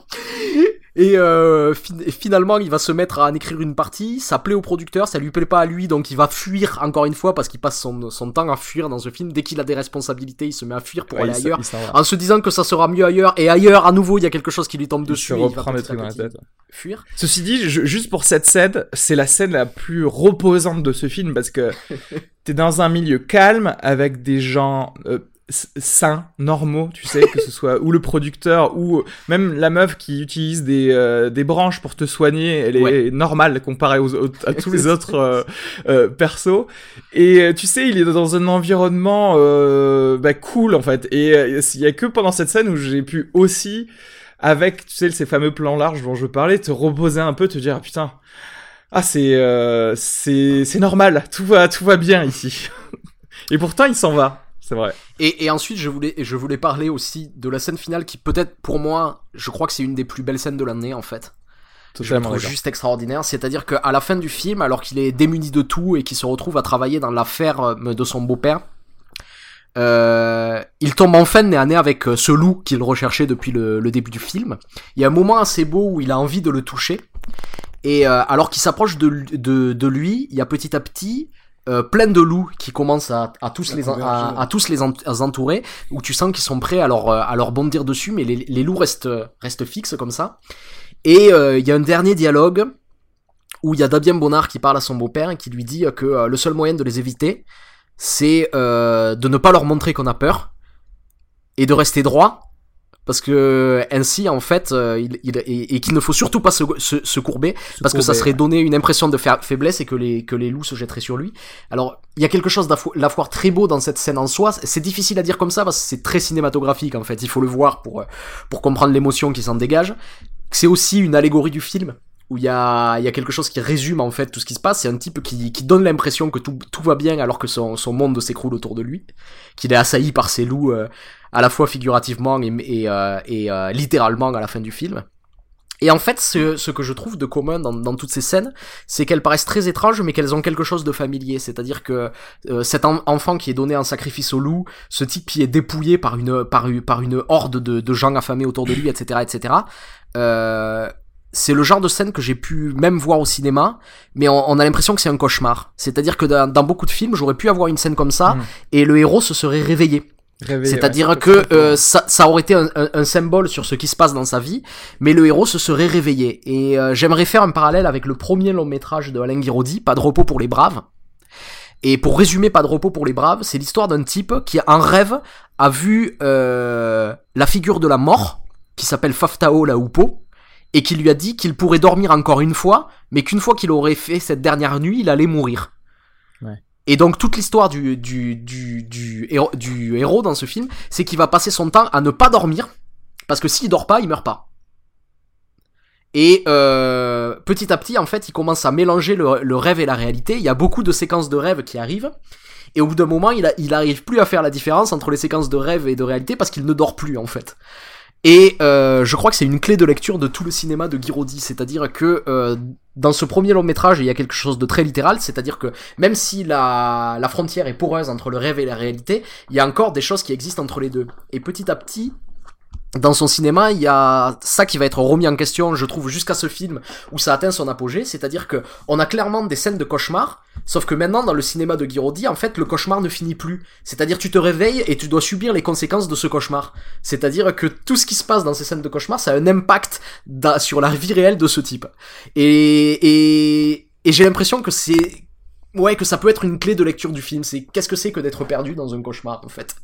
Et euh, fin- finalement, il va se mettre à en écrire une partie, ça plaît au producteur, ça lui plaît pas à lui, donc il va fuir encore une fois parce qu'il passe son, son temps à fuir dans ce film. Dès qu'il a des responsabilités, il se met à fuir pour ouais, aller ailleurs, se, en se disant que ça sera mieux ailleurs, et ailleurs, à nouveau, il y a quelque chose qui lui tombe il dessus. Se et reprend il va des trucs dans la tête. Fuir. Ceci dit, je, juste pour cette scène, c'est la scène la plus reposante de ce film parce que t'es dans un milieu calme avec des gens euh, sains, normaux, tu sais, que ce soit ou le producteur ou même la meuf qui utilise des euh, des branches pour te soigner, elle est ouais. normale comparée aux, aux à tous les autres euh, euh, persos. Et tu sais, il est dans un environnement euh, bah, cool en fait. Et il y a que pendant cette scène où j'ai pu aussi, avec tu sais ces fameux plans larges dont je parlais, te reposer un peu, te dire ah putain, ah c'est euh, c'est c'est normal, tout va tout va bien ici. Et pourtant il s'en va. C'est vrai. Et, et ensuite, je voulais, je voulais parler aussi de la scène finale qui, peut-être, pour moi, je crois que c'est une des plus belles scènes de l'année, en fait. Totalement je le trouve d'accord. Juste extraordinaire. C'est-à-dire qu'à la fin du film, alors qu'il est démuni de tout et qu'il se retrouve à travailler dans l'affaire de son beau-père, euh, il tombe enfin nez à nez avec ce loup qu'il recherchait depuis le, le début du film. Il y a un moment assez beau où il a envie de le toucher. Et euh, alors qu'il s'approche de, de, de lui, il y a petit à petit... Euh, plein de loups qui commencent à, à tous les à, à tous les entourer, où tu sens qu'ils sont prêts à leur à leur bondir dessus, mais les, les loups restent restent fixes comme ça. Et il euh, y a un dernier dialogue où il y a Damien Bonnard qui parle à son beau-père et qui lui dit que euh, le seul moyen de les éviter, c'est euh, de ne pas leur montrer qu'on a peur et de rester droit. Parce que ainsi en fait euh, il, il et, et qu'il ne faut surtout pas se, se, se courber se parce courber, que ça serait ouais. donner une impression de fa- faiblesse et que les que les loups se jetteraient sur lui. Alors il y a quelque chose d'à fois très beau dans cette scène en soi. C'est difficile à dire comme ça parce que c'est très cinématographique en fait. Il faut le voir pour pour comprendre l'émotion qui s'en dégage. C'est aussi une allégorie du film où il y a il y a quelque chose qui résume en fait tout ce qui se passe. C'est un type qui qui donne l'impression que tout tout va bien alors que son son monde s'écroule autour de lui, qu'il est assailli par ces loups. Euh, à la fois figurativement et, et, euh, et euh, littéralement à la fin du film. Et en fait, ce, ce que je trouve de commun dans, dans toutes ces scènes, c'est qu'elles paraissent très étranges, mais qu'elles ont quelque chose de familier. C'est-à-dire que euh, cet en- enfant qui est donné en sacrifice au loup, ce type qui est dépouillé par une par une par une horde de, de gens affamés autour de lui, et cetera, et cetera. Euh, c'est le genre de scène que j'ai pu même voir au cinéma, mais on, on a l'impression que c'est un cauchemar. C'est-à-dire que dans, dans beaucoup de films, j'aurais pu avoir une scène comme ça, mmh. et le héros se serait réveillé. Réveillé, C'est-à-dire ouais, que euh, ça, ça aurait été un, un, un symbole sur ce qui se passe dans sa vie, mais le héros se serait réveillé. Et euh, j'aimerais faire un parallèle avec le premier long métrage de Alain Guiraudy, Pas de repos pour les braves. Et pour résumer Pas de repos pour les braves, c'est l'histoire d'un type qui, en rêve, a vu euh, la figure de la mort, qui s'appelle Faftao la Houpo, et qui lui a dit qu'il pourrait dormir encore une fois, mais qu'une fois qu'il aurait fait cette dernière nuit, il allait mourir. Ouais. Et donc toute l'histoire du du du du héros, du héros dans ce film, c'est qu'il va passer son temps à ne pas dormir, parce que s'il dort pas, il meurt pas. Et euh, petit à petit, en fait, il commence à mélanger le, le rêve et la réalité. Il y a beaucoup de séquences de rêve qui arrivent, et au bout d'un moment, il a, il arrive plus à faire la différence entre les séquences de rêve et de réalité parce qu'il ne dort plus en fait. Et euh, je crois que c'est une clé de lecture de tout le cinéma de Guiraudy, c'est-à-dire que euh, dans ce premier long métrage, il y a quelque chose de très littéral, c'est-à-dire que même si la, la frontière est poreuse entre le rêve et la réalité, il y a encore des choses qui existent entre les deux. Et petit à petit, dans son cinéma, il y a ça qui va être remis en question, je trouve, jusqu'à ce film où ça atteint son apogée, c'est-à-dire que on a clairement des scènes de cauchemar, sauf que maintenant, dans le cinéma de Guiraudy, en fait, le cauchemar ne finit plus. C'est-à-dire tu te réveilles et tu dois subir les conséquences de ce cauchemar. C'est-à-dire que tout ce qui se passe dans ces scènes de cauchemar, ça a un impact da- sur la vie réelle de ce type. Et, et, et j'ai l'impression que c'est... Ouais, que ça peut être une clé de lecture du film. C'est qu'est-ce que c'est que d'être perdu dans un cauchemar, en fait.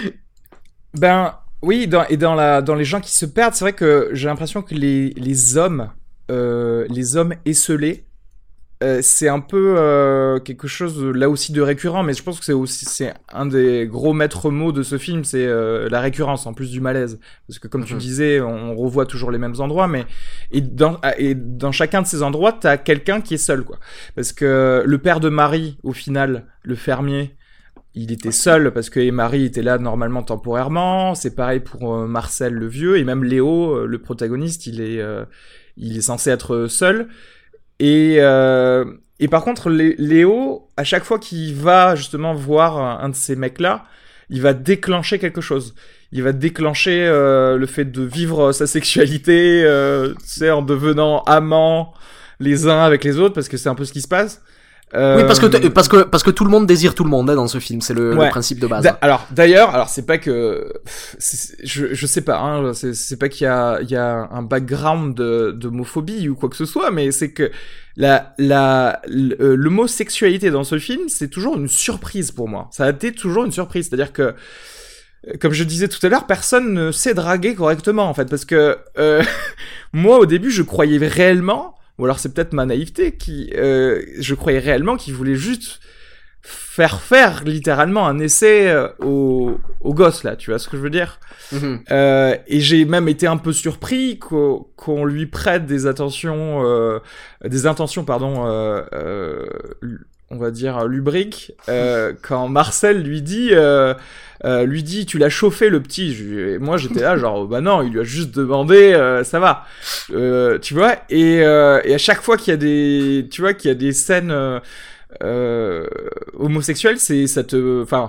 Ben... Oui, dans, et dans, la, dans les gens qui se perdent, c'est vrai que j'ai l'impression que les, les hommes, euh, les hommes esselés, euh, c'est un peu euh, quelque chose là aussi de récurrent, mais je pense que c'est aussi c'est un des gros maîtres mots de ce film, c'est euh, la récurrence en plus du malaise, parce que comme mm-hmm. tu disais, on revoit toujours les mêmes endroits, mais et dans et dans chacun de ces endroits, t'as quelqu'un qui est seul, quoi, parce que le père de Marie, au final, le fermier. Il était seul parce que Marie était là normalement temporairement. C'est pareil pour euh, Marcel le vieux et même Léo, euh, le protagoniste, il est, euh, il est censé être seul. Et euh, et par contre, Lé- Léo, à chaque fois qu'il va justement voir un, un de ces mecs-là, il va déclencher quelque chose. Il va déclencher euh, le fait de vivre sa sexualité, euh, tu sais, en devenant amants les uns avec les autres, parce que c'est un peu ce qui se passe. Euh... Oui, parce que t- parce que parce que tout le monde désire tout le monde hein, dans ce film, c'est le, ouais. le principe de base. Da- alors d'ailleurs, alors c'est pas que c'est, je je sais pas, hein, c'est c'est pas qu'il y a il y a un background de d'homophobie ou quoi que ce soit, mais c'est que la la l'homosexualité dans ce film, c'est toujours une surprise pour moi. Ça a été toujours une surprise, c'est-à-dire que comme je disais tout à l'heure, personne ne sait draguer correctement en fait, parce que euh, moi au début je croyais réellement. Ou alors c'est peut-être ma naïveté qui, euh, je croyais réellement qu'il voulait juste faire faire littéralement un essai euh, au, au gosse là, tu vois ce que je veux dire. Mm-hmm. Euh, et j'ai même été un peu surpris qu'on, qu'on lui prête des attentions, euh, des intentions pardon, euh, euh, on va dire lubriques, euh, quand Marcel lui dit. Euh, Euh, lui dit tu l'as chauffé le petit. Je, moi j'étais là genre bah non, il lui a juste demandé euh, ça va euh, tu vois, et, euh, et à chaque fois qu'il y a des tu vois qu'il y a des scènes euh, euh, homosexuelles, c'est ça te enfin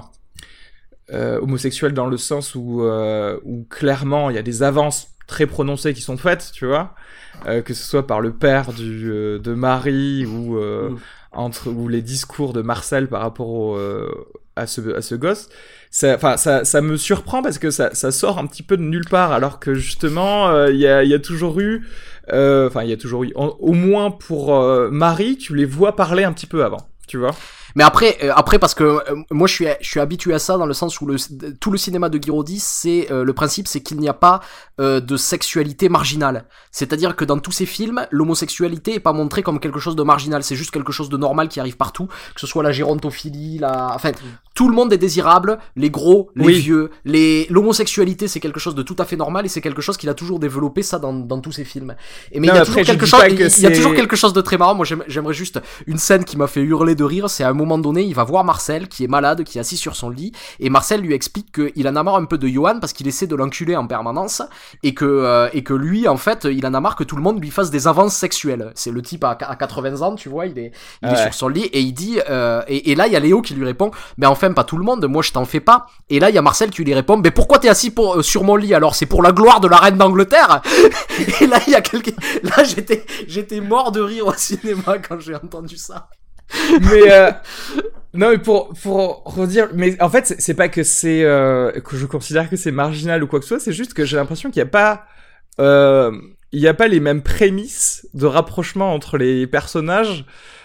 euh, homosexuelles dans le sens où euh, où clairement il y a des avances très prononcées qui sont faites, tu vois, euh, que ce soit par le père du euh, de Marie ou euh, mmh. entre ou les discours de Marcel par rapport au euh, à ce à ce gosse. Ça, enfin, ça, ça me surprend parce que ça, ça sort un petit peu de nulle part, alors que justement, il euh, y a, il y a toujours eu, enfin, euh, il y a toujours eu, en, au moins pour euh, Marie, tu les vois parler un petit peu avant, tu vois. Mais après, euh, après parce que euh, moi je suis, je suis habitué à ça dans le sens où le, tout le cinéma de Guiraudy, c'est euh, le principe, c'est qu'il n'y a pas euh, de sexualité marginale. C'est-à-dire que dans tous ces films, l'homosexualité est pas montrée comme quelque chose de marginal. C'est juste quelque chose de normal qui arrive partout, que ce soit la gérontophilie, la, enfin, tout le monde est désirable, les gros, les oui. vieux, les, l'homosexualité c'est quelque chose de tout à fait normal et c'est quelque chose qu'il a toujours développé ça dans, dans tous ses films. Et mais non, il y a après, toujours quelque chose, il y a toujours quelque chose de très marrant. Moi j'aimerais juste une scène qui m'a fait hurler de rire, c'est à un moment moment donné, il va voir Marcel, qui est malade, qui est assis sur son lit, et Marcel lui explique qu'il en a marre un peu de Johan parce qu'il essaie de l'enculer en permanence, et que, euh, et que lui, en fait, il en a marre que tout le monde lui fasse des avances sexuelles. C'est le type à, à quatre-vingts ans, tu vois, il est, il ouais. est sur son lit, et il dit, euh, et, et là, il y a Léo qui lui répond, mais enfin, pas tout le monde, moi je t'en fais pas. Et là, il y a Marcel qui lui répond, mais pourquoi t'es assis pour, euh, sur mon lit alors? C'est pour la gloire de la reine d'Angleterre? Et là, il y a quelqu'un, là, j'étais, j'étais mort de rire au cinéma quand j'ai entendu ça. Mais euh, non, mais pour pour redire, mais en fait c'est, c'est pas que c'est euh, que je considère que c'est marginal ou quoi que ce soit, c'est juste que j'ai l'impression qu'il y a pas euh, il y a pas les mêmes prémices de rapprochement entre les personnages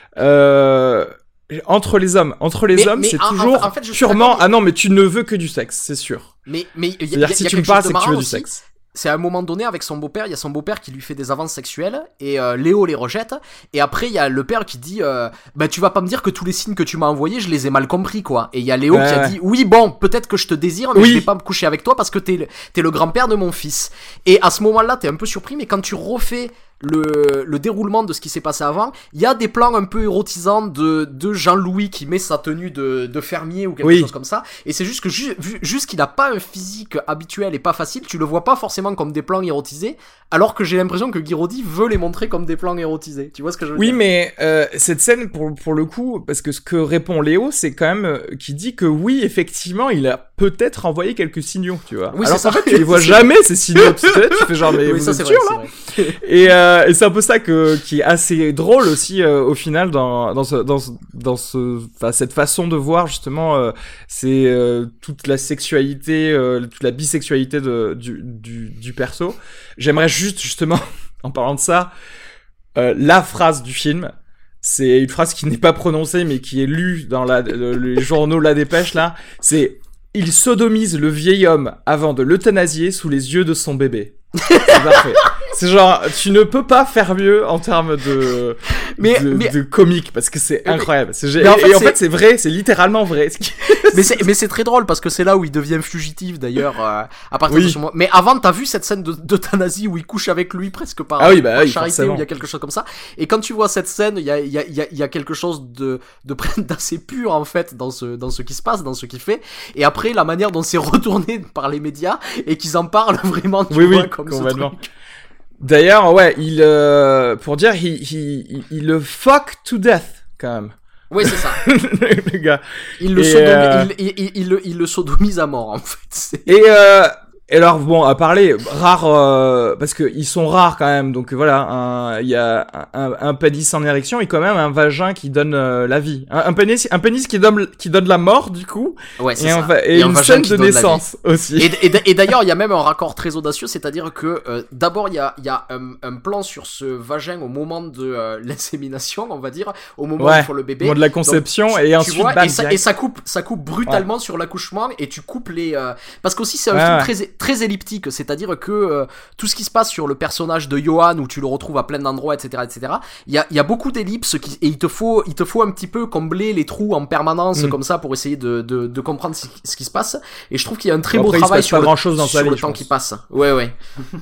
euh, entre les hommes, entre les mais, hommes, mais c'est en, toujours en fait, purement ah non mais tu ne veux que du sexe, c'est sûr. Mais mais il y a, c'est-à-dire y a, si y a tu me parles, c'est que tu veux aussi. Du sexe. C'est à un moment donné avec son beau-père, il y a son beau-père qui lui fait des avances sexuelles et euh, Léo les rejette et après il y a le père qui dit euh, bah tu vas pas me dire que tous les signes que tu m'as envoyés je les ai mal compris quoi. Et il y a Léo ouais, qui a ouais. dit oui bon peut-être que je te désire mais oui. je vais pas me coucher avec toi parce que t'es le, t'es le grand-père de mon fils. Et à ce moment-là t'es un peu surpris mais quand tu refais le, le déroulement de ce qui s'est passé avant, il y a des plans un peu érotisants de, de Jean-Louis qui met sa tenue de, de fermier ou quelque oui. chose comme ça, et c'est juste que ju- juste qu'il a pas un physique habituel et pas facile, tu le vois pas forcément comme des plans érotisés, alors que j'ai l'impression que Guiraudy veut les montrer comme des plans érotisés, tu vois ce que je veux oui, dire? Oui mais euh, cette scène pour, pour le coup, parce que ce que répond Léo c'est quand même euh, qui dit que oui effectivement il a peut-être envoyé quelques signaux, tu vois. Oui, alors c'est qu'en ça. fait tu les vois jamais ces signaux, tu, sais, tu fais genre mais oui, vous ça, êtes c'est sûr vrai, là c'est vrai. et, euh, et c'est un peu ça que qui est assez drôle aussi euh, au final dans dans ce dans ce, dans ce enfin cette façon de voir justement euh, c'est euh, toute la sexualité euh, toute la bisexualité de du du du perso. J'aimerais juste justement en parlant de ça euh, la phrase du film, c'est une phrase qui n'est pas prononcée mais qui est lue dans la le, les journaux La Dépêche là, c'est il sodomise le vieil homme avant de l'euthanasier sous les yeux de son bébé. C'est parfait. C'est genre, tu ne peux pas faire mieux en termes de, mais, de, mais, de comique, parce que c'est incroyable. C'est, mais en fait, et en fait, c'est vrai, c'est littéralement vrai. mais, c'est, mais c'est très drôle, parce que c'est là où il devient fugitif, d'ailleurs, euh, à partir oui. de ce moment. Mais avant, t'as vu cette scène de, d'euthanasie où il couche avec lui presque par, ah oui, bah, par oui, charité, forcément. où il y a quelque chose comme ça. Et quand tu vois cette scène, il y a, il y a, il y a, il y a quelque chose de, de d'assez pur, en fait, dans ce, dans ce qui se passe, dans ce qu'il fait. Et après, la manière dont c'est retourné par les médias, et qu'ils en parlent vraiment, tu oui, vois, oui, comme complètement. ce truc. D'ailleurs, ouais, il, euh, pour dire, il, il, il le fuck to death, quand même. Oui, c'est ça. Le gars. Il le, sodomi- euh... il, il, il, il, le, il le sodomise à mort, en fait. C'est... Et, euh, et alors, bon, à parler, rare, euh, parce que ils sont rares quand même, donc voilà, il y a un, un pénis en érection et quand même un vagin qui donne euh, la vie. Un, un pénis, un pénis qui donne, qui donne la mort, du coup. Ouais, c'est et ça. Un, et, et une scène de naissance aussi. Et, et, et d'ailleurs, il y a même un raccord très audacieux, c'est-à-dire que, euh, d'abord, il y a, il y a un, un plan sur ce vagin au moment de euh, l'insémination, on va dire, au moment ouais, où il faut le bébé. Au moment de la conception, donc, tu, et tu ensuite, vois, bam, et, ça, et ça coupe, ça coupe brutalement ouais. sur l'accouchement, et tu coupes les, euh... parce qu'aussi, c'est un ouais, film ouais. très, très elliptique, c'est-à-dire que euh, tout ce qui se passe sur le personnage de Johan où tu le retrouves à plein d'endroits, etc, etc, il y a, il y a beaucoup d'ellipses qui, et il te faut il te faut un petit peu combler les trous en permance mmh. comme ça pour essayer de, de, de comprendre ce, ce qui se passe, et je trouve qu'il y a un très bon, beau après, travail sur, le, grand chose dans sur vie, le temps pense. qui passe ouais ouais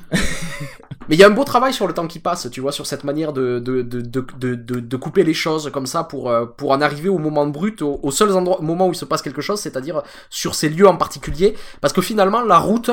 mais il y a un beau travail sur le temps qui passe, tu vois, sur cette manière de, de, de, de, de, de, de couper les choses comme ça pour, pour en arriver au moment brut, au, au seul endroit, au moment où il se passe quelque chose, c'est-à-dire sur ces lieux en particulier, parce que finalement la route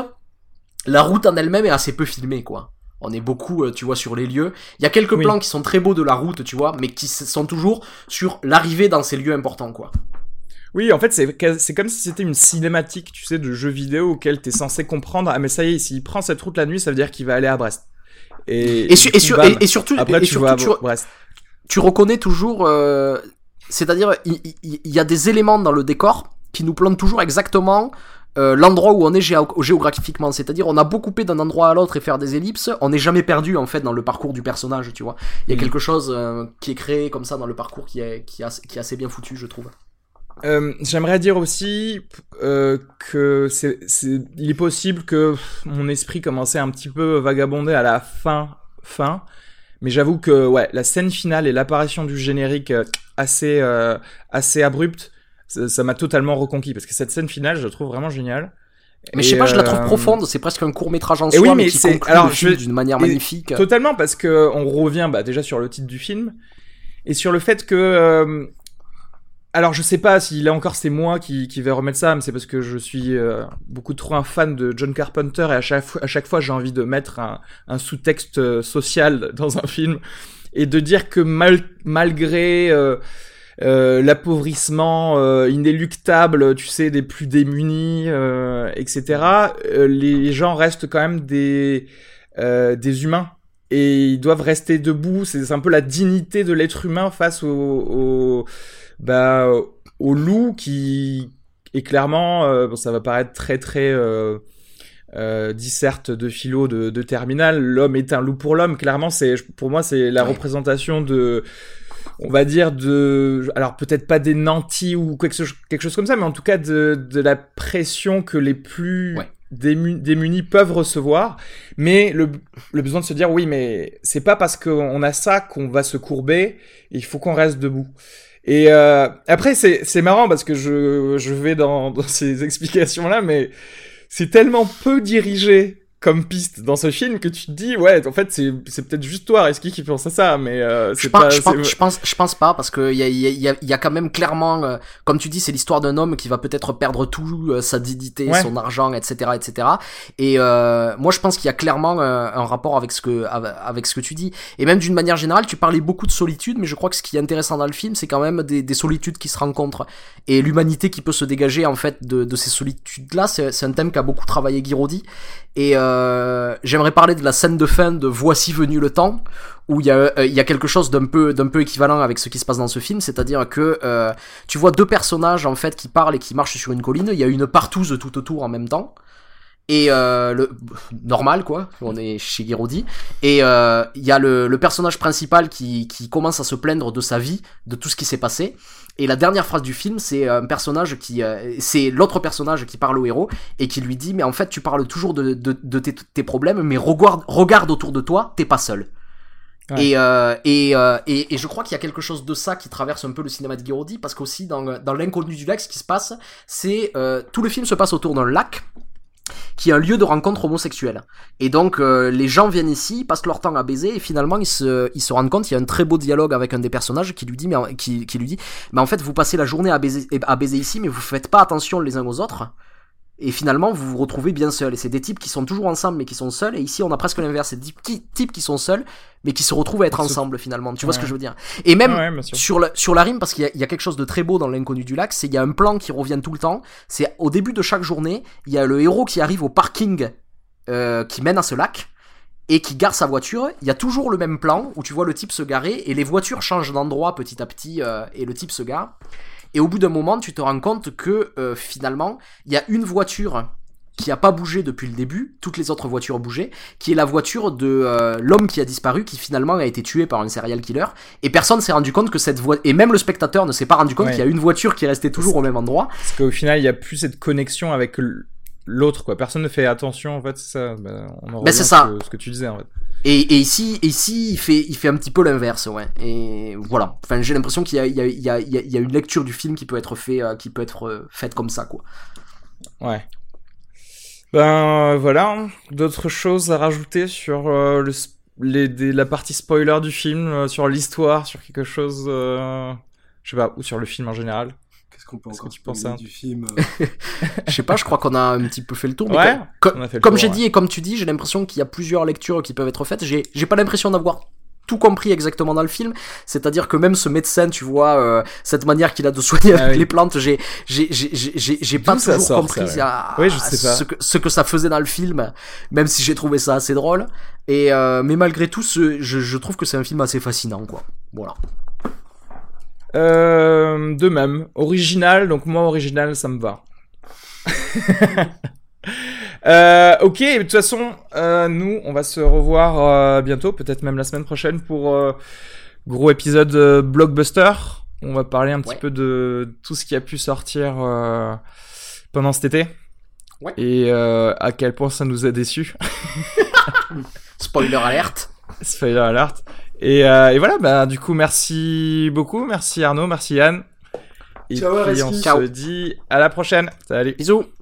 La route en elle-même est assez peu filmée, quoi. On est beaucoup, tu vois, sur les lieux. Il y a quelques oui. plans qui sont très beaux de la route, tu vois, mais qui sont toujours sur l'arrivée dans ces lieux importants, quoi. Oui, en fait, c'est, c'est comme si c'était une cinématique, tu sais, de jeu vidéo auquel t'es censé comprendre. Ah, mais ça y est, s'il prend cette route la nuit, ça veut dire qu'il va aller à Brest. Et, et, su- et, sur, et, et surtout, après, et tu surtout, vas à tu, Brest. Tu reconnais toujours, euh, c'est-à-dire, il, il, il y a des éléments dans le décor qui nous plantent toujours exactement Euh, l'endroit où on est géo- géographiquement, c'est-à-dire on a beau couper d'un endroit à l'autre et faire des ellipses, on n'est jamais perdu en fait dans le parcours du personnage, tu vois. Il y a mmh. quelque chose euh, qui est créé comme ça dans le parcours qui est, qui est, qui est assez bien foutu, je trouve. Euh, j'aimerais dire aussi euh, que c'est, c'est, il est possible que mon esprit commençait un petit peu vagabonder à la fin, fin, mais j'avoue que ouais, la scène finale et l'apparition du générique assez, euh, assez abrupte, Ça, ça m'a totalement reconquis, parce que cette scène finale, je la trouve vraiment géniale. Mais et je sais pas, euh... je la trouve profonde, c'est presque un court-métrage en soi, oui, mais, mais qui c'est... conclut Alors, le film je... d'une manière et magnifique. Totalement, parce que on revient bah, déjà sur le titre du film, et sur le fait que... Euh... alors je sais pas si là encore c'est moi qui, qui vais remettre ça, mais c'est parce que je suis euh, beaucoup trop un fan de John Carpenter et à chaque fois, à chaque fois j'ai envie de mettre un, un sous-texte social dans un film et de dire que mal, malgré euh, euh, l'appauvrissement euh, inéluctable, tu sais, des plus démunis, euh, et cetera, euh, les gens restent quand même des, euh, des humains. Et ils doivent rester debout. C'est un peu la dignité de l'être humain face au, au, bah, au loup qui est clairement, euh, bon, ça va paraître très très euh, euh, disserte de philo de, de terminale. L'homme est un loup pour l'homme. Clairement, c'est pour moi c'est la ouais. représentation de, on va dire de, alors peut-être pas des nantis ou quelque chose, quelque chose comme ça, mais en tout cas de, de la pression que les plus ouais. Dému- démunis peuvent recevoir, mais le, le besoin de se dire oui, mais c'est pas parce qu'on a ça qu'on va se courber, il faut qu'on reste debout. Et euh, après c'est c'est marrant parce que je je vais dans dans ces explications là, mais c'est tellement peu dirigé comme piste dans ce film que tu te dis ouais en fait c'est c'est peut-être juste toi Reski qui pense à ça, mais euh, c'est je pense, pas je, pense, c'est... je pense je pense pas parce que il y a il y a il y a quand même clairement euh, comme tu dis c'est l'histoire d'un homme qui va peut-être perdre tout, euh, sa dignité, ouais. son argent, etc etc et euh, moi je pense qu'il y a clairement euh, un rapport avec ce que avec ce que tu dis, et même d'une manière générale tu parlais beaucoup de solitude, mais je crois que ce qui est intéressant dans le film c'est quand même des, des solitudes qui se rencontrent et l'humanité qui peut se dégager en fait de, de ces solitudes là. C'est, c'est un thème qu'a beaucoup travaillé Guiraudy. Et euh, j'aimerais parler de la scène de fin de Voici venu le temps, où il y a euh, il y a quelque chose d'un peu d'un peu équivalent avec ce qui se passe dans ce film, c'est-à-dire que euh, tu vois deux personnages en fait qui parlent et qui marchent sur une colline, il y a une partouze tout autour en même temps. Et euh, le normal quoi, on est chez Guiraudy, et il euh, y a le, le personnage principal qui qui commence à se plaindre de sa vie, de tout ce qui s'est passé. Et la dernière phrase du film, c'est un personnage qui, euh, c'est l'autre personnage qui parle au héros et qui lui dit mais en fait tu parles toujours de de, de tes, tes problèmes, mais regarde regarde autour de toi, t'es pas seul. Ouais. Et, euh, et, euh, et et je crois qu'il y a quelque chose de ça qui traverse un peu le cinéma de Guiraudy, parce qu'aussi dans dans l'inconnu du lac, ce qui se passe, c'est euh, tout le film se passe autour d'un lac qui est un lieu de rencontre homosexuelle. Et donc euh, les gens viennent ici, passent leur temps à baiser, et finalement ils se ils se rendent compte, il y a un très beau dialogue avec un des personnages qui lui dit mais qui qui lui dit mais en fait vous passez la journée à baiser à baiser ici, mais vous faites pas attention les uns aux autres. Et finalement, vous vous retrouvez bien seuls. Et c'est des types qui sont toujours ensemble, mais qui sont seuls. Et ici, on a presque l'inverse. C'est des types qui sont seuls, mais qui se retrouvent à être ensemble, finalement. Tu vois ouais. ce que je veux dire? Et même, ouais, sur la, sur la rime, parce qu'il y a, il y a quelque chose de très beau dans l'inconnu du lac, c'est qu'il y a un plan qui revient tout le temps. C'est au début de chaque journée, il y a le héros qui arrive au parking, euh, qui mène à ce lac, et qui gare sa voiture. Il y a toujours le même plan, où tu vois le type se garer, et les voitures changent d'endroit petit à petit, euh, et le type se gare. Et au bout d'un moment, tu te rends compte que euh, finalement, il y a une voiture qui a pas bougé depuis le début, toutes les autres voitures bougeaient, qui est la voiture de euh, l'homme qui a disparu, qui finalement a été tué par un serial killer. Et personne s'est rendu compte que cette voiture, et même le spectateur ne s'est pas rendu compte ouais. qu'il y a une voiture qui est restée toujours au même endroit. Parce qu'au final, il y a plus cette connexion avec l'autre, quoi. Personne ne fait attention, en fait, c'est ça. Ben, on en ben c'est ça. Ce que, ce que tu disais, en fait. Et, et ici, ici, il fait, il fait un petit peu l'inverse, ouais. Et voilà. Enfin, j'ai l'impression qu'il y a, il y a, il y a, il y a une lecture du film qui peut être fait, euh, qui peut être euh, faite comme ça, quoi. Ouais. Ben voilà. D'autres choses à rajouter sur euh, le, les, des, la partie spoiler du film, euh, sur l'histoire, sur quelque chose, euh, je sais pas, ou sur le film en général. Qu'est-ce qu'on peut Qu'est-ce encore que tu penses ça du film euh... Je sais pas, je crois qu'on a un petit peu fait le tour. Mais ouais, comme, on a fait le comme tour, j'ai ouais. dit et comme tu dis, j'ai l'impression qu'il y a plusieurs lectures qui peuvent être faites. J'ai, j'ai pas l'impression d'avoir tout compris exactement dans le film. C'est-à-dire que même ce médecin, tu vois, euh, cette manière qu'il a de soigner ah, avec oui. les plantes, j'ai, j'ai, j'ai, j'ai, j'ai pas toujours sort, compris ça, ouais. à, oui, je sais pas. Ce, que, ce que ça faisait dans le film, même si j'ai trouvé ça assez drôle. Et euh, mais malgré tout, ce, je, je trouve que c'est un film assez fascinant, quoi. Voilà. Euh, de même, original, donc moi original ça me va. euh, ok, de toute façon, euh, nous on va se revoir euh, bientôt, peut-être même la semaine prochaine pour euh, gros épisode euh, blockbuster. On va parler un petit ouais. peu de tout ce qui a pu sortir euh, pendant cet été ouais. et euh, à quel point ça nous a déçus. Spoiler alerte. Spoiler alerte. Et, euh, et voilà, bah du coup merci beaucoup, merci Arnaud, merci Yann. Et ciao, puis on ciao. se dit à la prochaine. Salut. Bisous.